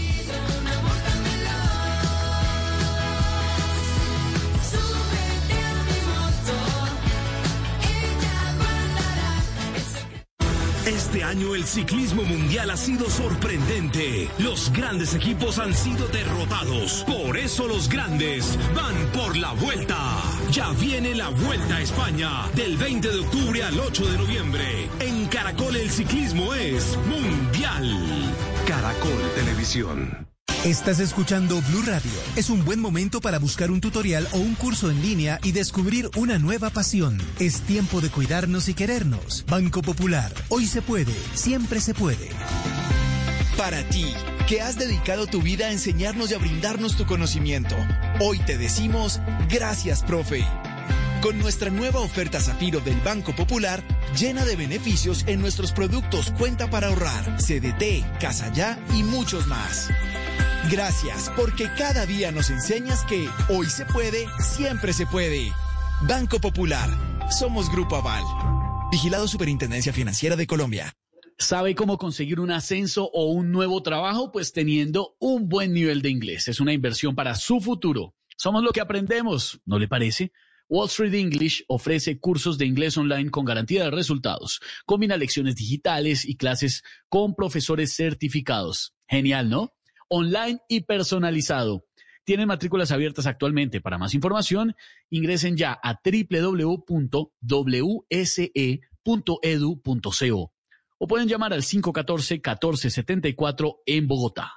Este año el ciclismo mundial ha sido sorprendente. Los grandes equipos han sido derrotados. Por eso los grandes van por la vuelta. Ya viene la Vuelta a España del veinte de octubre al ocho de noviembre. En Caracol el ciclismo es mundial. Caracol Televisión. Estás escuchando Blue Radio. Es un buen momento para buscar un tutorial o un curso en línea y descubrir una nueva pasión. Es tiempo de cuidarnos y querernos. Banco Popular. Hoy se puede, siempre se puede. Para ti, que has dedicado tu vida a enseñarnos y a brindarnos tu conocimiento, hoy te decimos gracias, profe. Con nuestra nueva oferta Zafiro del Banco Popular, llena de beneficios en nuestros productos Cuenta para Ahorrar, C D T, Casa Ya y muchos más. Gracias, porque cada día nos enseñas que hoy se puede, siempre se puede. Banco Popular. Somos Grupo Aval. Vigilado Superintendencia Financiera de Colombia. ¿Sabe cómo conseguir un ascenso o un nuevo trabajo? Pues teniendo un buen nivel de inglés. Es una inversión para su futuro. Somos lo que aprendemos, ¿no le parece? Wall Street English ofrece cursos de inglés online con garantía de resultados. Combina lecciones digitales y clases con profesores certificados. Genial, ¿no? Online y personalizado. Tienen matrículas abiertas actualmente. Para más información, ingresen ya a doble u doble u doble u punto w s e punto e d u punto co o pueden llamar al cinco uno cuatro, uno cuatro siete cuatro en Bogotá.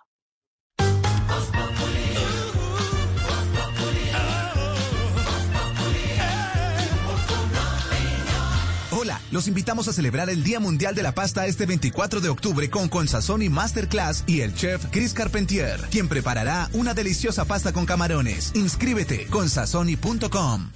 Hola, los invitamos a celebrar el Día Mundial de la Pasta este veinticuatro de octubre con Consazón Masterclass y el chef Chris Carpentier, quien preparará una deliciosa pasta con camarones. Inscríbete con sazoni punto com.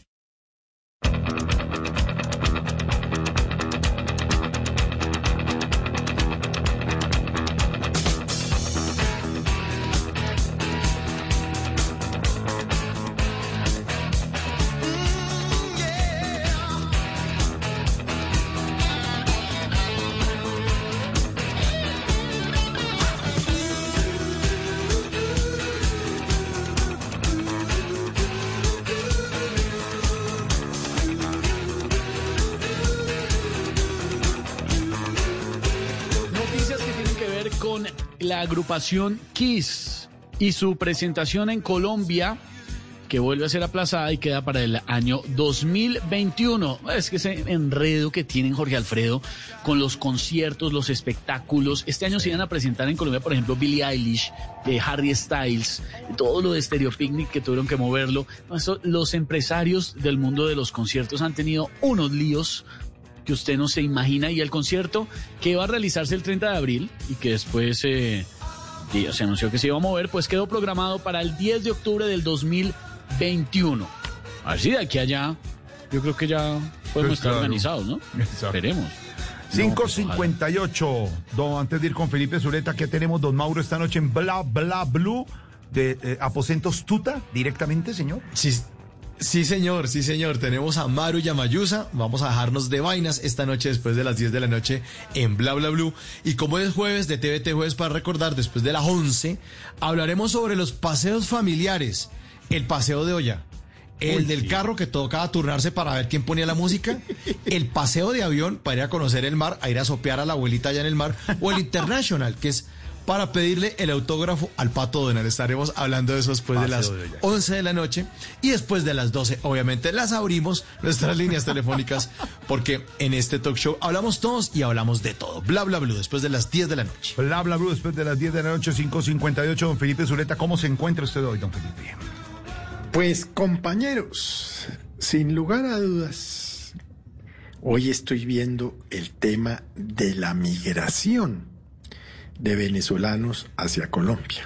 La agrupación Kiss y su presentación en Colombia, que vuelve a ser aplazada y queda para el año dos mil veintiuno. Es que ese enredo que tienen Jorge Alfredo con los conciertos, los espectáculos. Este año se iban a presentar en Colombia, por ejemplo, Billie Eilish, eh, Harry Styles, todo lo de Stereo Picnic que tuvieron que moverlo. Eso, los empresarios del mundo de los conciertos han tenido unos líos que usted no se imagina, y el concierto que va a realizarse el treinta de abril y que después eh, se anunció que se iba a mover, pues quedó programado para el diez de octubre del dos mil veintiuno. A ver si de aquí a allá, yo creo que ya podemos Pues estar claro. organizados, ¿no? Exacto. Esperemos. cinco cincuenta y ocho. Don, antes de ir con Felipe Zuleta, ¿qué tenemos, don Mauro, esta noche en Bla Bla Blue de eh, Aposentos Tuta directamente, señor? Sí, sí, señor, sí, señor. Tenemos a Maru Yamayusa. Vamos a dejarnos de vainas esta noche después de las diez de la noche en Bla Bla Blue. Y como es jueves de T V T Jueves para recordar, después de las once, hablaremos sobre los paseos familiares. el paseo de olla, el Uy, del sí. carro que tocaba turnarse para ver quién ponía la música, el paseo de avión para ir a conocer el mar, a ir a sopear a la abuelita allá en el mar, o el International, que es para pedirle el autógrafo al Pato Donald. Estaremos hablando de eso después de las Paseo de olla. once de la noche, y después de las doce, obviamente, las abrimos nuestras líneas telefónicas, porque en este talk show hablamos todos y hablamos de todo. Bla, bla, bla, después de las diez de la noche. Bla, bla, bla, después de las diez de la noche, cinco cincuenta y ocho. Don Felipe Zuleta, ¿cómo se encuentra usted hoy, don Felipe? Pues, compañeros, sin lugar a dudas, hoy estoy viendo el tema de la migración de venezolanos hacia Colombia.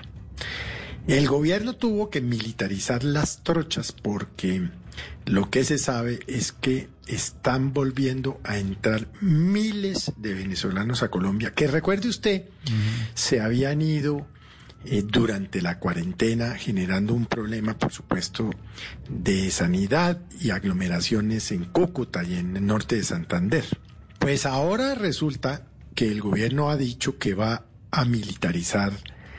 El gobierno tuvo que militarizar las trochas porque lo que se sabe es que están volviendo a entrar miles de venezolanos a Colombia, que recuerde usted, uh-huh. se habían ido eh, durante la cuarentena, generando un problema, por supuesto, de sanidad y aglomeraciones en Cúcuta y en el norte de Santander. Pues ahora resulta que el gobierno ha dicho que va a militarizar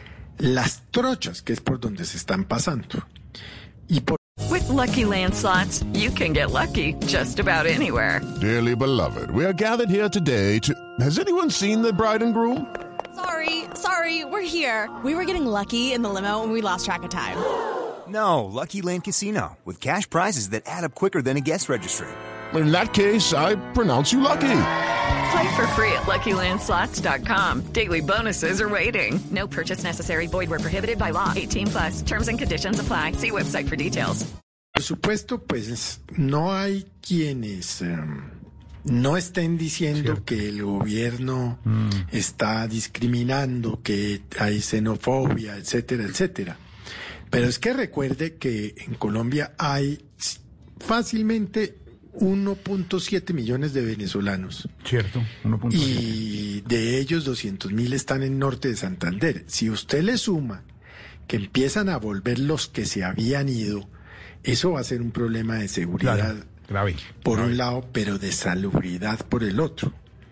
las trochas, que es por donde se están pasando. Y por With Lucky Land Slots, you can get lucky just about anywhere. Dearly beloved, we are gathered here today to... Has anyone seen the bride and groom? Sorry, sorry, we're here. We were getting lucky in the limo and we lost track of time. No, Lucky Land Casino, with cash prizes that add up quicker than a guest registry. In that case, I pronounce you lucky. Play for free at Lucky Land Slots dot com. Daily bonuses are waiting. No purchase necessary. Void where prohibited by law. eighteen plus. Terms and conditions apply. See website for details. Por supuesto, pues no hay quienes um, no estén diciendo Cierto. que el gobierno mm. está discriminando, que hay xenofobia, etcétera, etcétera. Pero es que recuerde que en Colombia hay fácilmente uno punto siete millones de venezolanos. Cierto. uno punto siete. Y de ellos doscientos mil están en norte de Santander. Si usted le suma que empiezan a volver los que se habían ido, eso va a ser un problema de seguridad claro, grave, por grave. un lado, pero de salubridad por el otro.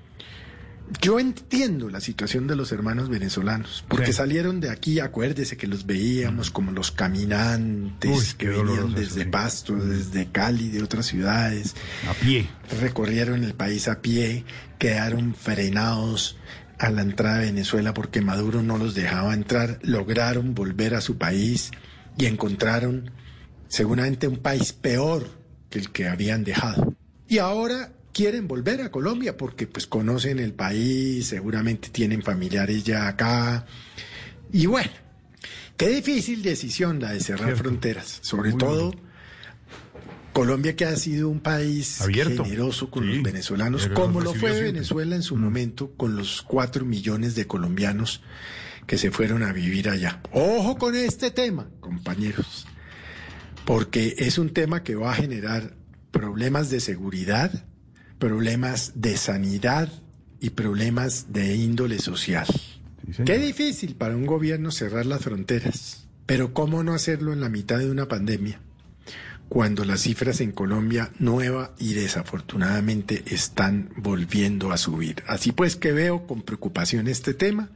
Yo entiendo la situación de los hermanos venezolanos, porque sí. salieron de aquí, acuérdese que los veíamos como los caminantes Uy, que venían desde sí. Pasto, desde Cali, de otras ciudades. A pie. Recorrieron el país a pie, quedaron frenados a la entrada de Venezuela porque Maduro no los dejaba entrar, lograron volver a su país y encontraron seguramente un país peor que el que habían dejado. Y ahora quieren volver a Colombia porque pues conocen el país, seguramente tienen familiares ya acá. Y bueno, qué difícil decisión la de cerrar Cierto. fronteras, sobre Muy todo bueno. Colombia, que ha sido un país Abierto. generoso con sí, los venezolanos, como lo fue siempre. Venezuela en su mm. momento con los cuatro millones de colombianos que se fueron a vivir allá. Ojo con este tema, compañeros, porque es un tema que va a generar problemas de seguridad, problemas de sanidad y problemas de índole social. Sí, Qué difícil para un gobierno cerrar las fronteras, pero ¿cómo no hacerlo en la mitad de una pandemia? Cuando las cifras en Colombia nueva y desafortunadamente están volviendo a subir. Así pues que veo con preocupación este tema.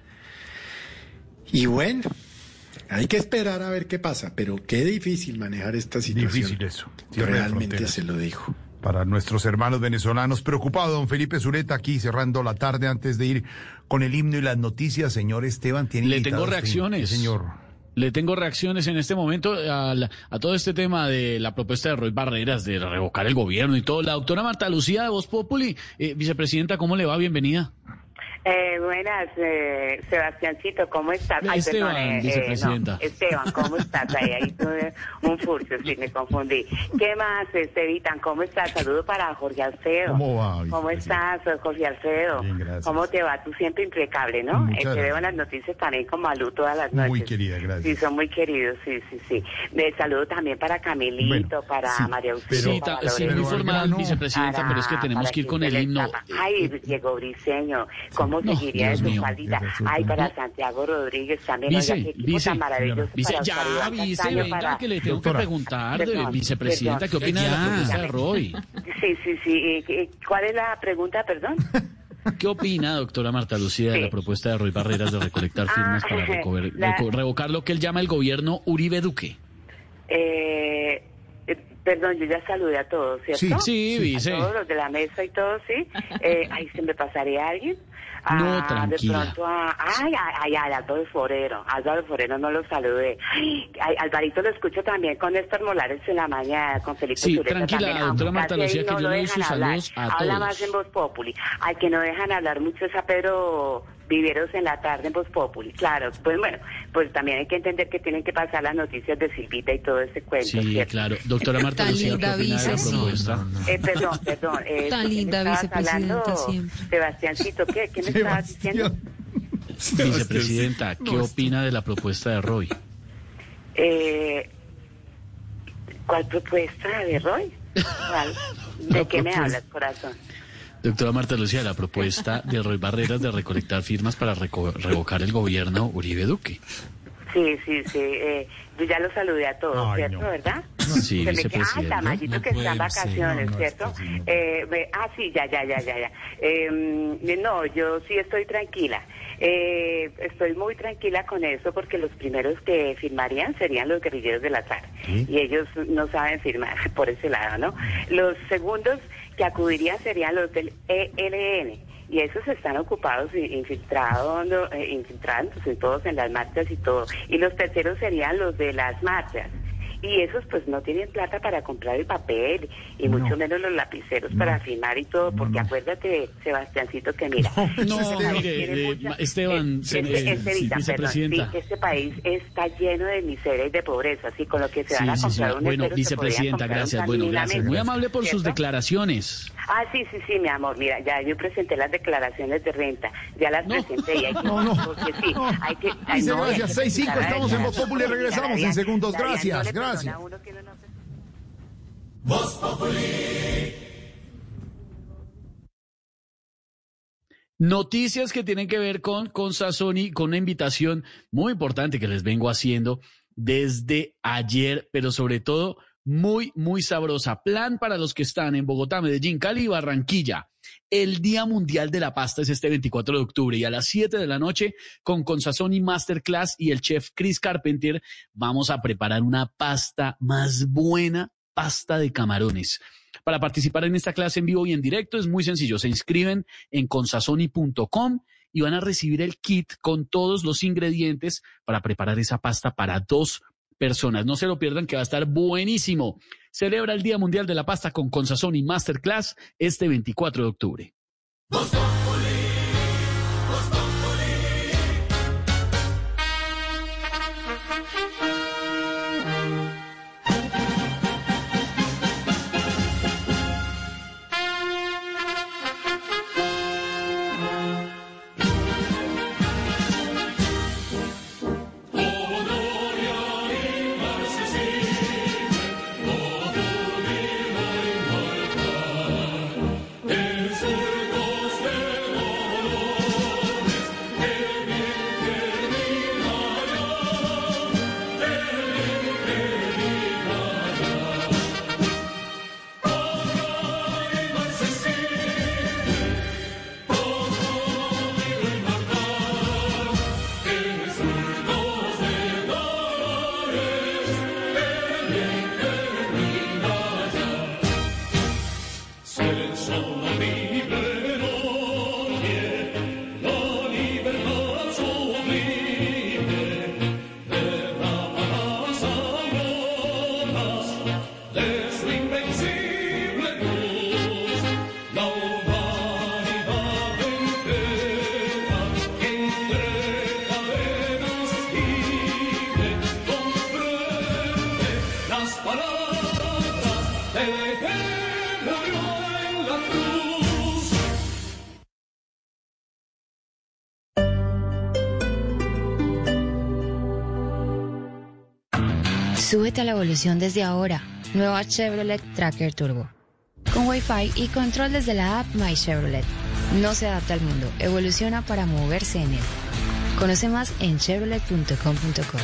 Y bueno, hay que esperar a ver qué pasa, pero qué difícil manejar esta situación. Difícil eso. Realmente se lo dijo. Para nuestros hermanos venezolanos. Preocupado, don Felipe Zuleta, aquí cerrando la tarde antes de ir con el himno y las noticias. Señor Esteban, tiene Le tengo reacciones. Sí, señor. Le tengo reacciones en este momento a, la, a todo este tema de la propuesta de Roy Barreras de revocar el gobierno y todo. La doctora Marta Lucía de Voz Populi, eh, vicepresidenta, ¿cómo le va? Bienvenida. Eh, buenas, eh, Sebastiancito, ¿cómo estás? Ay, Esteban, perdón, eh, vicepresidenta. Eh, no, Esteban, ¿cómo estás? Ahí, ahí tuve un furcio, sí, me confundí. ¿Qué más, Estevitan? ¿Cómo estás? Saludo para Jorge Alfredo. ¿Cómo va? ¿Cómo estás, Jorge Alfredo? Bien, gracias. ¿Cómo te va? Tú siempre impecable, ¿no? Eh, te veo en las noticias también con Malú todas las noches. Muy querida, gracias. Sí, son muy queridos, sí, sí, sí. De saludo también para Camilito, bueno, para sí, María Auxilio, sí, para sí, muy formal, vicepresidenta, pero es que tenemos que ir con el himno. Ay, Diego Briseño, ¿cómo no, seguiría eso? Mío, Ay, para Santiago Rodríguez también. Vice, oiga, vice, tan maravilloso. Vice, para ya, vice, venga, para... que le tengo Doctora. que preguntar, perdón, vicepresidenta, perdón, ¿qué opina ya. de la propuesta de Roy? Sí, sí, sí. ¿Cuál es la pregunta, perdón? ¿Qué opina, doctora Marta Lucía, sí. de la propuesta de Roy Barreras de recolectar firmas ah, para recover, la... revocar lo que él llama el gobierno Uribe Duque? Eh, eh, perdón, yo ya saludé a todos, ¿cierto? Sí, sí, A vice. todos los de la mesa y todo, sí. Eh, ahí se me pasaría alguien. No, Ah, tranquila. De pronto a... Ay, ay, ay, ay, Álvaro Forero. Álvaro Forero no lo saludé. Ay, ay, Alvarito lo escucho también con Néstor Molares en la mañana, con Felipe Sí, Zuleta tranquila, también. doctora Aunque Marta casi Lucía, ahí que no yo lo le doy dejan sus hablar. saludos a Habla todos. más en Voz Populi. Al que no dejan hablar mucho es a Pedro Viveros en la tarde en Voz Populi. Claro, pues bueno, pues también hay que entender que tienen que pasar las noticias de Silvita y todo ese cuento. Sí, ¿cierto? claro. Doctora Marta Tan Lucía, ¿qué linda opina de la vice, sí. propuesta? Eh, perdón, perdón. Eh, Tan ¿de qué linda me estabas vicepresidenta hablando, siempre. Sebastiancito, ¿qué? ¿Qué me estabas diciendo? Vicepresidenta, ¿qué opina de la propuesta de Roy? Eh, ¿Cuál propuesta de Roy? ¿Cuál? ¿De qué me hablas, corazón? Doctora Marta Lucía, la propuesta de Roy Barreras de recolectar firmas para reco- revocar el gobierno Uribe Duque. Sí, sí, sí. Eh, yo ya los saludé a todos, Ay, ¿cierto? no. ¿Verdad? Sí, Se me queda- Ah, vicepresidenta. Tamayito No que está en puede ser, vacaciones, no, no, ¿cierto? Eh, me- ah, sí, ya, ya, ya, ya, ya. Eh, no, yo sí estoy tranquila. Eh, estoy muy tranquila con eso porque los primeros que firmarían serían los guerrilleros del azar. ¿Sí? Y ellos no saben firmar por ese lado, ¿no? Los segundos que acudirían serían los del E L N. Y esos están ocupados y infiltrados, eh, infiltrándose todos en las marchas y todo. Y los terceros serían los de las marchas. Y esos pues no tienen plata para comprar el papel y mucho menos los lapiceros para firmar y todo, porque acuérdate, Sebastiancito, que mira, No, este país mire, tiene eh, mucha- Esteban, este, se- este, eh, sí, Vita, perdón, vicepresidenta. sí, este país está lleno de miseria y de pobreza, así con lo que se van a Sí, sí, sí. comprar un Bueno, estero, se podrían vicepresidenta, comprar un gracias. Bueno, gracias. Sanminamente, Muy amable por sus ¿cierto? declaraciones. Ah, sí, sí, sí, mi amor. Mira, ya yo presenté las declaraciones de renta. Ya las presenté y hay que... No, no. Porque sí, hay que... ay, Dice no, hay gracias, que seis cinco, presentar estamos en Voz las Populi, declaraciones. regresamos Darían- en segundos. Darían no Gracias, le perdona gracias. a uno que uno no se- Voz Populi. Noticias que tienen que ver con, con Sassoni, con una invitación muy importante que les vengo haciendo desde ayer, pero sobre todo muy, muy sabrosa. Plan para los que están en Bogotá, Medellín, Cali y Barranquilla. El Día Mundial de la Pasta es este veinticuatro de octubre y a las siete de la noche con Consazoni Masterclass y el chef Chris Carpentier vamos a preparar una pasta más buena, pasta de camarones. Para participar en esta clase en vivo y en directo es muy sencillo. Se inscriben en consazoni punto com y van a recibir el kit con todos los ingredientes para preparar esa pasta para dos personas. No se lo pierdan, que va a estar buenísimo. Celebra el Día Mundial de la Pasta con Consazoni Masterclass este veinticuatro de octubre. Las palabras de que murió en la cruz. Súbete a la evolución desde ahora. Nueva Chevrolet Tracker Turbo. Con Wi-Fi y control desde la app My Chevrolet. No se adapta al mundo, evoluciona para moverse en él. Conoce más en chevrolet punto com punto co.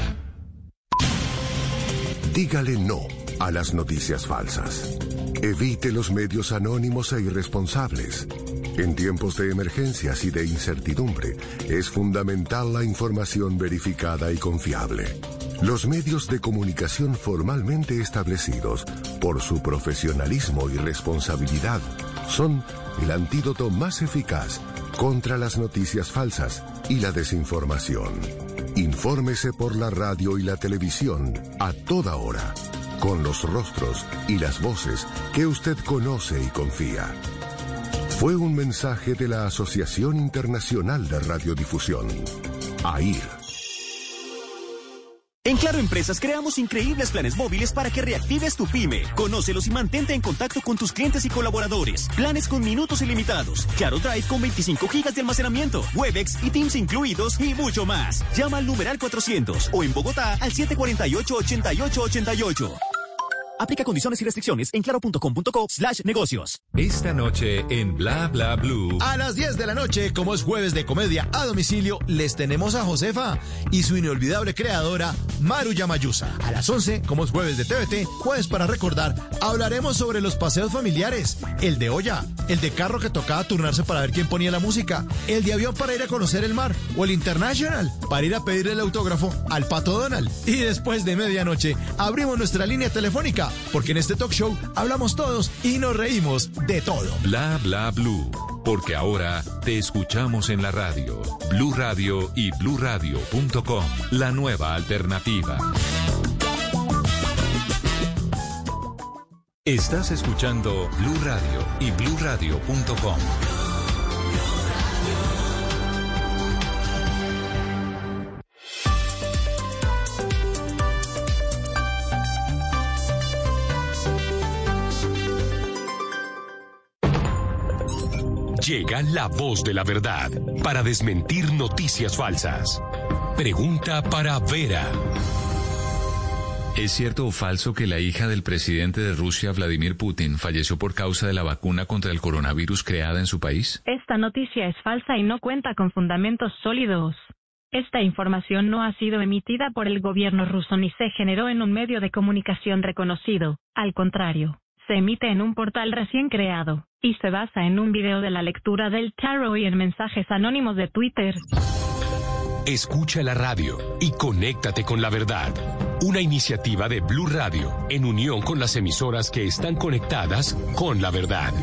Dígale no a las noticias falsas. Evite los medios anónimos e irresponsables. En tiempos de emergencias y de incertidumbre, es fundamental la información verificada y confiable. Los medios de comunicación formalmente establecidos, por su profesionalismo y responsabilidad, son el antídoto más eficaz contra las noticias falsas y la desinformación. Infórmese por la radio y la televisión a toda hora, con los rostros y las voces que usted conoce y confía. Fue un mensaje de la Asociación Internacional de Radiodifusión, A I R. En Claro Empresas creamos increíbles planes móviles para que reactives tu pyme. Conócelos y mantente en contacto con tus clientes y colaboradores. Planes con minutos ilimitados. Claro Drive con veinticinco gigas de almacenamiento. Webex y Teams incluidos y mucho más. Llama al numeral cuatrocientos o en Bogotá al siete cuatro ocho, ocho ocho ocho ocho. Aplica condiciones y restricciones en claro.com.co slash negocios. Esta noche en Bla Bla Blue. A las diez de la noche, como es jueves de comedia a domicilio, les tenemos a Josefa y su inolvidable creadora, Maru Yamayusa. A las once, como es jueves de T V T, jueves para recordar, hablaremos sobre los paseos familiares. El de olla, el de carro que tocaba turnarse para ver quién ponía la música, el de avión para ir a conocer el mar, o el International para ir a pedirle el autógrafo al Pato Donald. Y después de medianoche, abrimos nuestra línea telefónica, porque en este talk show hablamos todos y nos reímos de todo. Bla Bla Blue, porque ahora te escuchamos en la radio. Blue Radio y blue radio punto com, la nueva alternativa. Estás escuchando Blue Radio y blue radio punto com. Llega la voz de la verdad para desmentir noticias falsas. Pregunta para Vera. ¿Es cierto o falso que la hija del presidente de Rusia, Vladimir Putin, falleció por causa de la vacuna contra el coronavirus creada en su país? Esta noticia es falsa y no cuenta con fundamentos sólidos. Esta información no ha sido emitida por el gobierno ruso ni se generó en un medio de comunicación reconocido. Al contrario, se emite en un portal recién creado y se basa en un video de la lectura del tarot y en mensajes anónimos de Twitter. Escucha la radio y conéctate con la verdad. Una iniciativa de Blue Radio en unión con las emisoras que están conectadas con la verdad.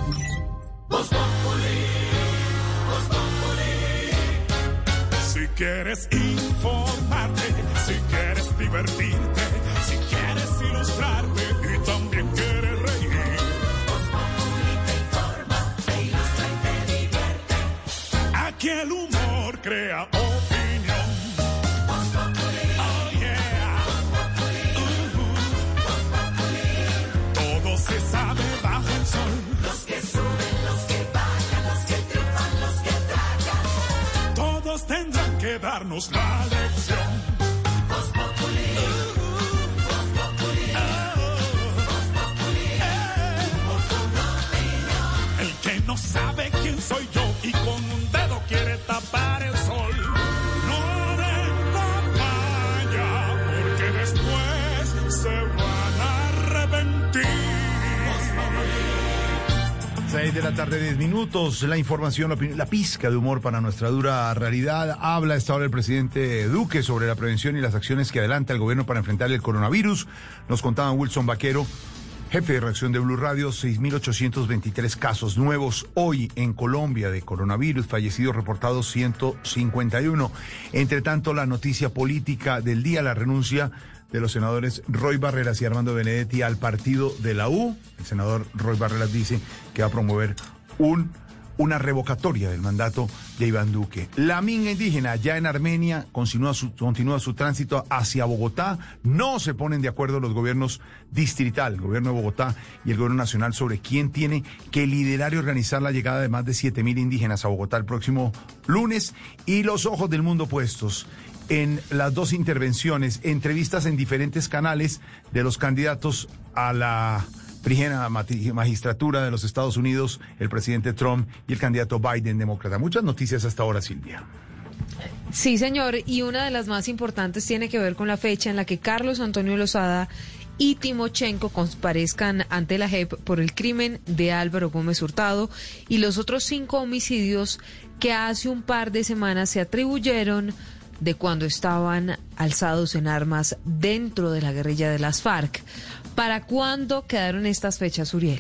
Si quieres informarte, si quieres divertirte, si quieres ilustrarte y también quieres reír. Voz Populi te informa, te ilustra y te divierte. Aquí el humor crea opinión. Voz Populi, oh yeah. Voz Populi, uh-huh. Voz Populi. Todo se sabe bajo el sol. Los que suben, los que bajan, los que triunfan, los que tragan. Todos tendrán que darnos la lección. Voz Populi. Voz Populi. Voz Populi. Oportuna opinión. El que no sabe quién soy yo y con un dedo quiere tapar el sol. No den papaya porque después se van a arrepentir. seis de la tarde, diez minutos. La información, la, opinión, la pizca de humor para nuestra dura realidad. Habla esta hora el presidente Duque sobre la prevención y las acciones que adelanta el gobierno para enfrentar el coronavirus. Nos contaba Wilson Vaquero, jefe de redacción de Blue Radio, seis mil ochocientos veintitrés casos nuevos hoy en Colombia de coronavirus, fallecidos reportados ciento cincuenta y uno. Entre tanto, la noticia política del día, la renuncia de los senadores Roy Barreras y Armando Benedetti al partido de la U. El senador Roy Barreras dice que va a promover un, una revocatoria del mandato de Iván Duque. La minga indígena ya en Armenia continúa su, continúa su tránsito hacia Bogotá. No se ponen de acuerdo los gobiernos distrital, el gobierno de Bogotá y el gobierno nacional, sobre quién tiene que liderar y organizar la llegada de más de siete mil indígenas a Bogotá el próximo lunes. Y los ojos del mundo puestos en las dos intervenciones, entrevistas en diferentes canales de los candidatos a la primera magistratura de los Estados Unidos, el presidente Trump y el candidato Biden, demócrata. Muchas noticias hasta ahora, Silvia. Sí, señor, y una de las más importantes tiene que ver con la fecha en la que Carlos Antonio Lozada y Timochenko comparezcan ante la J E P por el crimen de Álvaro Gómez Hurtado y los otros cinco homicidios que hace un par de semanas se atribuyeron de cuando estaban alzados en armas dentro de la guerrilla de las FARC. ¿Para cuándo quedaron estas fechas, Uriel?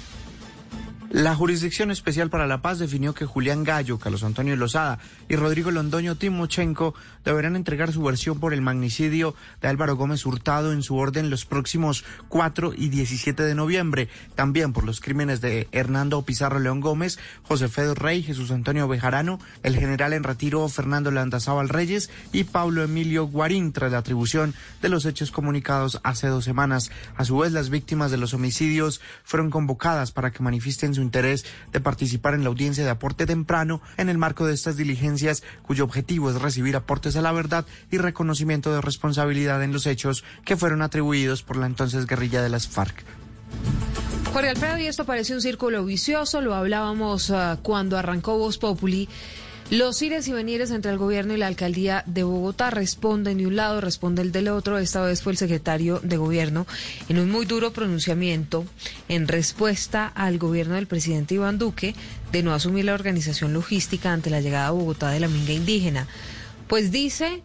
La Jurisdicción Especial para la Paz definió que Julián Gallo, Carlos Antonio Lozada y Rodrigo Londoño Timochenko deberán entregar su versión por el magnicidio de Álvaro Gómez Hurtado en su orden los próximos cuatro y diecisiete de noviembre. También por los crímenes de Hernando Pizarro León Gómez, José Fedo Rey, Jesús Antonio Bejarano, el general en retiro Fernando Landazábal Reyes y Pablo Emilio Guarín, tras la atribución de los hechos comunicados hace dos semanas. A su vez, las víctimas de los homicidios fueron convocadas para que manifiesten su interés de participar en la audiencia de aporte temprano en el marco de estas diligencias, cuyo objetivo es recibir aportes a la verdad y reconocimiento de responsabilidad en los hechos que fueron atribuidos por la entonces guerrilla de las FARC. Jorge Alfredo, y esto parece un círculo vicioso, lo hablábamos uh, cuando arrancó Voz Populi. Los ires y venires entre el gobierno y la alcaldía de Bogotá responden de un lado, responde el del otro. Esta vez fue el secretario de gobierno en un muy duro pronunciamiento en respuesta al gobierno del presidente Iván Duque de no asumir la organización logística ante la llegada a Bogotá de la minga indígena. Pues dice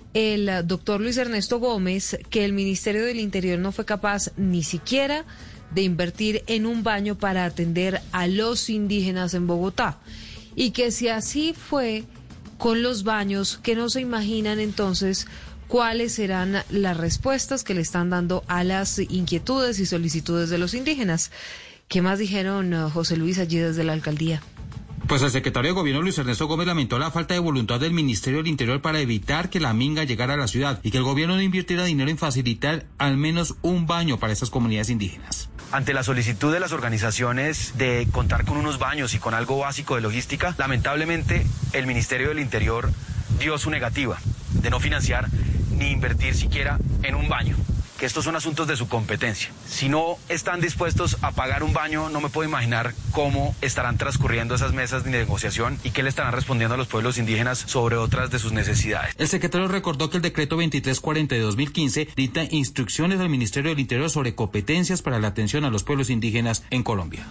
el doctor Luis Ernesto Gómez que el Ministerio del Interior no fue capaz ni siquiera de invertir en un baño para atender a los indígenas en Bogotá. Y que si así fue con los baños, que no se imaginan entonces cuáles serán las respuestas que le están dando a las inquietudes y solicitudes de los indígenas. ¿Qué más dijeron, José Luis, allí desde la alcaldía? Pues el secretario de Gobierno Luis Ernesto Gómez lamentó la falta de voluntad del Ministerio del Interior para evitar que la minga llegara a la ciudad y que el gobierno no invirtiera dinero en facilitar al menos un baño para estas comunidades indígenas. Ante la solicitud de las organizaciones de contar con unos baños y con algo básico de logística, lamentablemente el Ministerio del Interior dio su negativa de no financiar ni invertir siquiera en un baño, que estos son asuntos de su competencia. Si no están dispuestos a pagar un baño, no me puedo imaginar cómo estarán transcurriendo esas mesas de negociación y qué le estarán respondiendo a los pueblos indígenas sobre otras de sus necesidades. El secretario recordó que el decreto veintitrés cuarenta de dos mil quince dicta instrucciones al Ministerio del Interior sobre competencias para la atención a los pueblos indígenas en Colombia.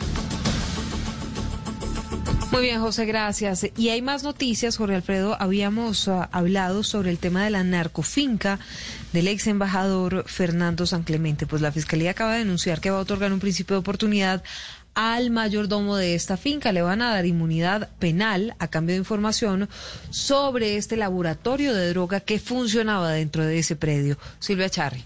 Muy bien, José, gracias. Y hay más noticias, Jorge Alfredo. Habíamos uh, hablado sobre el tema de la narcofinca del ex embajador Fernando San Clemente. Pues la Fiscalía acaba de denunciar que va a otorgar un principio de oportunidad al mayordomo de esta finca. Le van a dar inmunidad penal a cambio de información sobre este laboratorio de droga que funcionaba dentro de ese predio. Silvia Charri.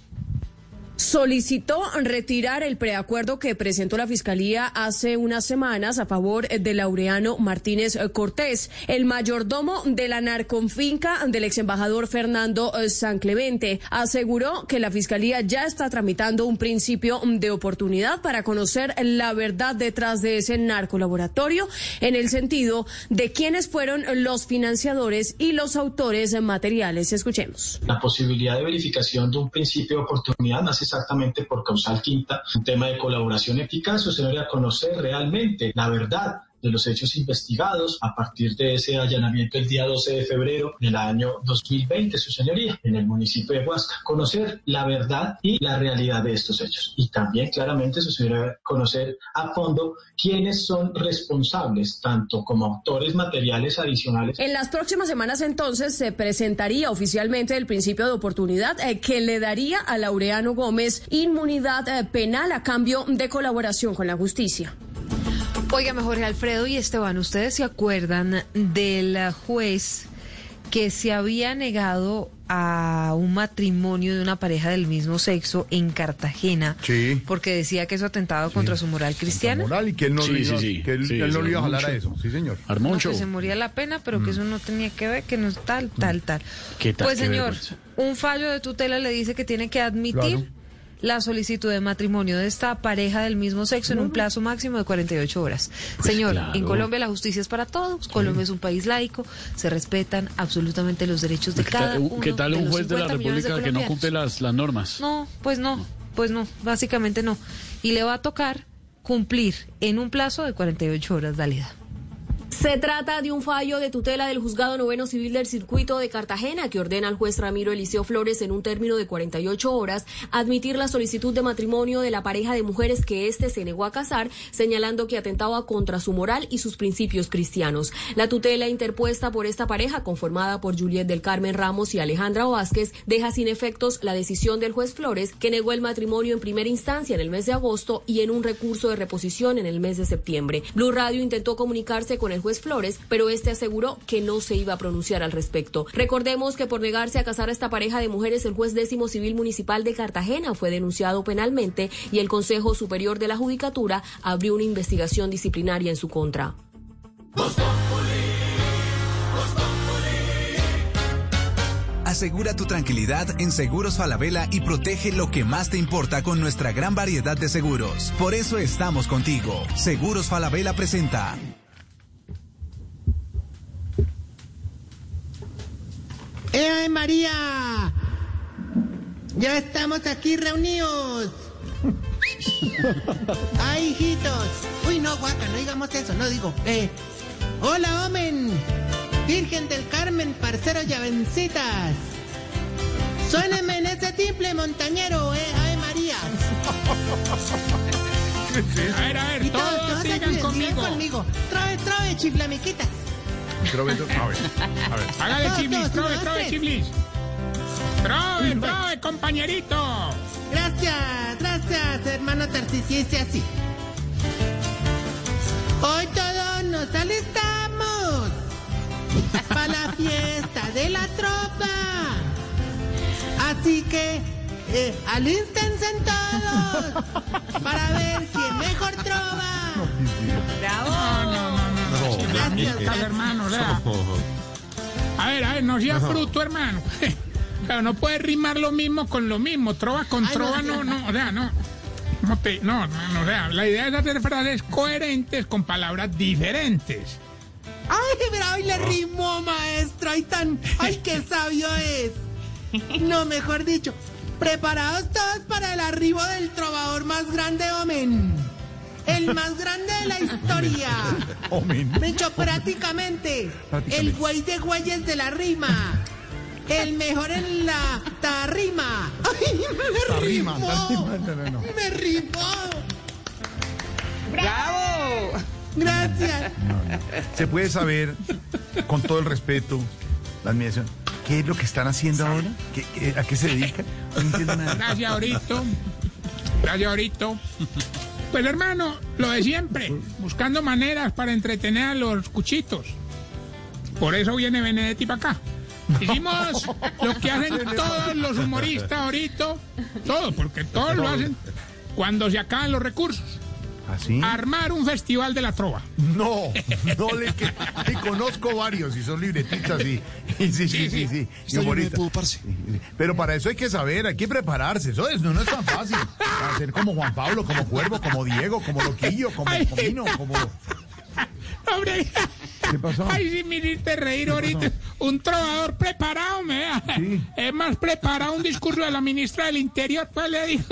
Solicitó retirar el preacuerdo que presentó la Fiscalía hace unas semanas a favor de Laureano Martínez Cortés, el mayordomo de la narcofinca del ex embajador Fernando San Clemente. Aseguró que la Fiscalía ya está tramitando un principio de oportunidad para conocer la verdad detrás de ese narcolaboratorio, en el sentido de quiénes fueron los financiadores y los autores materiales. Escuchemos. La posibilidad de verificación de un principio de oportunidad nace exactamente por causal quinta, un tema de colaboración eficaz, o señoría, conocer realmente la verdad de los hechos investigados a partir de ese allanamiento el día doce de febrero del año dos mil veinte, su señoría, en el municipio de Huasca. Conocer la verdad y la realidad de estos hechos. Y también, claramente, su señoría, conocer a fondo quiénes son responsables, tanto como autores materiales adicionales. En las próximas semanas, entonces, se presentaría oficialmente el principio de oportunidad eh, que le daría a Laureano Gómez inmunidad eh, penal a cambio de colaboración con la justicia. Óigame, Jorge Alfredo y Esteban, ¿ustedes se acuerdan del juez que se había negado a un matrimonio de una pareja del mismo sexo en Cartagena? Sí. Porque decía que eso atentaba sí. contra su moral cristiana. Moral y que él no, sí, le, iba, sí, sí. Que él, sí, él no sí, le iba a jalar mucho. a eso. Sí, señor. Armó un no, show. que se moría la pena, pero mm. que eso no tenía que ver, que no es tal, tal, tal. ¿Qué tal? Pues, Qué señor, vergüenza. un fallo de tutela le dice que tiene que admitir claro. la solicitud de matrimonio de esta pareja del mismo sexo en un plazo máximo de cuarenta y ocho horas. Pues Señor, claro. en Colombia la justicia es para todos, Colombia sí. es un país laico, se respetan absolutamente los derechos de ¿Qué cada tal, uno ¿Qué tal un de juez de la República de que no cumple las, las normas? No, pues no, pues no, básicamente no. Y le va a tocar cumplir en un plazo de cuarenta y ocho horas, Dalida. Se trata de un fallo de tutela del Juzgado Noveno Civil del Circuito de Cartagena que ordena al juez Ramiro Eliseo Flores en un término de cuarenta y ocho horas admitir la solicitud de matrimonio de la pareja de mujeres que éste se negó a casar, señalando que atentaba contra su moral y sus principios cristianos. La tutela interpuesta por esta pareja, conformada por Juliet del Carmen Ramos y Alejandra Vázquez, deja sin efectos la decisión del juez Flores, que negó el matrimonio en primera instancia en el mes de agosto y en un recurso de reposición en el mes de septiembre. Blue Radio intentó comunicarse con el juez Flores, pero este aseguró que no se iba a pronunciar al respecto. Recordemos que por negarse a casar a esta pareja de mujeres, el juez décimo civil municipal de Cartagena fue denunciado penalmente y el Consejo Superior de la Judicatura abrió una investigación disciplinaria en su contra. Asegura tu tranquilidad en Seguros Falabella y protege lo que más te importa con nuestra gran variedad de seguros. Por eso estamos contigo. Seguros Falabella presenta. ¡Eh, María! Ya estamos aquí reunidos. ¡Ay, hijitos! Uy, no, guaca, no digamos eso, no digo. Eh, hola, Omen. Virgen del Carmen, parceros y avencitas. Suénenme en ese timple montañero, eh, ¡ay, María! A ver, a ver, y todos, todos, todos sigan ayuden, conmigo. sigan conmigo. Trove, trove, chiflamiquitas. A ver, a ver. Hágale Todos, chiblis, todos, trove, uno, dos, trove, tres. chiblis. Trove, trove, compañerito. Gracias, gracias, hermano Tarcisio, dice así. Hoy todos nos alistamos para la fiesta de la tropa. Así que eh, alístense todos para ver quién mejor trova. ¡Bravo! No, no, no, no. Gracias, Gracias, gracias. hermano. O sea, a ver, a ver, no sea fruto, hermano. Claro, no puede rimar lo mismo con lo mismo. Trova con Ay, trova, no, no, no, o sea, no. No, te, no, no, no, o sea, la idea es hacer frases coherentes con palabras diferentes. Ay, pero hoy le rimó, maestro. Ay, tan, ay, qué sabio es. No, mejor dicho, preparados todos para el arribo del trovador más grande, omen. El más grande de la historia. Omen. De hecho, prácticamente, Prácticamente. el güey de güeyes de la rima. El mejor en la tarrima. Ay, me Tarrima, rimó. tarrima, no, no, no. Me rimó. ¡Bravo! Gracias. Se puede saber, con todo el respeto, la admiración, ¿qué es lo que están haciendo ahora? ¿Qué, qué- ¿A qué se dedican? No entiendo nada. Gracias, Orito. Gracias, Orito. Pues, hermano, lo de siempre, buscando maneras para entretener a los cuchitos. Por eso viene Benedetti para acá. Hicimos lo que hacen todos los humoristas ahorita, todo, porque todos lo hacen cuando se acaban los recursos. ¿Así? Armar un festival de la trova. No, no le, que, le conozco varios y son libretistas y, y sí, sí, sí, sí, y humoristas. Pero para eso hay que saber, hay que prepararse. Eso es, no, no es tan fácil. Para ser como Juan Pablo, como Cuervo, como Diego, como Loquillo, como Ay. Comino, como... Hombre, ¿Qué pasó? ay, si me hiciste reír ahorita. Un trovador preparado, me da. Sí. Es más preparado un discurso de la ministra del Interior, pues le digo.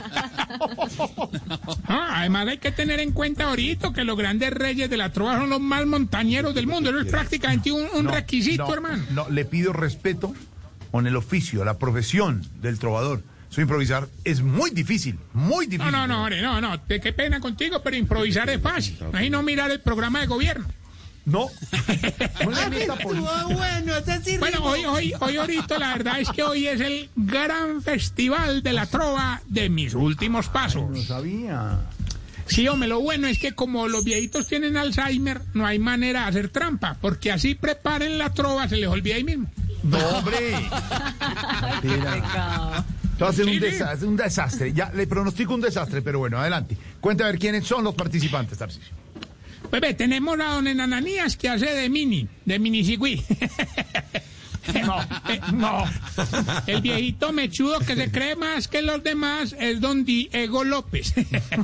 No, además hay que tener en cuenta ahorita que los grandes reyes de la trova son los más montañeros del mundo. Eso es prácticamente un, un No, requisito, no, hermano. No, le pido respeto con el oficio, la profesión del trovador. Su improvisar es muy difícil, muy difícil. No, no, no, hombre, no, no. te- Qué pena contigo, pero improvisar es fácil. Ahí no mirar el programa de gobierno. No. No le Ay, meta estuvo política. bueno, ese sí Bueno, rimó. hoy, hoy, hoy ahorita la verdad es que hoy es el gran festival de la trova de mis últimos pasos. No sabía. Sí, hombre, lo bueno es que como los viejitos tienen Alzheimer, no hay manera de hacer trampa, porque así preparen la trova, se les olvida ahí mismo. No, hombre. ¡Qué pecado! Va a ser un Sí, sí. desastre, un desastre. Ya le pronostico un desastre, pero bueno, adelante. Cuenta a ver quiénes son los participantes, Tarcisio. Pues ve, tenemos a don Enananías que hace de mini, de mini cigüí. No, eh, no. El viejito mechudo que se cree más que los demás es don Diego López.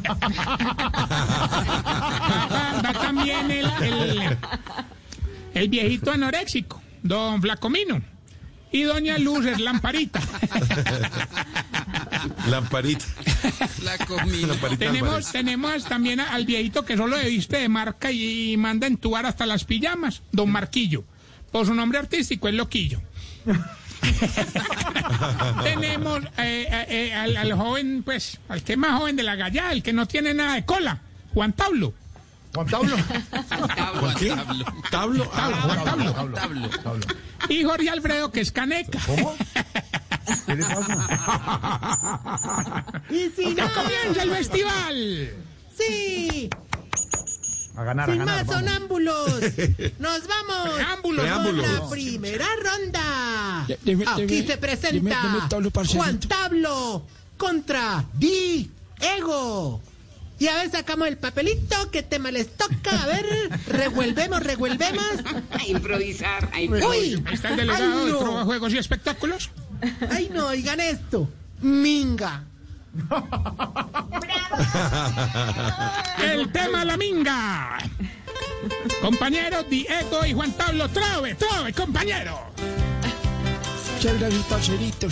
Va, va también el, el, el viejito anoréxico, don Flacomino. Y doña Luz es Lamparita. Lamparita. La comida. Tenemos, tenemos también al viejito que solo se viste de marca y, y manda entubar hasta las pijamas, don Marquillo. Por su nombre artístico es Loquillo. Tenemos eh, eh, eh, al, al joven, pues, al que es más joven de la gallada, el que no tiene nada de cola, Juan Tablo. Juan Tablo. ¿Juan qué? Tablo. Ah, Juan Tablo. Tablo. Tablo. Y Jorge Alfredo, que es Caneca. ¿Cómo? ¿Qué le pasa? Y si ¡Ya no, comienza el festival! sí. A ganar, Sin a ganar. más Vamos. sonámbulos. Nos vamos Preámbulos. con Preámbulos. la primera ronda. De- deme- Aquí deme- se presenta deme- deme Tablo, parcerito. Juan Tablo contra Di Ego. Y a ver, sacamos el papelito. ¿Qué tema les toca? A ver, revuelvemos, revuelvemos. A improvisar, a improvisar. Uy, Está el delegado ay, de no. Trova, Juegos y Espectáculos. Ay, no, oigan esto. Minga. El tema La Minga. Compañeros Diego y Juan Pablo, trove, trove, compañero. Muchas gracias, parceritos.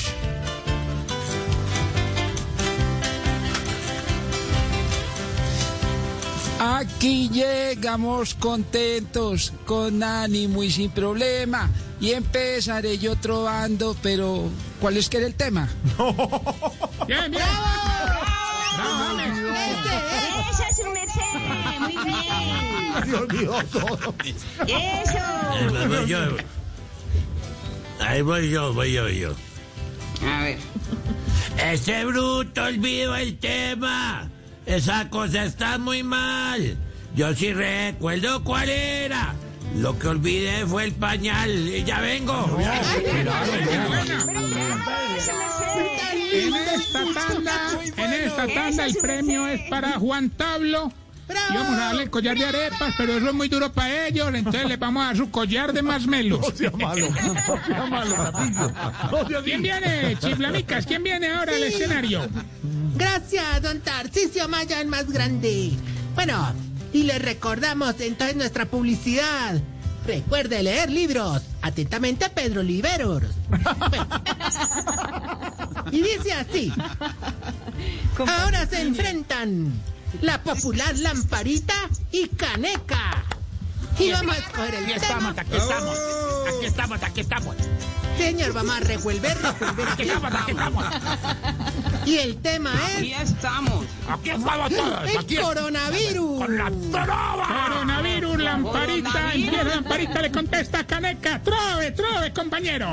Aquí llegamos contentos, con ánimo y sin problema. Y empezaré yo trovando, pero ¿cuál es que era el tema? Bien, bien. Bravo, James. Eso es un merced, muy bien. Se olvidó todo. Eso. Voy yo. Ahí voy yo, voy yo, voy yo. A ver. Ese bruto olvidó el tema. Esa cosa está muy mal. Yo sí recuerdo cuál era. Lo que olvidé fue el pañal. Y ya vengo. En esta tanda, en esta tanda el premio es para Juan Tablo. Y vamos a darle el collar de arepas, pero eso es muy duro para ellos, entonces les vamos a dar su collar de masmelos. No sea malo. No sea malo, Patricio. No sea ¿Quién así. viene, Chiflamicas? ¿Quién viene ahora al escenario? Gracias, don Tarcisio Maya, el más grande. Bueno, y les recordamos entonces nuestra publicidad. Recuerde leer libros. Atentamente, Pedro Oliveros. Bueno. Y dice así. Ahora se enfrentan la popular Lamparita y Caneca. Y vamos a escoger el Aquí tema. estamos, aquí estamos. Aquí estamos, aquí estamos. Señor, vamos a revolver, revolver. Aquí estamos, aquí estamos. Y el tema Aquí es estamos. Aquí estamos todos. el Aquí coronavirus. con la trova. Coronavirus, Lamparita. Coronavirus. Empieza Lamparita, le contesta a Caneca. Trove, trove, compañero.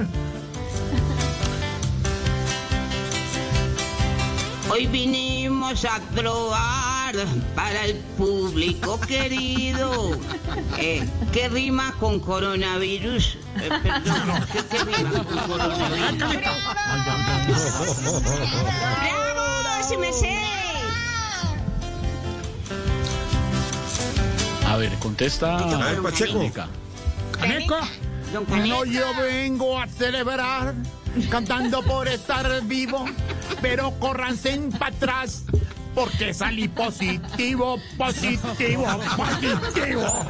Hoy vinimos a trovar para el público querido. Eh, ¿Qué rima con coronavirus? Eh, perdón, ¿qué, qué rima con coronavirus? ¡Bravo, se me sé! A ver, contesta. A ver, Pacheco. Caneca. Caneco. Don Caneca. No, yo vengo a celebrar cantando por estar vivo, pero córranse para atrás porque salí positivo, positivo, positivo.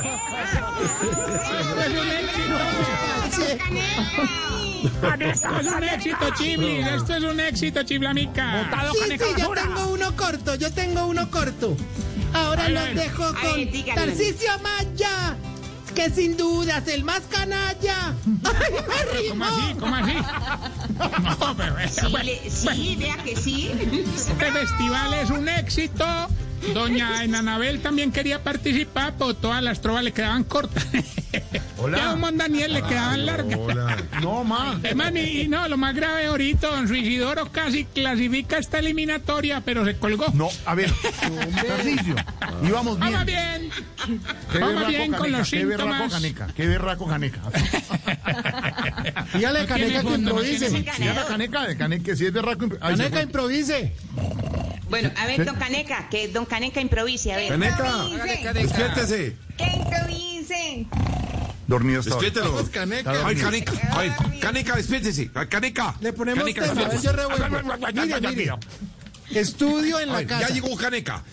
Esto es un éxito, Chiblis. Esto es un éxito, Chiblamica. Sí, sí, yo tengo uno corto, yo tengo uno corto. Ahora Ay, los ay. dejo Ay, con dígame. Tarcisio Maya, que sin duda es el más canalla. ¡Ay, me ¿Cómo rimó! así? ¿Cómo así? No, pero, eh, Sí, bueno, le- sí, vea que sí. este festival es un éxito. Doña Enanabel también quería participar, pero todas las trovas le quedaban cortas. Hola. Ya a don Daniel le quedaban largas. No, ma. Hermano, y, y no, lo más grave ahorita, don Suicidoro casi clasifica esta eliminatoria, pero se colgó. No, a ver, Tarcisio, íbamos bien. Vamos bien. Qué Vamos berraco bien con Caneca, los qué berraco síntomas. Caneca, qué berraco Caneca. Dígale a No tiene Caneca que fondo, no improvise. tiene Si era Caneca, de Caneca, si es berraco. impro- Ay, se Caneca, fue. improvise. Bueno, a ver, don Caneca, que don Caneca improvise, a ver. Caneca, despiértese. Que improvise. Dormido estaba. Despiértelo. Caneca. Ay, Caneca. Ay, Caneca, despiértese. Ay, Caneca. Le ponemos Caneca, tema, a ver, despiértese. yo revuelvo. Mire, mire. Estudio en la Ay, casa. ya llegó Caneca.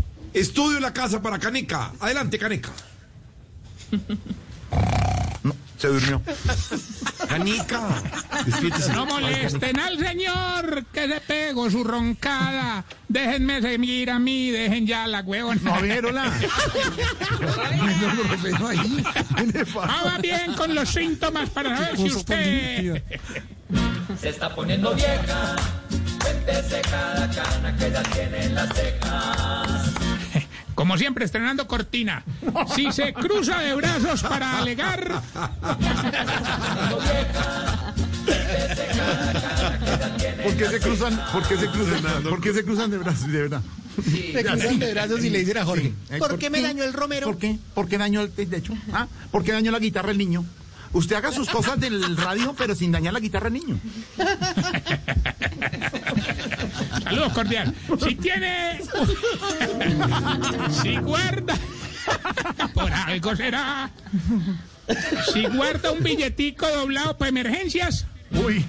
Estudio en la casa para Caneca. Adelante, Caneca. Se durmió. Canica. No molesten al señor que se pegó su roncada. Déjenme seguir a mí, dejen ya la huevona. No, viéronla. Ah, va bien con los síntomas para saber si usted se está poniendo vieja. Cuéntese cada cana que ya tiene en las cejas. Como siempre, estrenando cortina. Si se cruza de brazos para alegar. ¿Por qué se cruzan? ¿Por qué se cruzan? ¿Por qué se cruzan de brazos, de verdad? Se cruzan de brazos y le dicen a Jorge. Sí. ¿Por qué me dañó el romero? ¿Por qué? ¿Por qué dañó el techo? ¿Ah? ¿Por qué dañó la guitarra el niño? Usted haga sus cosas del radio, pero sin dañar la guitarra al niño. Saludos cordial. Si tiene... Si guarda... Por algo será. Si guarda un billetico doblado para emergencias... Uy.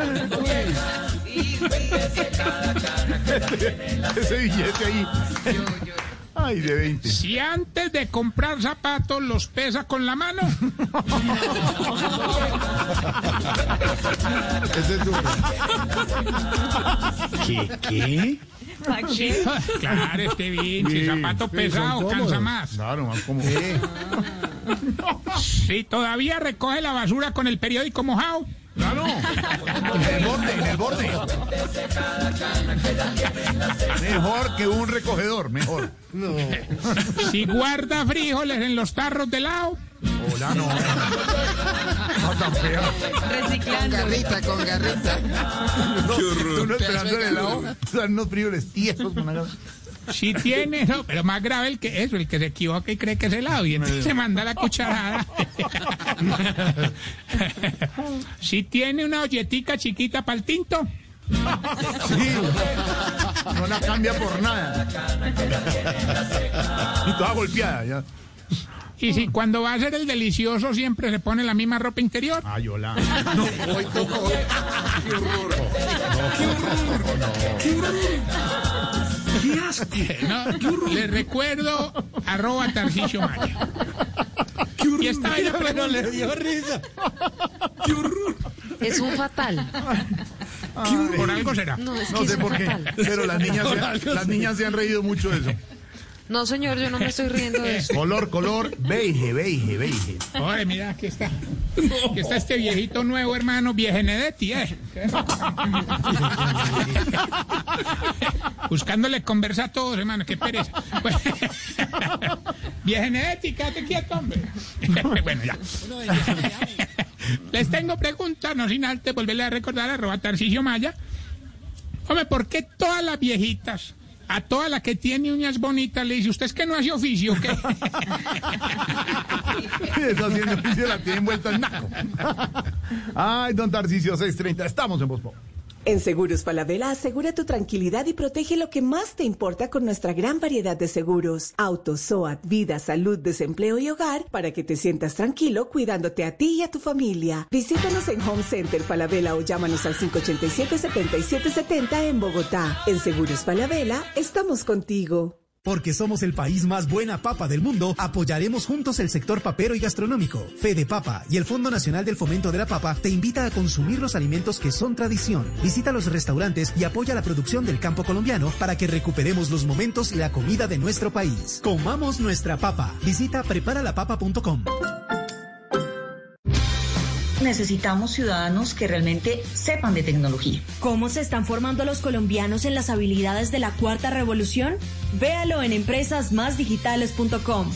Ese billete ahí. Ay, de veinte. Si antes de comprar zapatos los pesa con la mano. Ese es duro. ¿Qué? ¿Qué? Sí, claro, este bien, si zapato pesado cansa más. Claro, más cómodo. Si todavía recoge la basura con el periódico mojado. Claro, en el borde, en el borde. Mejor que un recogedor, mejor. No. Si guarda frijoles en los tarros de lado. Hola, no. No tan fea. Reciclando. Con garrita, con garrita. No, tú no esperando el helado, son unos frijoles tiesos con una... Si tiene, no, pero más grave el que eso, el que se equivoca y cree que es helado y entonces se manda la cucharada. Si tiene una olletica chiquita para el tinto. Sí, no la cambia por nada. Y toda golpeada ya. Y si cuando va a hacer el delicioso siempre se pone la misma ropa interior. Ay, hola. No, hoy tocó. Qué horror. Qué horror. Qué horror. ¡Qué asco! No, les recuerdo arroba Tarcisio Maya. ¡Qué horror! Y esta vez pero le dio risa. ¡Qué horror! Es un fatal. Ay, por algo será. No, es No que sé es por qué, fatal. pero las niñas, se, las niñas se han reído mucho de eso. No, señor, yo no me estoy riendo de eso. Color, color, beige, beige, beige. Oye, mira, aquí está. Aquí está este viejito nuevo, hermano, Viejenedetti, ¿eh? Buscándole conversa a todos, hermano, qué pereza. Viejenedetti, quédate quieto, hombre. Bueno, ya. Les tengo preguntas, no sin antes volverle a recordar, arroba Tarcisio Maya. Hombre, ¿por qué todas las viejitas, a toda la que tiene uñas bonitas, le dice, ¿usted es que no hace oficio o qué? Está haciendo oficio, la tiene envuelta en naco. Ay, don Tarcisio, seis treinta, estamos en Voz Populi. En Seguros Falabella asegura tu tranquilidad y protege lo que más te importa con nuestra gran variedad de seguros. Auto, SOAT, vida, salud, desempleo y hogar para que te sientas tranquilo cuidándote a ti y a tu familia. Visítanos en Home Center Falabella o llámanos al cinco ocho siete, siete siete siete cero en Bogotá. En Seguros Falabella estamos contigo. Porque somos el país más buena papa del mundo, apoyaremos juntos el sector papero y gastronómico. Fede Papa y el Fondo Nacional del Fomento de la Papa te invita a consumir los alimentos que son tradición. Visita los restaurantes y apoya la producción del campo colombiano para que recuperemos los momentos y la comida de nuestro país. Comamos nuestra papa. Visita prepara la papa punto com. Necesitamos ciudadanos que realmente sepan de tecnología. ¿Cómo se están formando los colombianos en las habilidades de la cuarta revolución? Véalo en empresas más digitales punto com.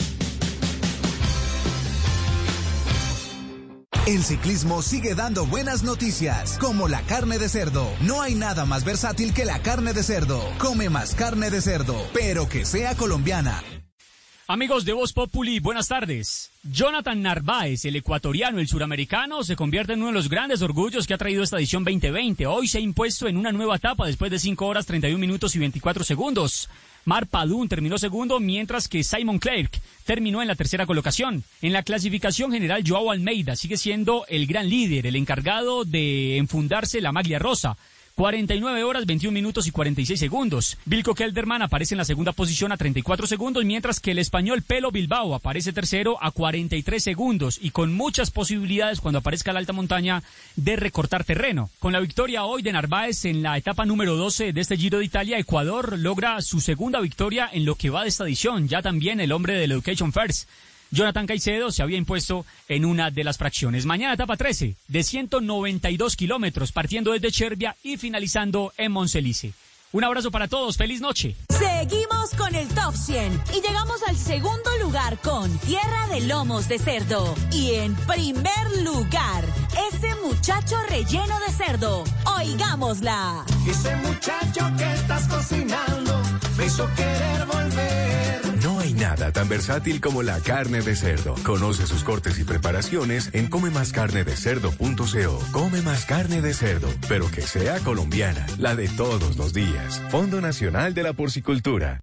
El ciclismo sigue dando buenas noticias, como la carne de cerdo. No hay nada más versátil que la carne de cerdo. Come más carne de cerdo, pero que sea colombiana. Amigos de Voz Populi, buenas tardes. Jonathan Narváez, el ecuatoriano, el suramericano, se convierte en uno de los grandes orgullos que ha traído esta edición veinte veinte. Hoy se ha impuesto en una nueva etapa después de cinco horas, treinta y un minutos y veinticuatro segundos. Mar Padún terminó segundo, mientras que Simon Clerc terminó en la tercera colocación. En la clasificación general, Joao Almeida sigue siendo el gran líder, el encargado de enfundarse la maglia rosa. cuarenta y nueve horas, veintiún minutos y cuarenta y seis segundos. Vilko Kelderman aparece en la segunda posición a treinta y cuatro segundos, mientras que el español Pelo Bilbao aparece tercero a cuarenta y tres segundos y con muchas posibilidades cuando aparezca la alta montaña de recortar terreno. Con la victoria hoy de Narváez en la etapa número doce de este Giro de Italia, Ecuador logra su segunda victoria en lo que va de esta edición. Ya también el hombre del Education First, Jonathan Caicedo, se había impuesto en una de las fracciones. Mañana etapa trece de ciento noventa y dos kilómetros, partiendo desde Chervia y finalizando en Monselice. Un abrazo para todos, feliz noche. Seguimos con el Top cien y llegamos al segundo lugar con Tierra de Lomos de Cerdo. Y en primer lugar, ese muchacho relleno de cerdo. Oigámosla. Ese muchacho que estás cocinando me hizo querer volver. No hay nada tan versátil como la carne de cerdo. Conoce sus cortes y preparaciones en come más carne de cerdo punto co. Come más carne de cerdo, pero que sea colombiana, la de todos los días. Fondo Nacional de la Porcicultura.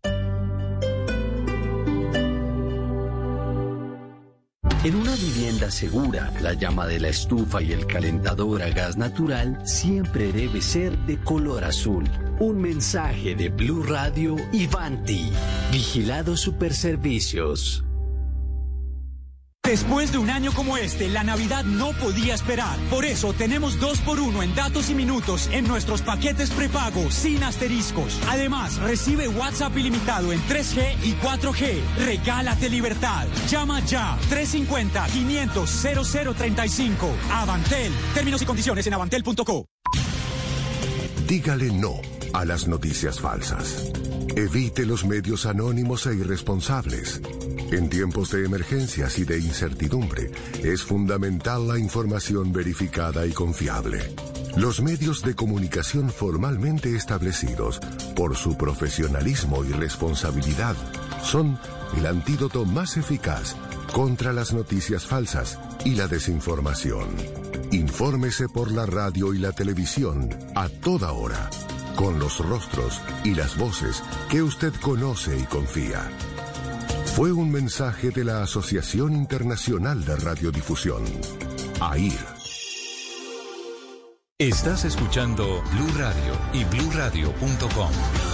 En una vivienda segura, la llama de la estufa y el calentador a gas natural siempre debe ser de color azul. Un mensaje de Blue Radio y Vanti. Vigilados Superservicios. Después de un año como este, la Navidad no podía esperar. Por eso tenemos dos por uno en datos y minutos en nuestros paquetes prepago sin asteriscos. Además, recibe WhatsApp ilimitado en tres G y cuatro G. Regálate libertad. Llama ya tres cinco cero, quinientos, cero cero treinta y cinco. Avantel. Términos y condiciones en avantel punto co. Dígale no a las noticias falsas. Evite los medios anónimos e irresponsables. En tiempos de emergencias y de incertidumbre, es fundamental la información verificada y confiable. Los medios de comunicación formalmente establecidos, por su profesionalismo y responsabilidad, son el antídoto más eficaz contra las noticias falsas y la desinformación. Infórmese por la radio y la televisión a toda hora, con los rostros y las voces que usted conoce y confía. Fue un mensaje de la Asociación Internacional de Radiodifusión, A I R. Estás escuchando Blue Radio y blue radio punto com.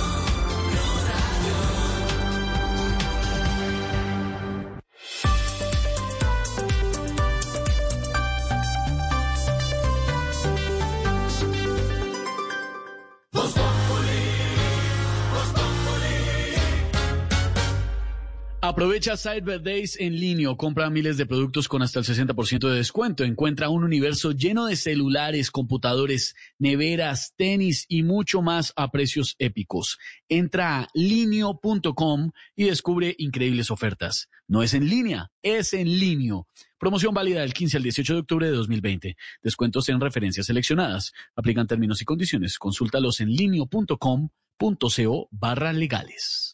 Aprovecha Cyber Days en línea, compra miles de productos con hasta el sesenta por ciento de descuento. Encuentra un universo lleno de celulares, computadores, neveras, tenis y mucho más a precios épicos. Entra a linio punto com y descubre increíbles ofertas. No es en línea, es en línea. Promoción válida del quince al dieciocho de octubre de dos mil veinte. Descuentos en referencias seleccionadas. Aplican términos y condiciones. Consúltalos en linio punto com punto co barra legales.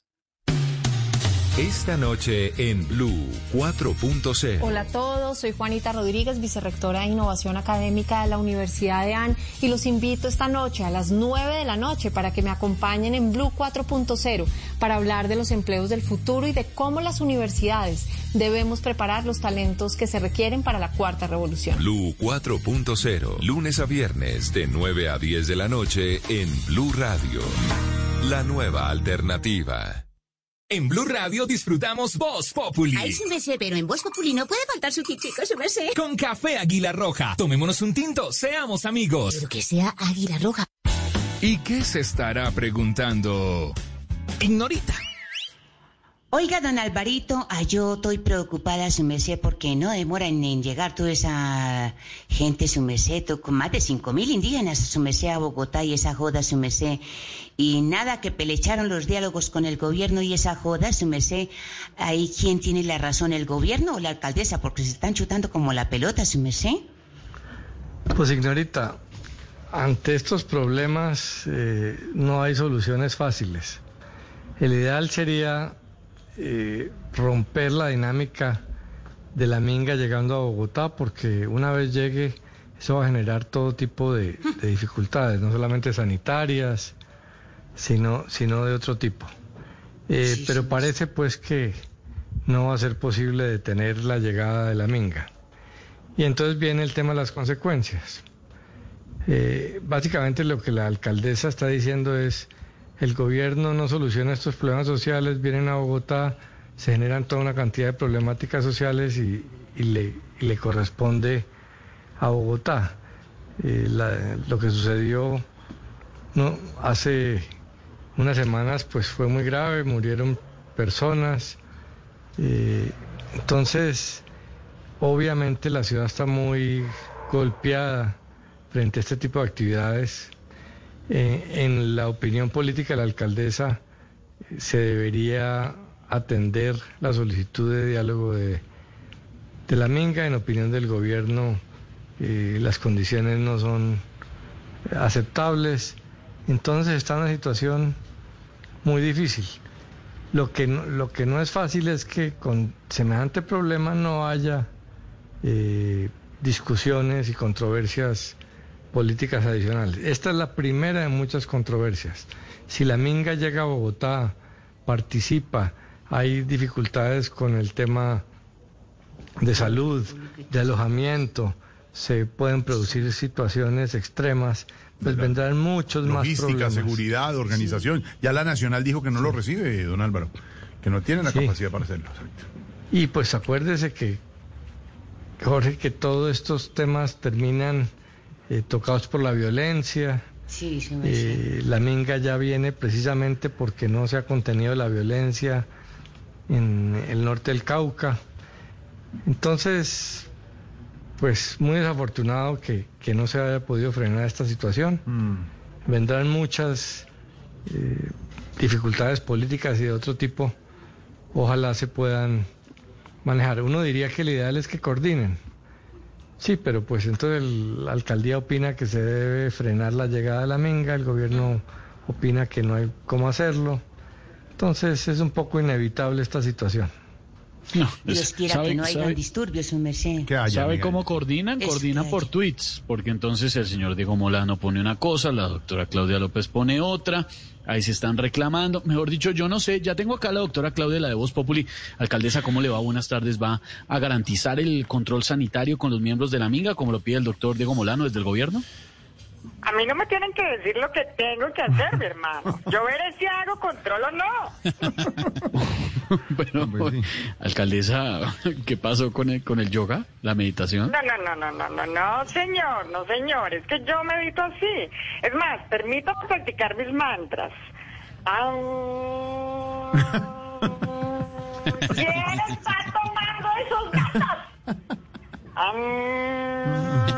Esta noche en Blue cuatro punto cero. Hola a todos, soy Juanita Rodríguez, vicerrectora de Innovación Académica de la Universidad de A N, y los invito esta noche a las nueve de la noche para que me acompañen en Blue cuatro punto cero para hablar de los empleos del futuro y de cómo las universidades debemos preparar los talentos que se requieren para la cuarta revolución. Blue cuatro punto cero, lunes a viernes de nueve a diez de la noche en Blue Radio. La nueva alternativa. En Blue Radio disfrutamos Voz Populi. Ay, su merced, pero en Voz Populi no puede faltar su tintico, su merced. Con café Águila Roja. Tomémonos un tinto, seamos amigos. Pero que sea Águila Roja. ¿Y qué se estará preguntando Ignorita? Oiga, don Alvarito, ah, yo estoy preocupada, su merced, porque no demoran en llegar toda esa gente, su merced, con más de cinco mil indígenas, su merced, a Bogotá, y esa joda, su merced. Y nada, que pelecharon los diálogos con el gobierno y esa joda, su merced. Ahí, ¿quién tiene la razón, el gobierno o la alcaldesa? Porque se están chutando como la pelota, su merced. Pues, Ignorita, ante estos problemas eh, no hay soluciones fáciles. El ideal sería Eh, romper la dinámica de la minga llegando a Bogotá, porque una vez llegue eso va a generar todo tipo de, de dificultades, no solamente sanitarias, sino, sino de otro tipo. Eh, sí, pero sí, parece pues que no va a ser posible detener la llegada de la minga. Y entonces viene el tema de las consecuencias. Eh, básicamente lo que la alcaldesa está diciendo es, el gobierno no soluciona estos problemas sociales, vienen a Bogotá, se generan toda una cantidad de problemáticas sociales y, y, le, y le corresponde a Bogotá. Eh, la, lo que sucedió no hace unas semanas pues fue muy grave, murieron personas, eh, entonces obviamente la ciudad está muy golpeada frente a este tipo de actividades. Eh, en la opinión política de la alcaldesa eh, se debería atender la solicitud de diálogo de, de la Minga. En opinión del gobierno eh, las condiciones no son aceptables, entonces está en una situación muy difícil. Lo que no, lo que no es fácil es que con semejante problema no haya eh, discusiones y controversias políticas adicionales. Esta es la primera de muchas controversias. Si la Minga llega a Bogotá, participa, hay dificultades con el tema de salud, de alojamiento, se pueden producir situaciones extremas, pues vendrán muchos más problemas. Logística, seguridad, organización. Ya la Nacional dijo que no lo recibe, don Álvaro, que no tiene la sí. capacidad para hacerlo. Y pues acuérdese que, Jorge, que todos estos temas terminan eh, tocados por la violencia. Sí, sí, eh, la Minga ya viene precisamente porque no se ha contenido la violencia en el norte del Cauca. Entonces, pues muy desafortunado que, que no se haya podido frenar esta situación. Mm. Vendrán muchas eh, dificultades políticas y de otro tipo. Ojalá se puedan manejar. Uno diría que lo ideal es que coordinen. Sí, pero pues entonces el, la alcaldía opina que se debe frenar la llegada de la Minga, el gobierno opina que no hay cómo hacerlo. Entonces es un poco inevitable esta situación. No, Dios quiera sabe, que no hayan disturbios, su merced. ¿Sabe amiga? Cómo coordinan? Es Coordina por tweets, porque entonces el señor Diego Molano pone una cosa, la doctora Claudia López pone otra, ahí se están reclamando. Mejor dicho, yo no sé, ya tengo acá a la doctora Claudia, la de Voz Populi. Alcaldesa, ¿cómo le va? Buenas tardes. ¿Va a garantizar el control sanitario con los miembros de la Minga, como lo pide el doctor Diego Molano desde el gobierno? A mí no me tienen que decir lo que tengo que hacer, mi hermano. Yo veré si hago control o no. Bueno, pues sí. Alcaldesa, ¿qué pasó con el, con el yoga, la meditación? No, no, no, no, no, no, no, señor, no, señor. Es que yo medito así. Es más, permítame practicar mis mantras. Ah, ¿quién está tomando esos gatos? Ah,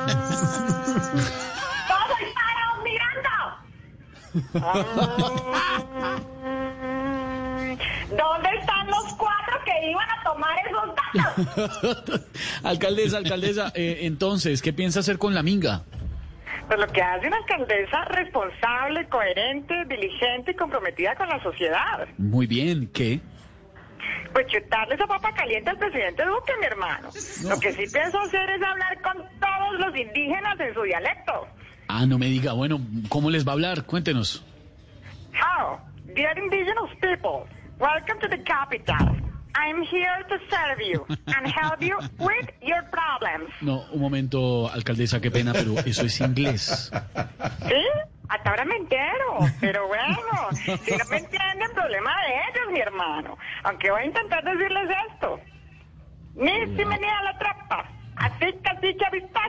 ¿dónde están los cuatro que iban a tomar esos datos? Alcaldesa, alcaldesa, eh, entonces, ¿qué piensa hacer con la Minga? Pues lo que hace una alcaldesa responsable, coherente, diligente y comprometida con la sociedad. Muy bien, ¿qué? Pues chutarle esa papa caliente al presidente Duque, mi hermano. No. Lo que sí pienso hacer es hablar con todos los indígenas en su dialecto. Ah, no me diga. Bueno, ¿cómo les va a hablar? Cuéntenos. How? Dear indigenous people, welcome to the capital. I'm here to serve you and help you with your problems. No, un momento, alcaldesa, qué pena, pero eso es inglés. ¿Sí? Hasta ahora me entero, pero bueno, si no me entienden, problema de ellos, mi hermano. Aunque voy a intentar decirles esto. Ni si me niega la trampa, así casi chavistas.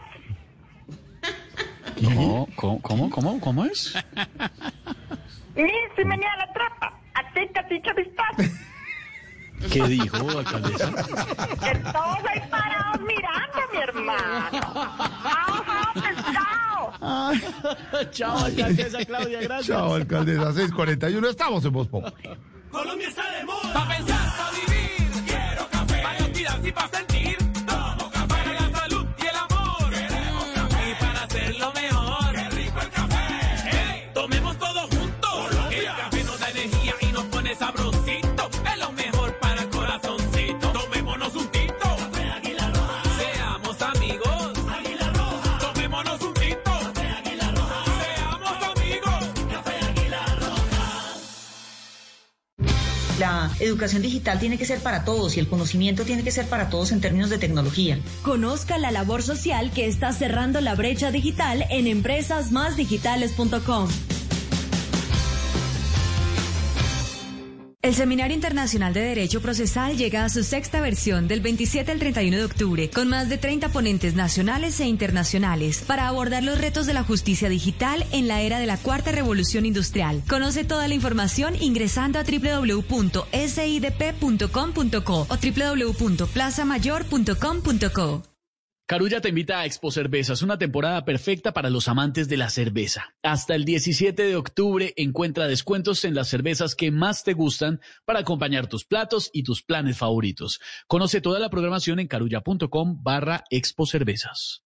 ¿Cómo? ¿Cómo? ¿Cómo? ¿Cómo? ¿Cómo es? Ni si me niega la trampa, así casi chavistas. ¿Qué dijo, alcaldesa? Que todos ahí parados mirando, mi hermano. ¡Ajá, pescado! Chao, alcaldesa Claudia, gracias. Chao, alcaldesa, seis cuarenta y uno, estamos en Voz Populi. Colombia está de moda. Pa' pensar, pa' vivir. Quiero café. Para olvidarse y pa' sentir. Tomo café. Para la salud y el amor. Queremos café. Y para hacerlo mejor. Qué rico el café. Hey, tomemos todos juntos. Colombia. El café nos da energía y nos pone sabrosito. Es lo mejor para el corazoncito. Tomémonos un tinto. Café Águila Roja. Seamos amigos. Águila Roja. Tomémonos un tinto. Café Águila Roja. Seamos amigos. Café Águila Roja. La educación digital tiene que ser para todos y el conocimiento tiene que ser para todos en términos de tecnología. Conozca la labor social que está cerrando la brecha digital en empresas más digitales punto com. El Seminario Internacional de Derecho Procesal llega a su sexta versión del veintisiete al treinta y uno de octubre, con más de treinta ponentes nacionales e internacionales para abordar los retos de la justicia digital en la era de la cuarta revolución industrial. Conoce toda la información ingresando a doble u doble u doble u punto s i d p punto com punto co o doble u doble u doble u punto plaza mayor punto com punto co. Carulla te invita a Expo Cervezas, una temporada perfecta para los amantes de la cerveza. Hasta el diecisiete de octubre encuentra descuentos en las cervezas que más te gustan para acompañar tus platos y tus planes favoritos. Conoce toda la programación en carulla.com barra Expo Cervezas.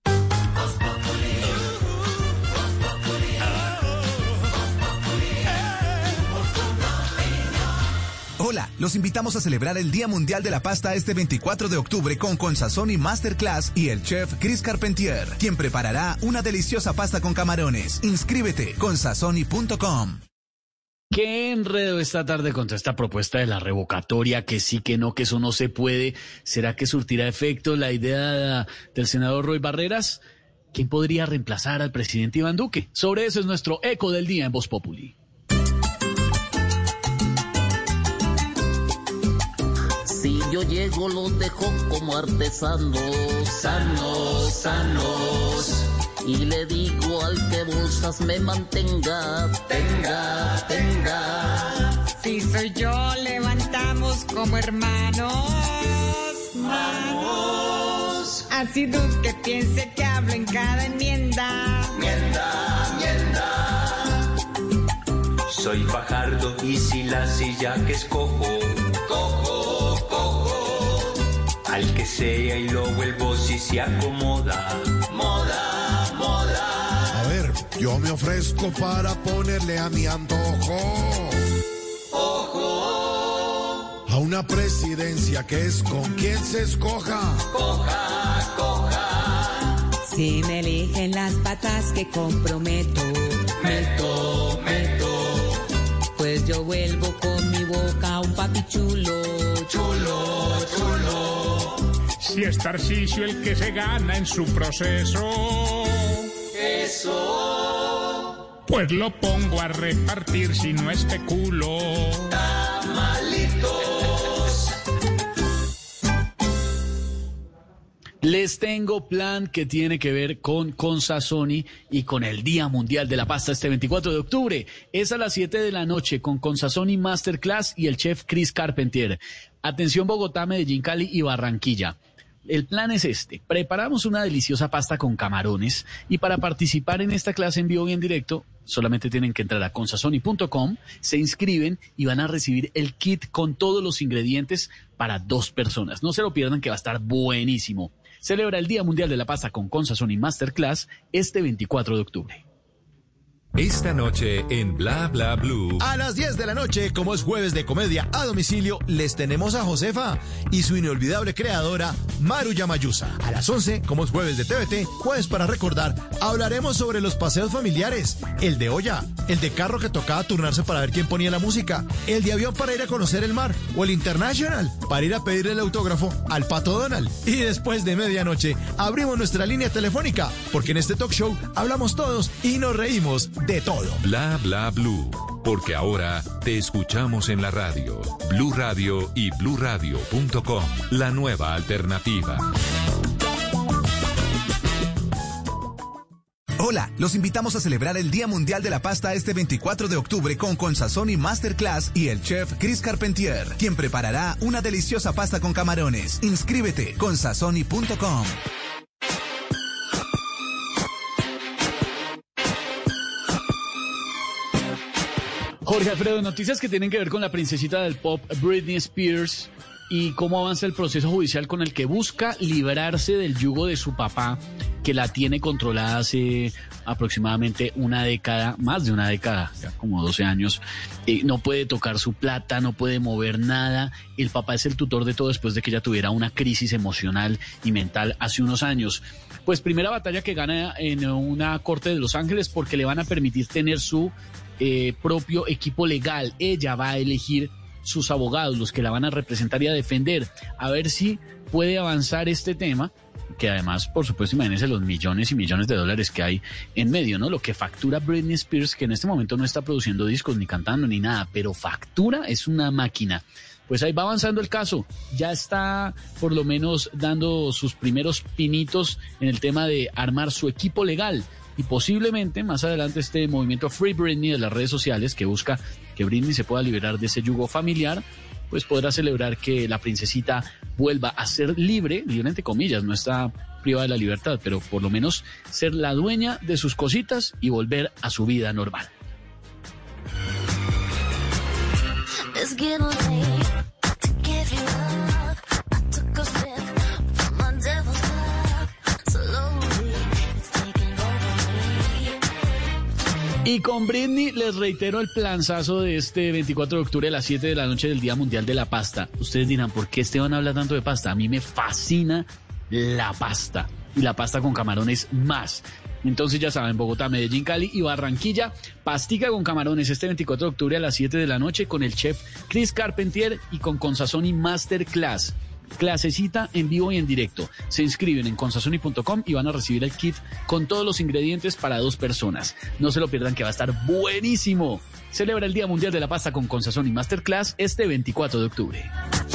Hola, los invitamos a celebrar el Día Mundial de la Pasta este veinticuatro de octubre con Consazón y Masterclass y el chef Chris Carpentier, quien preparará una deliciosa pasta con camarones. Inscríbete con sazoni punto com. ¿Qué enredo esta tarde contra esta propuesta de la revocatoria? Que sí, que no, que eso no se puede. ¿Será que surtirá efecto la idea del senador Roy Barreras? ¿Quién podría reemplazar al presidente Iván Duque? Sobre eso es nuestro eco del día en Voz Populi. Si yo llego los dejo como artesanos, sanos, sanos. Y le digo al que bolsas me mantenga, tenga, tenga. Si soy yo levantamos como hermanos, manos. Así Duque piense que hablo en cada enmienda, Mienda, mienda. Soy Fajardo y si la silla que escojo, cojo, cojo. Al que sea y lo vuelvo si se acomoda, moda, moda. A ver, yo me ofrezco para ponerle a mi antojo, ojo, a una presidencia que es con quien se escoja, coja, coja. Si me eligen las patas que comprometo, meto, meto. Pues yo vuelvo con mi boca un papi chulo, chulo, chulo. Si es Tarcisio el que se gana en su proceso, eso, pues lo pongo a repartir si no especulo. Tamalitos. Les tengo plan que tiene que ver con Consazón y con el Día Mundial de la Pasta este veinticuatro de octubre. Es a las siete de la noche con Consazón y Masterclass y el chef Chris Carpentier. Atención Bogotá, Medellín, Cali y Barranquilla. El plan es este: preparamos una deliciosa pasta con camarones y para participar en esta clase en vivo y en directo solamente tienen que entrar a consazoni punto com, se inscriben y van a recibir el kit con todos los ingredientes para dos personas. No se lo pierdan, que va a estar buenísimo. Celebra el Día Mundial de la Pasta con Consazón y Masterclass este veinticuatro de octubre. Esta noche en Bla Bla Blue. A las diez de la noche, como es jueves de comedia a domicilio, les tenemos a Josefa y su inolvidable creadora, Maru Yamayusa. A las once, como es jueves de T V T, jueves para recordar, hablaremos sobre los paseos familiares, el de olla, el de carro que tocaba turnarse para ver quién ponía la música, el de avión para ir a conocer el mar, o el International para ir a pedirle el autógrafo al Pato Donald. Y después de medianoche, abrimos nuestra línea telefónica, porque en este talk show hablamos todos y nos reímos de todo. Bla Bla Blue, porque ahora te escuchamos en la radio. Blue Radio y blue radio punto com, la nueva alternativa. Hola, los invitamos a celebrar el Día Mundial de la Pasta este veinticuatro de octubre con Consazón y Masterclass y el chef Chris Carpentier, quien preparará una deliciosa pasta con camarones. Inscríbete con sazoni punto com. Jorge Alfredo, noticias que tienen que ver con la princesita del pop Britney Spears y cómo avanza el proceso judicial con el que busca librarse del yugo de su papá, que la tiene controlada hace aproximadamente una década, más de una década, ya como doce años. Eh, no puede tocar su plata, no puede mover nada. El papá es el tutor de todo después de que ella tuviera una crisis emocional y mental hace unos años. Pues primera batalla que gana en una corte de Los Ángeles porque le van a permitir tener su Eh, propio equipo legal. Ella va a elegir sus abogados, los que la van a representar y a defender, a ver si puede avanzar este tema, que además, por supuesto, imagínense los millones y millones de dólares que hay en medio, ¿no? Lo que factura Britney Spears, que en este momento no está produciendo discos, ni cantando, ni nada, pero factura, es una máquina. Pues ahí va avanzando el caso, ya está por lo menos dando sus primeros pinitos en el tema de armar su equipo legal. Y posiblemente más adelante este movimiento Free Britney de las redes sociales, que busca que Britney se pueda liberar de ese yugo familiar, pues podrá celebrar que la princesita vuelva a ser libre, libre entre comillas, no está privada de la libertad, pero por lo menos ser la dueña de sus cositas y volver a su vida normal. Y con Britney les reitero el planzazo de este veinticuatro de octubre a las siete de la noche del Día Mundial de la Pasta. Ustedes dirán, ¿por qué Esteban habla tanto de pasta? A mí me fascina la pasta, y la pasta con camarones más. Entonces ya saben, Bogotá, Medellín, Cali y Barranquilla, pastica con camarones este veinticuatro de octubre a las siete de la noche con el chef Chris Carpentier y con Consazoni Masterclass. Clasecita en vivo y en directo. Se inscriben en consazoni punto com y van a recibir el kit con todos los ingredientes para dos personas. No se lo pierdan, que va a estar buenísimo. Celebra el Día Mundial de la Pasta con Consazoni Masterclass este veinticuatro de octubre.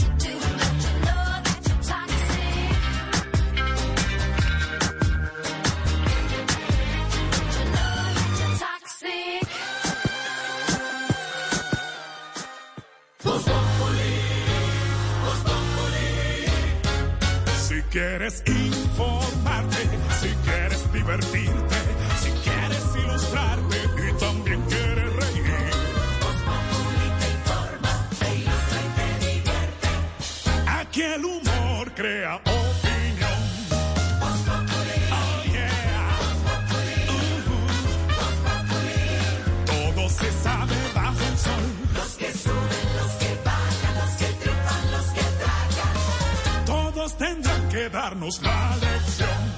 Si quieres informarte, si quieres divertirte, si quieres ilustrarte y también quieres reír. Voz Populi te informa, te ilustra y te divierte. Aquí el humor crea opinión. Voz Populi, oh yeah. Voz Populi, uh-huh. Voz Populi. Todo se sabe bajo el sol. Los que suben, los que bajan, los que triunfan, los que tragan. Todos tendrán que darnos la lección.